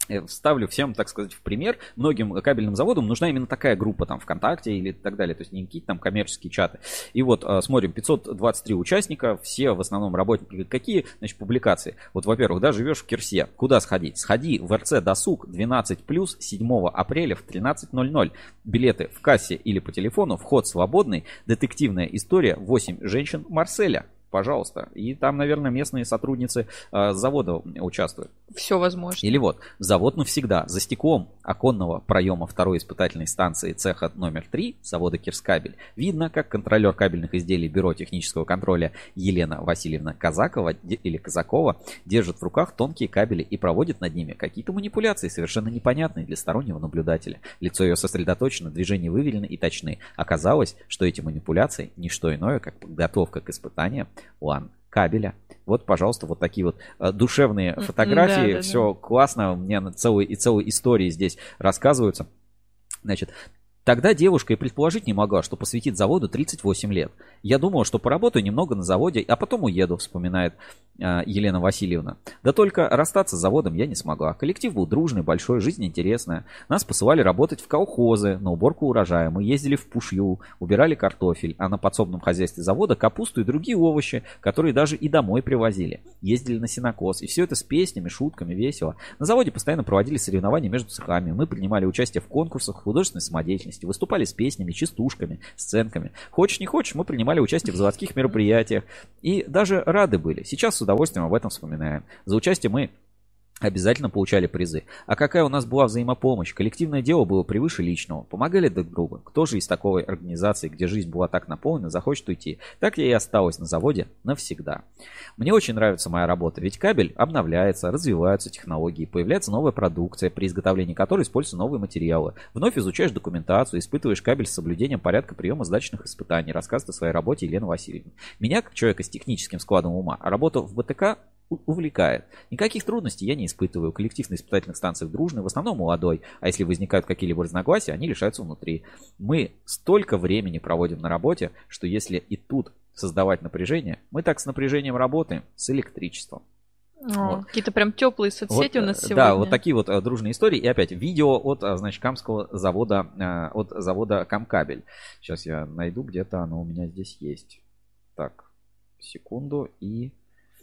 Вставлю всем, так сказать, в пример. Многим кабельным заводам нужна именно такая группа там ВКонтакте или так далее. То есть не какие-то там коммерческие чаты. И вот смотрим, пятьсот двадцать три участника, все в основном работники. Какие, значит, публикации? Вот, во-первых, да, живешь в Кирсе. Куда сходить? Сходи в эр цэ Досуг двенадцать плюс седьмого апреля в тринадцать ноль ноль. Билеты в кассе или по телефону. Вход свободный. Детективная история. восемь женщин Марселя. Пожалуйста. И там, наверное, местные сотрудницы э, завода участвуют. Все возможно. Или вот, завод навсегда. За стеклом оконного проема второй испытательной станции цеха номер три завода Кирскабель видно, как контролер кабельных изделий Бюро технического контроля Елена Васильевна Казакова или Казакова держит в руках тонкие кабели и проводит над ними какие-то манипуляции, совершенно непонятные для стороннего наблюдателя. Лицо ее сосредоточено, движения выверены и точны. Оказалось, что эти манипуляции не что иное, как подготовка к испытаниям лан кабеля. Вот, пожалуйста, вот такие вот душевные фотографии. Да, да, все да. Классно. У меня целые и целые истории здесь рассказываются. Значит, тогда девушка и предположить не могла, что посвятит заводу тридцать восемь лет. Я думала, что поработаю немного на заводе, а потом уеду, вспоминает э, Елена Васильевна. Да только расстаться с заводом я не смогла. Коллектив был дружный, большой, жизнь интересная. Нас посылали работать в колхозы, на уборку урожая. Мы ездили в Пушью, убирали картофель, а на подсобном хозяйстве завода капусту и другие овощи, которые даже и домой привозили. Ездили на сенокос. И все это с песнями, шутками, весело. На заводе постоянно проводили соревнования между цехами. Мы принимали участие в конкурсах художественной самодеятельности, выступали с песнями, частушками, сценками. Хочешь не хочешь, мы принимали участие в заводских мероприятиях и даже рады были. Сейчас с удовольствием об этом вспоминаем. За участие мы обязательно получали призы. А какая у нас была взаимопомощь. Коллективное дело было превыше личного. Помогали друг другу. Кто же из такой организации, где жизнь была так наполнена, захочет уйти? Так я и осталась на заводе навсегда. Мне очень нравится моя работа, ведь кабель обновляется, развиваются технологии, появляется новая продукция, при изготовлении которой используются новые материалы. Вновь изучаешь документацию, испытываешь кабель с соблюдением порядка приема сдачных испытаний, рассказывает о своей работе Елена Васильевна. Меня, как человека с техническим складом ума, работа в бэ тэ ка увлекает. Никаких трудностей я не испытываю. Коллектив на испытательных станциях дружный, в основном молодой. А если возникают какие-либо разногласия, они решаются внутри. Мы столько времени проводим на работе, что если и тут создавать напряжение, мы так с напряжением работаем с электричеством. О, вот. Какие-то прям теплые соцсети вот, у нас сегодня. Да, вот такие вот а, дружные истории. И опять видео от, значит, Камского завода, а, от завода Камкабель. Сейчас я найду, где-то оно у меня здесь есть. Так, секунду и...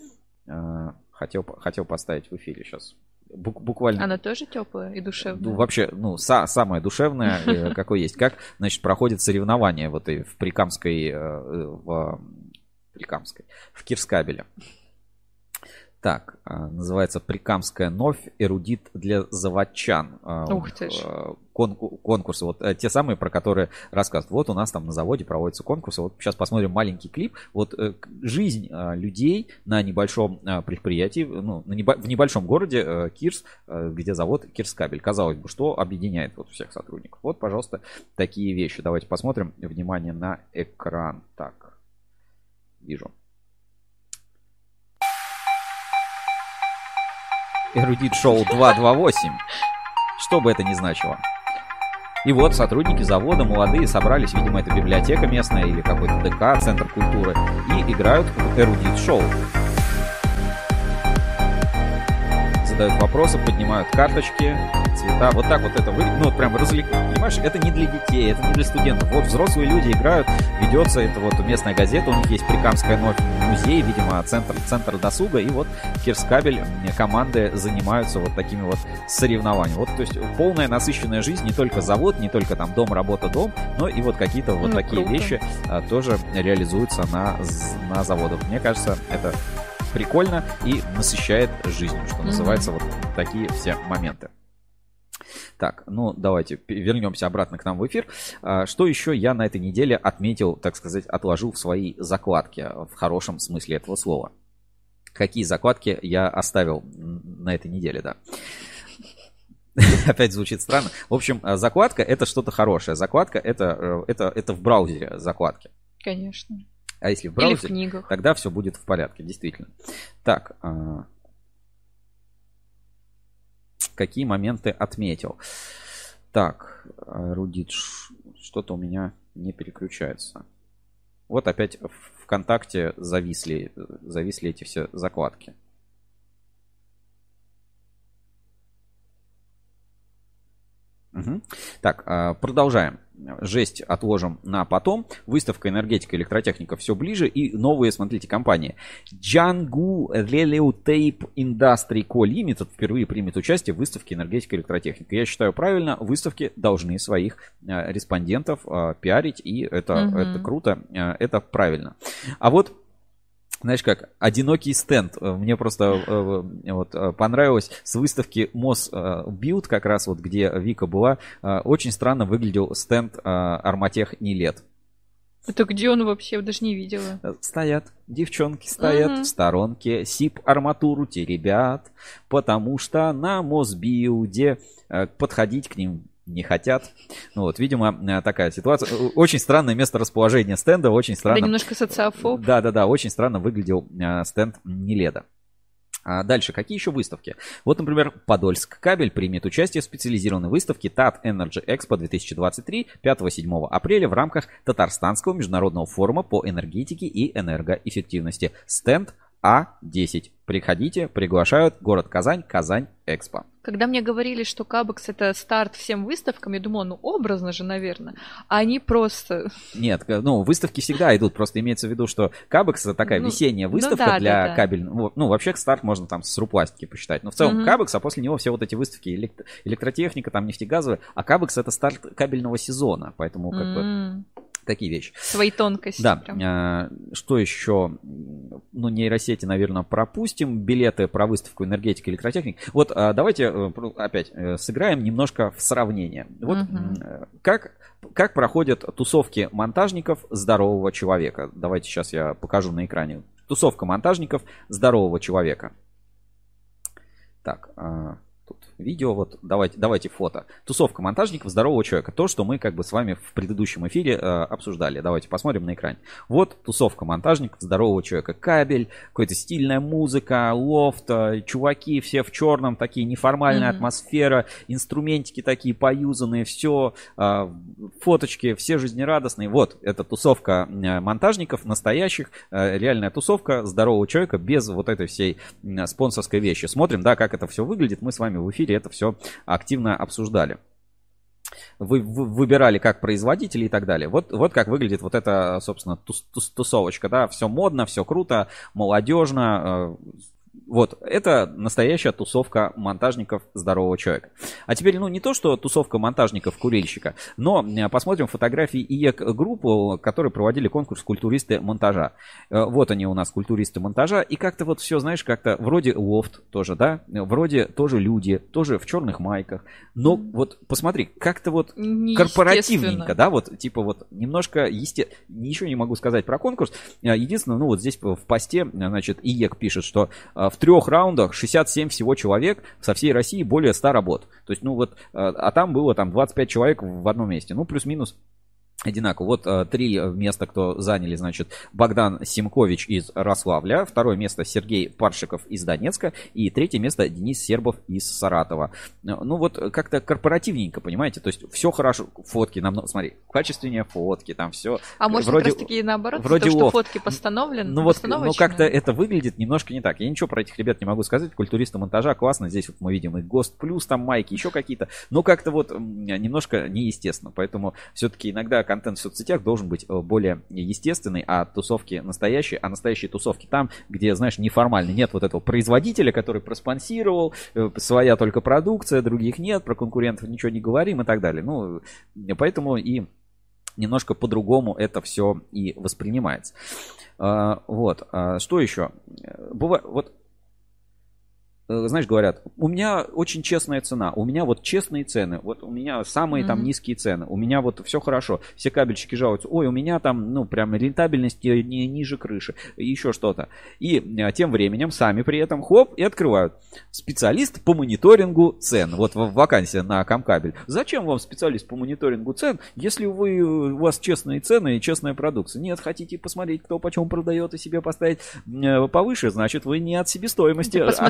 Хотел, хотел поставить в эфире сейчас. Буквально. Она тоже теплая и душевная? Ну, вообще, ну, са- самая душевная, какой есть. Как, значит, проходит соревнование вот и в Прикамской, в Прикамской, в Кирскабеле. Так, называется «Прикамская новь. Эрудит для заводчан». Ух ты ж. Конкурсы, вот те самые, про которые рассказывают. Вот у нас там на заводе проводятся конкурсы. Вот сейчас посмотрим маленький клип. Вот жизнь людей на небольшом предприятии, ну, на небо, в небольшом городе Кирс, где завод Кирскабель. Казалось бы, что объединяет вот всех сотрудников. Вот, пожалуйста, такие вещи. Давайте посмотрим. Внимание на экран. Так, вижу. Эрудит шоу два два восемь. Что бы это ни значило. И вот сотрудники завода, молодые, собрались, видимо, это библиотека местная или какой-то дэ ка, центр культуры, и играют в эрудит шоу. Задают вопросы, поднимают карточки, цвета. Вот так вот это выглядит. Ну, вот прям развлекают. Понимаешь, это не для детей, это не для студентов. Вот взрослые люди играют, ведется, это вот местная газета, у них есть Прикамская новь, музей, видимо, центр, центр досуга. И вот Кирскабель, команды занимаются вот такими вот соревнованиями. Вот, то есть, полная насыщенная жизнь, не только завод, не только там дом, работа, дом, но и вот какие-то вот ну, такие круто. Вещи а, тоже реализуются на, на заводах. Мне кажется, это прикольно и насыщает жизнь, что mm-hmm. называется, вот такие все моменты. Так, ну давайте вернемся обратно к нам в эфир. Что еще я на этой неделе отметил, так сказать, отложил в свои закладки, в хорошем смысле этого слова? Какие закладки я оставил на этой неделе, да? Опять звучит странно. В общем, закладка — это что-то хорошее. Закладка — это, это, это в браузере закладки. Конечно. А если в браузере, или в книгах, тогда все будет в порядке, действительно. Так, а... какие моменты отметил? Так, Рудит, что-то у меня не переключается. Вот опять в ВКонтакте зависли, зависли эти все закладки. Угу. Так, продолжаем. Жесть отложим на потом. Выставка энергетика и электротехника все ближе. И новые, смотрите, компании. Jianghu Releo-Tape Industry Co. Limited впервые примет участие в выставке энергетика и электротехника. Я считаю, правильно, выставки должны своих респондентов пиарить. И это, угу. это круто, это правильно. А вот знаешь как, одинокий стенд. Мне просто э, вот, понравилось с выставки Мосбилд, как раз вот где Вика была, э, очень странно выглядел стенд э, Арматех Нилет. Это где он вообще? Я даже не видела. Стоят, девчонки стоят угу. в сторонке, сип-арматуру теребят, потому что на Мосбилде э, подходить к ним не хотят. Ну вот, видимо, такая ситуация. Очень странное место расположения стенда, очень странно. Да, немножко социофоб. Да-да-да, очень странно выглядел стенд Ниледа. А дальше, какие еще выставки? Вот, например, Подольск кабель примет участие в специализированной выставке ТАТ Energy Expo две тысячи двадцать три пятого-седьмого апреля в рамках Татарстанского международного форума по энергетике и энергоэффективности. Стенд А десять. Приходите, приглашают, город Казань, Казань Экспо. Когда мне говорили, что Кабекс это старт всем выставкам, я думала, ну образно же, наверное. А они просто... Нет, ну выставки всегда идут, просто имеется в виду, что Кабекс это такая ну, весенняя выставка ну, да, для да, да. кабельного. Ну вообще старт можно там с Рупластики посчитать. Но в целом угу. Кабекс, а после него все вот эти выставки электро- электротехника, там нефтегазовая. А Кабекс это старт кабельного сезона, поэтому как mm. бы... Такие вещи. Свои тонкости. Да. А, что еще? Ну, нейросети, наверное, пропустим. Билеты про выставку энергетика и электротехника. Вот а, давайте опять сыграем немножко в сравнение. Вот угу. как, как проходят тусовки монтажников здорового человека. Давайте сейчас я покажу на экране. Тусовка монтажников здорового человека. Так, тут видео, вот давайте, давайте фото. Тусовка монтажников здорового человека. То, что мы как бы с вами в предыдущем эфире э, обсуждали. Давайте посмотрим на экране. Вот тусовка монтажников здорового человека. Кабель, какая-то стильная музыка, лофт, чуваки все в черном, такие неформальная mm-hmm. атмосфера, инструментики такие поюзанные, все, э, фоточки, все жизнерадостные. Вот, это тусовка э, монтажников, настоящих, э, реальная тусовка здорового человека без вот этой всей э, спонсорской вещи. Смотрим, да, как это все выглядит. Мы с вами в эфире это все активно обсуждали. Вы, вы выбирали как производители и так далее. Вот, вот как выглядит вот эта, собственно, тус, тус, тусовочка. Да? Все модно, все круто, молодежно. Вот, это настоящая тусовка монтажников здорового человека. А теперь, ну, не то, что тусовка монтажников-курильщика, но посмотрим фотографии ИЕК-группы, которые проводили конкурс «Культуристы монтажа». Вот они у нас, культуристы монтажа. И как-то вот все, знаешь, как-то вроде лофт тоже, да? Вроде тоже люди, тоже в черных майках. Но вот посмотри, как-то вот корпоративненько, да? Вот типа вот немножко, есте... ничего не могу сказать про конкурс. Единственное, ну, вот здесь в посте, значит, ИЕК пишет, что в трех раундах шестьдесят семь всего человек со всей России, более ста работ. То есть, ну вот, а там было там двадцать пять человек в одном месте. Ну, плюс-минус одинаково. Вот а, три места, кто заняли, значит, Богдан Симкович из Рославля, второе место Сергей Паршиков из Донецка и третье место Денис Сербов из Саратова. Ну вот как-то корпоративненько, понимаете, то есть все хорошо, фотки намного, смотри, качественнее фотки, там все. А может вроде, как раз таки наоборот, вроде то, что лофт. фотки постановлены, ну вот, ну как-то это выглядит немножко не так. Я ничего про этих ребят не могу сказать, культуристы монтажа классно, здесь вот мы видим и ГОСТ плюс, там майки, еще какие-то, но как-то вот немножко неестественно, поэтому все-таки иногда контент в соцсетях должен быть более естественный, а тусовки настоящие, а настоящие тусовки там, где, знаешь, неформально, нет вот этого производителя, который проспонсировал, своя только продукция, других нет, про конкурентов ничего не говорим и так далее. Ну, поэтому и немножко по-другому это все и воспринимается. Вот, что еще? Бывает, вот, знаешь, говорят, у меня очень честная цена, у меня вот честные цены, вот у меня самые mm-hmm. там низкие цены, у меня вот все хорошо, все кабельщики жалуются, ой, у меня там, ну, прям рентабельность не, ниже крыши, еще что-то. И а, тем временем сами при этом, хоп, и открывают. Специалист по мониторингу цен. Вот в вакансия на Камкабель. Зачем вам специалист по мониторингу цен, если вы, у вас честные цены и честная продукция? Нет, хотите посмотреть, кто почем продает и себе поставить повыше, значит, вы не от себестоимости. Посмотреть, от... у кого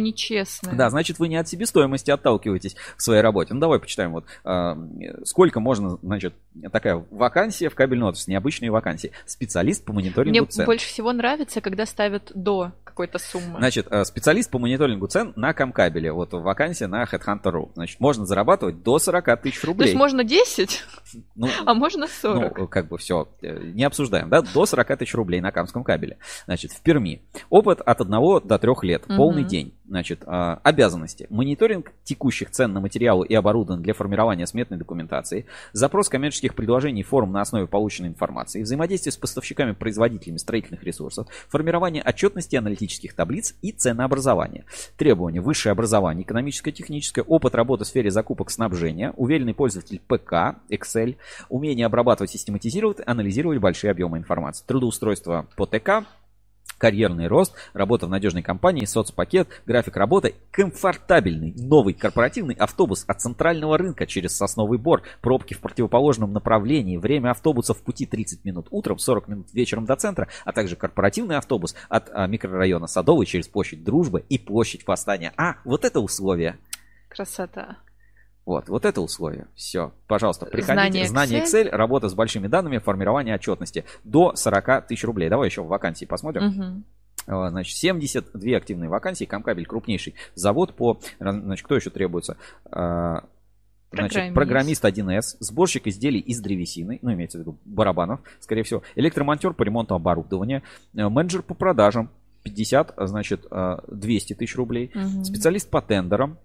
нечестные. Да, значит, вы не от себестоимости отталкиваетесь в своей работе. Ну, давай почитаем. Вот, э, сколько можно, значит, такая вакансия в кабельной отрасли, необычные вакансии. Специалист по мониторингу Мне цен. больше всего нравится, когда ставят до какой-то суммы. Значит, специалист по мониторингу цен на Камкабеле. Вот вакансия на HeadHunter точка ру. Значит, можно зарабатывать до сорок тысяч рублей. То есть можно десять, ну, а можно сорок. Ну, как бы все, не обсуждаем, да? До сорок тысяч рублей на Камском кабеле. Значит, в Перми. Опыт от одного до трех лет. Угу. Полный день. Значит, обязанности. Мониторинг текущих цен на материалы и оборудование для формирования сметной документации. Запрос коммерческих предложений форум на основе полученной информации. Взаимодействие с поставщиками-производителями строительных ресурсов. Формирование отчетности аналитических таблиц и ценообразование. Требования. Высшее образование, экономическое, техническое, опыт работы в сфере закупок снабжения, уверенный пользователь ПК, Excel, умение обрабатывать, систематизировать, анализировать большие объемы информации. Трудоустройство по ТК. Карьерный рост, работа в надежной компании, соцпакет, график работы, комфортабельный новый корпоративный автобус от центрального рынка через Сосновый Бор, пробки в противоположном направлении, время автобуса в пути тридцать минут утром, сорок минут вечером до центра, а также корпоративный автобус от а, микрорайона Садовый через площадь Дружбы и площадь Восстания. А, вот это условие. Красота. Вот, вот это условие. Все, пожалуйста, приходите. Знание Знание Excel, работа с большими данными, формирование отчетности. До сорок тысяч рублей. Давай еще в вакансии посмотрим. Угу. Значит, семьдесят две активные вакансии. Камкабель крупнейший завод по... Значит, кто еще требуется? Значит, программист. программист один эс, сборщик изделий из древесины, ну, имеется в виду барабанов, скорее всего. Электромонтер по ремонту оборудования. Менеджер по продажам. пятьдесят, значит, двести тысяч рублей. Угу. Специалист по тендерам.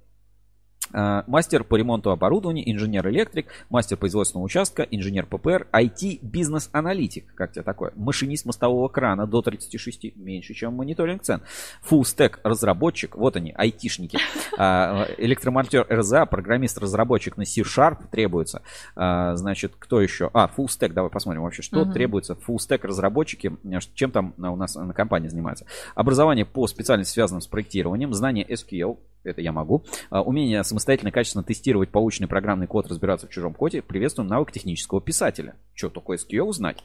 Мастер по ремонту оборудования, инженер-электрик, мастер производственного участка, инженер ППР, ай ти-бизнес-аналитик. Как тебе такое? Машинист мостового крана до тридцати шести, меньше, чем мониторинг цен. Full-stack разработчик, вот они, айтишники. Электромонтер эр зэ а, программист-разработчик на C-Sharp требуется. Значит, кто еще? А, Full-stack, давай посмотрим вообще, что uh-huh. требуется. Full-stack разработчики, чем там у нас на компании занимаются. Образование по специальности, связанным с проектированием, знание эс кью эль, это я могу. Умение самостоятельно, качественно тестировать полученный программный код, разбираться в чужом коде. Приветствуем навык технического писателя. Что такое эс кью эль узнать?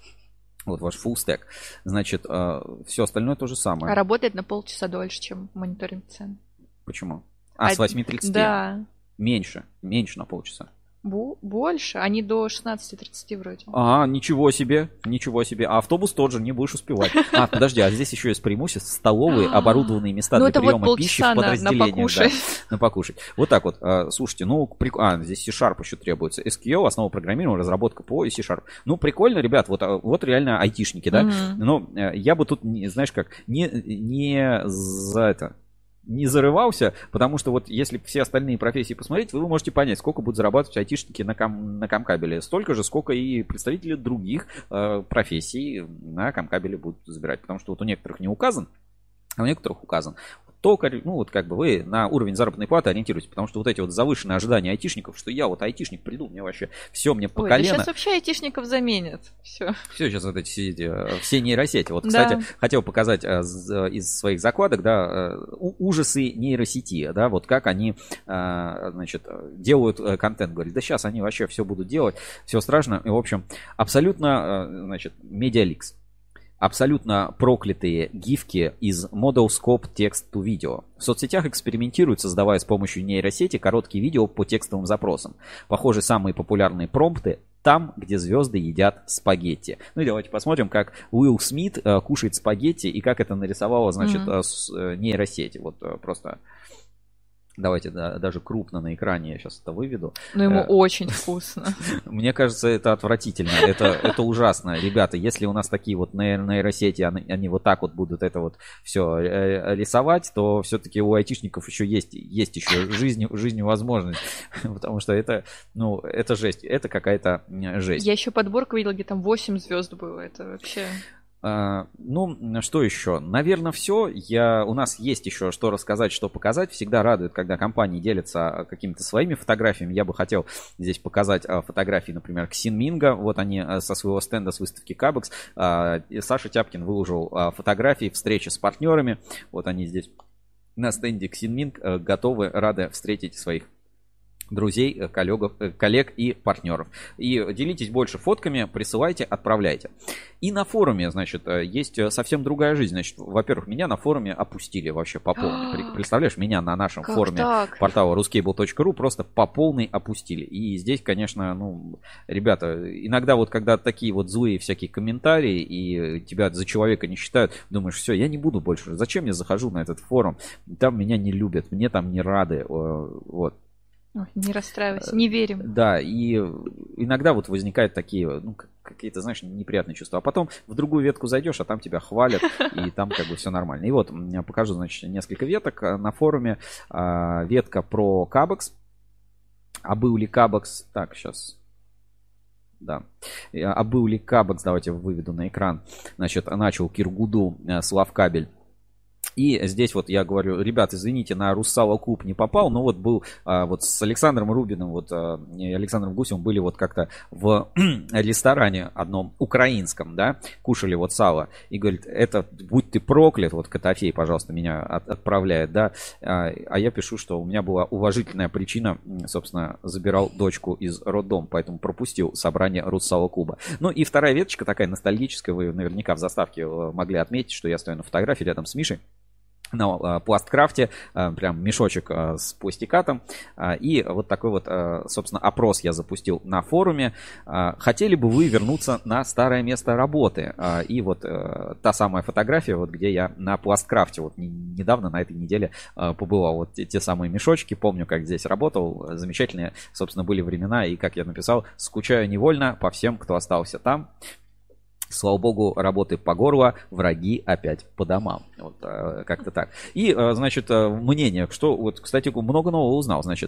Вот ваш full stack. Значит, все остальное то же самое. А работает на полчаса дольше, чем мониторинг цен. Почему? А, а с восьми тридцати? Да. Меньше. Меньше на полчаса. Больше, они до шестнадцати тридцати вроде. А, ничего себе, ничего себе. А автобус тот же, не будешь успевать. А, подожди, а здесь еще есть преимущество. Столовые, оборудованные места для приема пищи в подразделениях. На покушать. Вот так вот. Слушайте, ну, а, здесь C-Sharp еще требуется. эс кью эль, основа программирования, разработка по C-Sharp. Ну, прикольно, ребят, вот, вот реально айтишники, да. Но я бы тут, знаешь как, не, не за это... не зарывался, потому что вот если все остальные профессии посмотреть, вы можете понять, сколько будут зарабатывать айтишники на, кам, на Камкабеле. Столько же, сколько и представители других э, профессий на Камкабеле будут забирать. Потому что вот у некоторых не указан, а у некоторых указан. Только, ну вот как бы вы на уровень заработной платы ориентируетесь, потому что вот эти вот завышенные ожидания айтишников, что я вот айтишник приду, мне вообще все, мне по Ой, колено. Да сейчас вообще айтишников заменят. Все. Все сейчас вот эти все нейросети. Вот, кстати, да. хотел показать из своих закладок, да, ужасы нейросети, да, вот как они, значит, делают контент. Говорят, да сейчас они вообще все будут делать, все страшно. И, в общем, абсолютно, значит, медиаликс. Абсолютно проклятые гифки из ModelScope Text to Video. В соцсетях экспериментируют, создавая с помощью нейросети короткие видео по текстовым запросам. Похоже, самые популярные промпты там, где звезды едят спагетти. Ну и давайте посмотрим, как Уилл Смит э, кушает спагетти и как это нарисовала, значит, mm-hmm. э, с, э, нейросети. Вот э, просто... Давайте да, даже крупно на экране я сейчас это выведу. Ну, ему э, очень вкусно. Мне кажется, это отвратительно. Это, это ужасно. Ребята, если у нас такие вот нейросети, они, они вот так вот будут это вот все рисовать, то все-таки у айтишников еще есть, есть еще жизнь, жизнь возможность. Потому что это, ну, это жесть. Это какая-то жесть. Я еще подборку видела, где там восемь звезд было. Это вообще... Uh, ну, что еще? Наверное, все. Я... У нас есть еще что рассказать, что показать. Всегда радует, когда компании делятся какими-то своими фотографиями. Я бы хотел здесь показать uh, фотографии, например, Ксинминга. Вот они uh, со своего стенда с выставки Кабекс. Uh, Саша Тяпкин выложил uh, фотографии встречи с партнерами. Вот они здесь на стенде Ксинминг uh, готовы, рады встретить своих друзей, коллег, коллег и партнеров. И делитесь больше фотками, присылайте, отправляйте. И на форуме, значит, есть совсем другая жизнь. Значит, во-первых, меня на форуме опустили вообще по полной. Представляешь, меня на нашем как форуме так? портала ruskable точка ру просто по полной опустили. И здесь, конечно, ну, ребята, иногда вот когда такие вот злые всякие комментарии, и тебя за человека не считают, думаешь, все, я не буду больше. Зачем я захожу на этот форум? Там меня не любят, мне там не рады. Вот. Ой, не расстраивайся, не верим. Да, и иногда вот возникают такие, ну, какие-то, знаешь, неприятные чувства. А потом в другую ветку зайдешь, а там тебя хвалят, и там как бы все нормально. И вот я покажу, значит, несколько веток на форуме. Ветка про Кабекс. А был ли Кабекс? Так, сейчас. Да. А был ли Кабекс? Давайте выведу на экран. Значит, начал Киргуду Славкабель. И здесь вот я говорю, ребят, извините, на Руссало клуб не попал, но вот был а, вот с Александром Рубиным, вот а, и Александром Гусевым были вот как-то в ресторане одном украинском, да, кушали вот сало, и говорит, это, будь ты проклят, вот Котофей, пожалуйста, меня от, отправляет, да, а, а я пишу, что у меня была уважительная причина, собственно, забирал дочку из роддома, поэтому пропустил собрание Руссало клуба. Ну и вторая веточка такая ностальгическая, вы наверняка в заставке могли отметить, что я стою на фотографии рядом с Мишей. На пласткрафте, прям мешочек с пластикатом. И вот такой вот, собственно, опрос я запустил на форуме. Хотели бы вы вернуться на старое место работы? И вот та самая фотография, вот где я на пласткрафте вот недавно, на этой неделе побывал. Вот те, те самые мешочки, помню, как здесь работал. Замечательные, собственно, были времена. И, как я написал, скучаю невольно по всем, кто остался там. Слава богу, работы по горло, враги опять по домам. Вот как-то так. И, значит, мнение, что, вот, кстати, много нового узнал. Значит,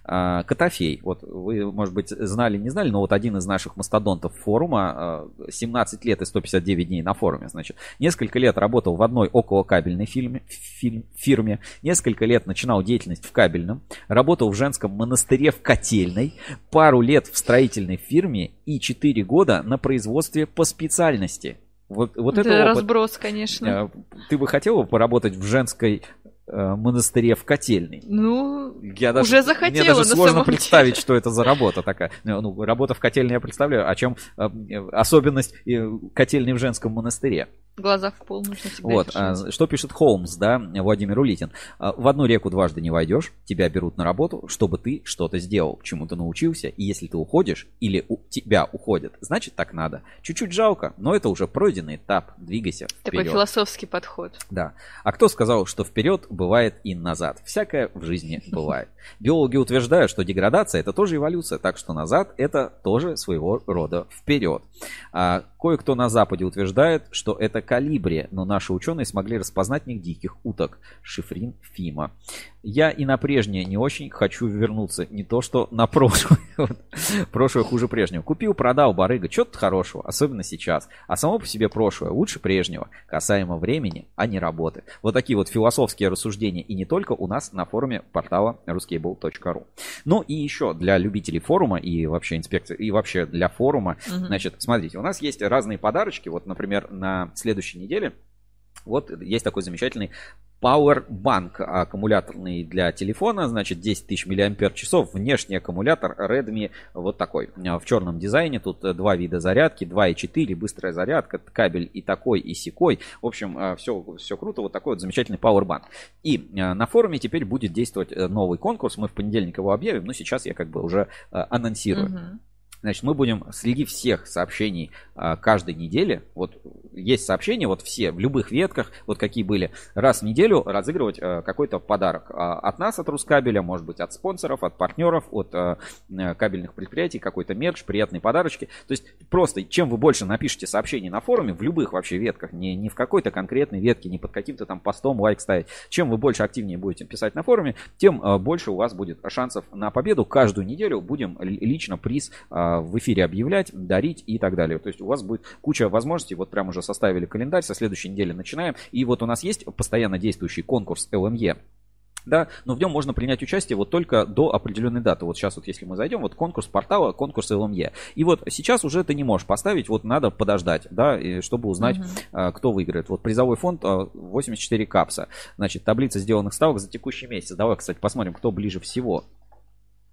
Котофей, вот вы, может быть, знали, не знали, но вот один из наших мастодонтов форума, семнадцать лет и сто пятьдесят девять дней на форуме, значит, несколько лет работал в одной околокабельной фирме, фирме, несколько лет начинал деятельность в кабельном, работал в женском монастыре в котельной, пару лет в строительной фирме и четыре года на производстве по специальности. Вот, вот это это разброс, конечно. Ты бы хотела поработать в женской э, монастыре в котельной? Ну, я даже, уже захотела. Мне даже на сложно самом представить, деле. что это за работа такая. Ну, работа в котельной я представляю, о чем э, особенность э, котельной в женском монастыре. Глаза в пол нужно всегда Вот, а, что пишет Холмс, да, Владимир Улитин. В одну реку дважды не войдешь, тебя берут на работу, чтобы ты что-то сделал, чему-то научился, и если ты уходишь или у тебя уходят, значит так надо. Чуть-чуть жалко, но это уже пройденный этап, двигайся вперед. Такой философский подход. Да. А кто сказал, что вперед бывает и назад? Всякое в жизни бывает. Биологи утверждают, что деградация это тоже эволюция, так что назад это тоже своего рода вперед. А кое-кто на Западе утверждает, что это калибри, но наши ученые смогли распознать в них диких уток. Шифрин Фима. Я и на прежнее не очень хочу вернуться. Не то, что на прошлое. Прошлое хуже прежнего. Купил, продал, барыга. Что-то хорошего, особенно сейчас. А само по себе прошлое лучше прежнего. Касаемо времени, а не работы. Вот такие вот философские рассуждения. И не только у нас на форуме портала ruskable точка ру. Ну и еще для любителей форума и вообще инспекции, и вообще для форума. Угу. Значит, смотрите, у нас есть разные подарочки. Вот, например, на следующей неделе вот есть такой замечательный Powerbank аккумуляторный для телефона, значит десять тысяч миллиампер-часов, внешний аккумулятор Redmi вот такой, в черном дизайне, тут два вида зарядки, два и четыре, быстрая зарядка, кабель и такой, и сякой, в общем, все, все круто, вот такой вот замечательный Powerbank. И на форуме теперь будет действовать новый конкурс, мы в понедельник его объявим, но сейчас я как бы уже анонсирую. Uh-huh. Значит, мы будем среди всех сообщений а, каждой недели, вот есть сообщения, вот все, в любых ветках, вот какие были, раз в неделю разыгрывать а, какой-то подарок а, от нас, от Рускабеля, может быть, от спонсоров, от партнеров, от а, кабельных предприятий, какой-то мерч, приятные подарочки. То есть просто, чем вы больше напишите сообщений на форуме, в любых вообще ветках, не, не в какой-то конкретной ветке, не под каким-то там постом лайк ставить, чем вы больше активнее будете писать на форуме, тем а, больше у вас будет шансов на победу. Каждую неделю будем лично приз а, в эфире объявлять, дарить и так далее. То есть у вас будет куча возможностей. Вот прям уже составили календарь, со следующей недели начинаем. И вот у нас есть постоянно действующий конкурс эл эм и. Да, но в нем можно принять участие вот только до определенной даты. Вот сейчас вот если мы зайдем, вот конкурс портала, конкурс эл эм и. И вот сейчас уже ты не можешь поставить, вот надо подождать, да, чтобы узнать, uh-huh. кто выиграет. Вот призовой фонд восемьдесят четыре капса. Значит, таблица сделанных ставок за текущий месяц. Давай, кстати, посмотрим, кто ближе всего.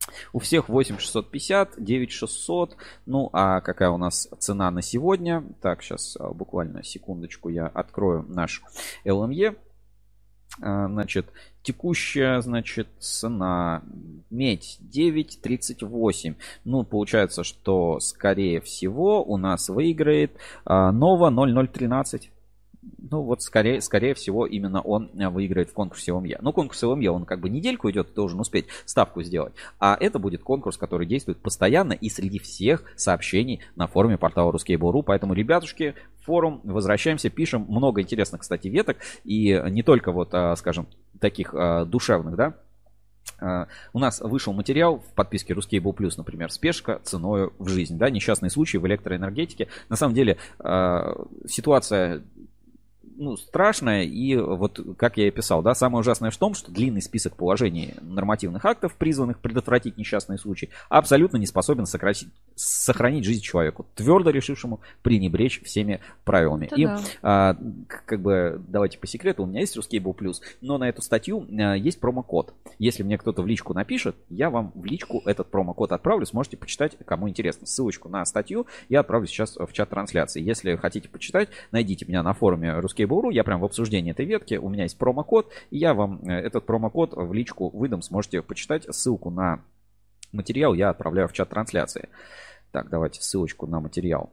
У всех восемь тысяч шестьсот пятьдесят, девять тысяч шестьсот. Ну, а какая у нас цена на сегодня? Так, сейчас буквально секундочку я открою наш эл эм и. Значит, текущая, значит, цена медь девять тридцать восемь. Ну, получается, что, скорее всего, у нас выиграет Nova ноль ноль тринадцать. Ну, вот, скорее, скорее всего, именно он выиграет в конкурсе эл эм и. Ну, конкурс эл эм и, он как бы недельку идет, должен успеть ставку сделать. А это будет конкурс, который действует постоянно и среди всех сообщений на форуме портала Ruskable точка ру. Поэтому, ребятушки, форум, возвращаемся, пишем. Много интересных, кстати, веток. И не только, вот, скажем, таких душевных, да. Uh, у нас вышел материал в подписке Ruskable плюс, например, спешка ценою в жизнь, да, несчастный случай в электроэнергетике. На самом деле uh, ситуация, ну, страшная, и вот как я и писал, да, самое ужасное в том, что длинный список положений нормативных актов, призванных предотвратить несчастный случай, абсолютно не способен сократить, сохранить жизнь человеку, твердо решившему пренебречь всеми правилами. Это и да. а, как бы, давайте по секрету, у меня есть Ruskable плюс, но на эту статью а, есть промокод. Если мне кто-то в личку напишет, я вам в личку этот промокод отправлю, сможете почитать, кому интересно. Ссылочку на статью я отправлю сейчас в чат трансляции. Если хотите почитать, найдите меня на форуме Ruskable точка ру, я прям в обсуждении этой ветки, у меня есть промокод, и я вам этот промокод в личку выдам, сможете почитать. Ссылку на материал я отправляю в чат трансляции. Так, давайте ссылочку на материал.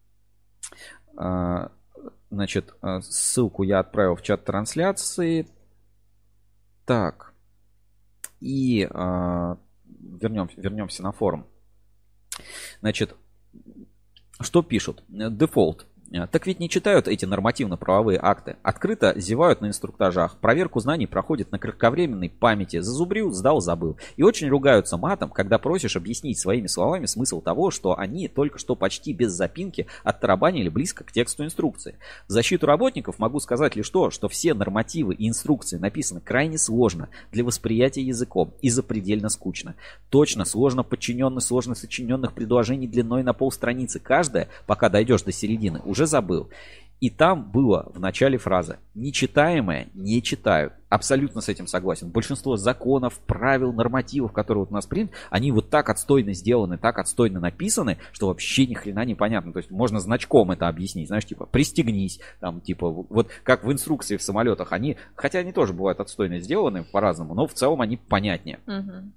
Значит, ссылку я отправил в чат трансляции. Так. И вернем, вернемся на форум. Значит, что пишут? Дефолт. Так ведь не читают эти нормативно-правовые акты. Открыто зевают на инструктажах. Проверку знаний проходят на кратковременной памяти. Зазубрил, сдал, забыл. И очень ругаются матом, когда просишь объяснить своими словами смысл того, что они только что почти без запинки оттарабанили близко к тексту инструкции. В защиту работников могу сказать лишь то, что все нормативы и инструкции написаны крайне сложно для восприятия языком и запредельно скучно. Точно, сложно подчиненных, сложно сочиненных предложений длиной на полстраницы. Каждая, пока дойдешь до середины, уже забыл. И там было в начале фраза: нечитаемое не читают. Абсолютно с этим согласен. Большинство законов, правил, нормативов, которые вот у нас приняты, они вот так отстойно сделаны, так отстойно написаны, что вообще ни хрена не понятно. То есть можно значком это объяснить, знаешь, типа пристегнись, там типа вот как в инструкции в самолетах, они, хотя они тоже бывают отстойно сделаны по-разному, но в целом они понятнее. Угу.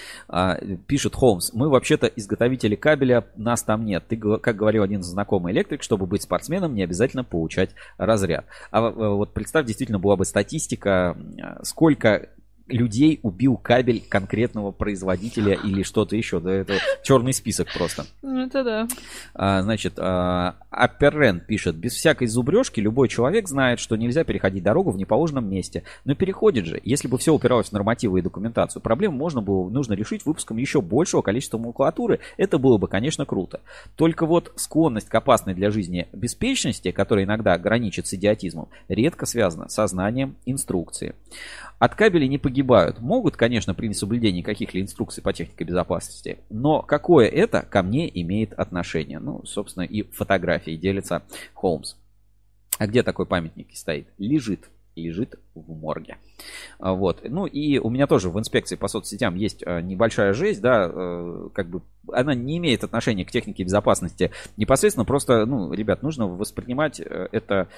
Пишет Холмс: мы вообще-то изготовители кабеля, нас там нет. Ты, как говорил один знакомый электрик, чтобы быть спортсменом, не обязательно получать разряд. А вот представь, действительно была бы статистика, сколько людей убил кабель конкретного производителя или что-то еще. Да, это черный список просто. Ну, это да. А, значит, а, Аперрен пишет: без всякой зубрежки любой человек знает, что нельзя переходить дорогу в неположенном месте. Но переходит же. Если бы все упиралось в нормативы и документацию, проблему можно было, нужно решить выпуском еще большего количества макулатуры. Это было бы, конечно, круто. Только вот склонность к опасной для жизни беспечности, которая иногда граничит с идиотизмом, редко связана со знанием инструкции. От кабелей не погибают. Могут, конечно, при несоблюдении каких-либо инструкций по технике безопасности. Но какое это ко мне имеет отношение? Ну, собственно, и фотографии делится Холмс. А где такой памятник стоит? Лежит. Лежит в морге. Вот. Ну и у меня тоже в инспекции по соцсетям есть небольшая жесть, да, как бы она не имеет отношения к технике безопасности непосредственно, просто, ну, ребят, нужно воспринимать это,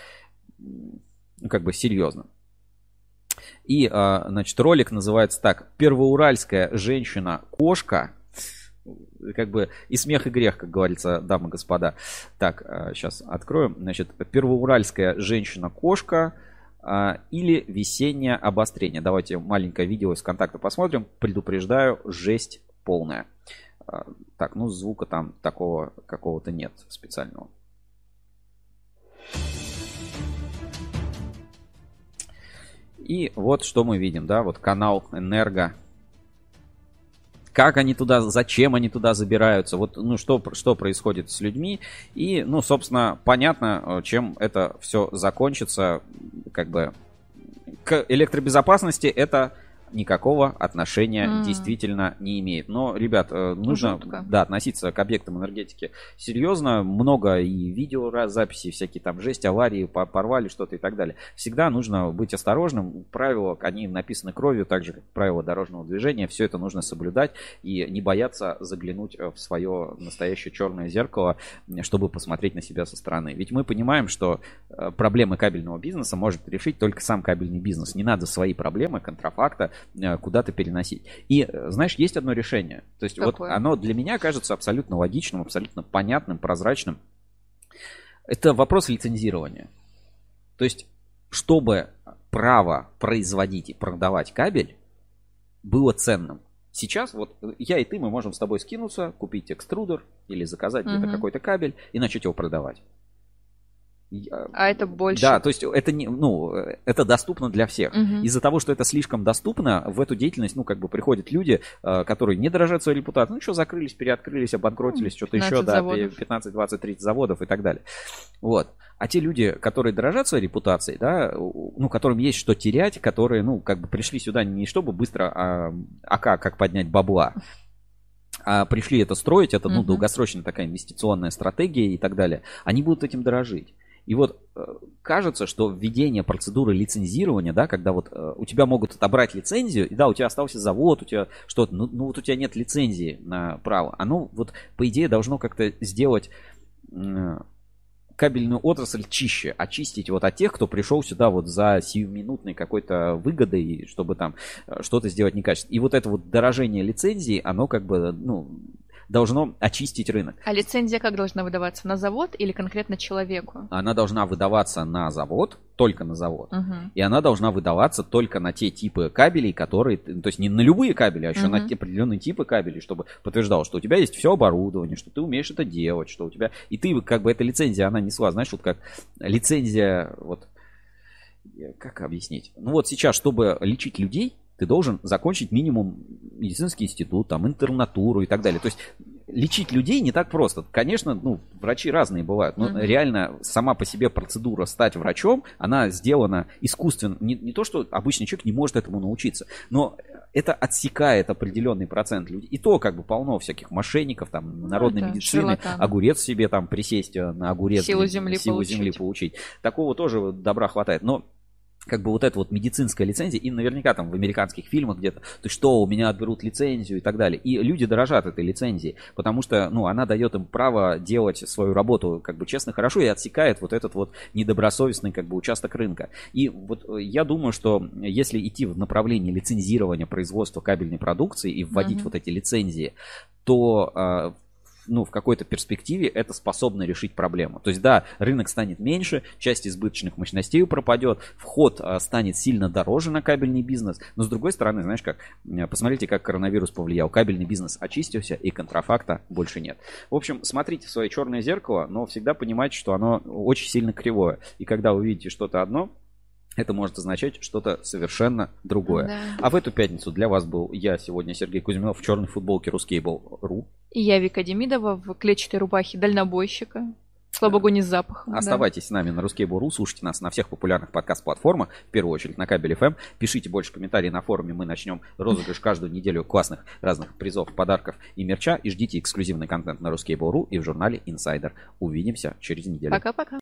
ну, как бы серьезно. И, значит, ролик называется так: «Первоуральская женщина-кошка». Как бы и смех, и грех, как говорится, дамы и господа. Так, сейчас откроем. Значит, «Первоуральская женщина-кошка» или «Весеннее обострение». Давайте маленькое видео из контакта посмотрим. Предупреждаю, жесть полная. Так, ну звука там такого какого-то нет специального. И вот что мы видим, да, вот канал Энерго. Как они туда, зачем они туда забираются, вот, ну, что, что происходит с людьми. И, ну, собственно, понятно, чем это все закончится. Как бы к электробезопасности это никакого отношения mm. действительно не имеет. Но, ребят, нужно да, относиться к объектам энергетики серьезно. Много и видеозаписей, всякие там жесть, аварии, порвали что-то и так далее. Всегда нужно быть осторожным. Правила, они написаны кровью, так же, как правила дорожного движения. Все это нужно соблюдать и не бояться заглянуть в свое настоящее черное зеркало, чтобы посмотреть на себя со стороны. Ведь мы понимаем, что проблемы кабельного бизнеса может решить только сам кабельный бизнес. Не надо свои проблемы контрафакта куда-то переносить. И, знаешь, есть одно решение. То есть Какое? вот оно для меня кажется абсолютно логичным, абсолютно понятным, прозрачным. Это вопрос лицензирования. То есть, чтобы право производить и продавать кабель было ценным. Сейчас вот я и ты, мы можем с тобой скинуться, купить экструдер или заказать uh-huh. где-то какой-то кабель и начать его продавать. А это больше. Да, то есть это не, ну, это доступно для всех. Угу. Из-за того, что это слишком доступно, в эту деятельность, ну, как бы приходят люди, которые не дорожат своей репутацией. Ну, что, закрылись, переоткрылись, обанкротились, что-то еще, да, пятнадцать, двадцать, тридцать заводов и так далее. Вот. А те люди, которые дорожат своей репутацией, да, ну, которым есть что терять, которые, ну, как бы пришли сюда не чтобы быстро, а, а как, как поднять бабла, а пришли это строить, это, ну, угу. долгосрочная такая инвестиционная стратегия и так далее, они будут этим дорожить. И вот кажется, что введение процедуры лицензирования, да, когда вот у тебя могут отобрать лицензию, и да, у тебя остался завод, у тебя что-то, ну, ну вот у тебя нет лицензии на право, оно вот по идее должно как-то сделать кабельную отрасль чище, очистить вот от тех, кто пришел сюда вот за сиюминутной какой-то выгодой, чтобы там что-то сделать некачественно. И вот это вот дорожение лицензии, оно как бы, ну, должно очистить рынок. А лицензия как должна выдаваться? На завод или конкретно человеку? Она должна выдаваться на завод, только на завод. Uh-huh. И она должна выдаваться только на те типы кабелей, которые... То есть не на любые кабели, а еще uh-huh. на те определенные типы кабелей, чтобы подтверждало, что у тебя есть все оборудование, что ты умеешь это делать, что у тебя... И ты, как бы, эта лицензия, она несла, знаешь, вот как лицензия... Вот как объяснить? Ну вот сейчас, чтобы лечить людей, ты должен закончить минимум медицинский институт, там, интернатуру и так далее. То есть лечить людей не так просто. Конечно, ну, врачи разные бывают, но mm-hmm. реально сама по себе процедура стать врачом, она сделана искусственно. Не, не то, что обычный человек не может этому научиться, но это отсекает определенный процент людей. И то, как бы, полно всяких мошенников, там, народной ну, медицины, шарлатан. Огурец себе там присесть на огурец, силу земли, силу получить. земли получить. Такого тоже добра хватает. Но как бы вот эта вот медицинская лицензия, и наверняка там в американских фильмах где-то, то что, у меня отберут лицензию и так далее. И люди дорожат этой лицензией, потому что, ну, она дает им право делать свою работу как бы честно, хорошо, и отсекает вот этот вот недобросовестный как бы участок рынка. И вот я думаю, что если идти в направлении лицензирования производства кабельной продукции и вводить mm-hmm. вот эти лицензии, то... ну, в какой-то перспективе это способно решить проблему. То есть, да, рынок станет меньше, часть избыточных мощностей пропадет, вход а, станет сильно дороже на кабельный бизнес, но, с другой стороны, знаешь как, посмотрите, как коронавирус повлиял. Кабельный бизнес очистился, и контрафакта больше нет. В общем, смотрите в свое черное зеркало, но всегда понимайте, что оно очень сильно кривое. И когда вы видите что-то одно, это может означать что-то совершенно другое. Да. А в эту пятницу для вас был я сегодня, Сергей Кузьминов, в черной футболке Ruskable точка ру. И я, Вика Демидова, в клетчатой рубахе дальнобойщика. Слава богу, не с запахом. Оставайтесь да. с нами на Ruskable точка ру, слушайте нас на всех популярных подкаст-платформах, в первую очередь на Кабель эф эм. Пишите больше комментариев на форуме, мы начнем розыгрыш каждую неделю классных разных призов, подарков и мерча. И ждите эксклюзивный контент на Ruskable точка ру и в журнале Insider. Увидимся через неделю. Пока-пока.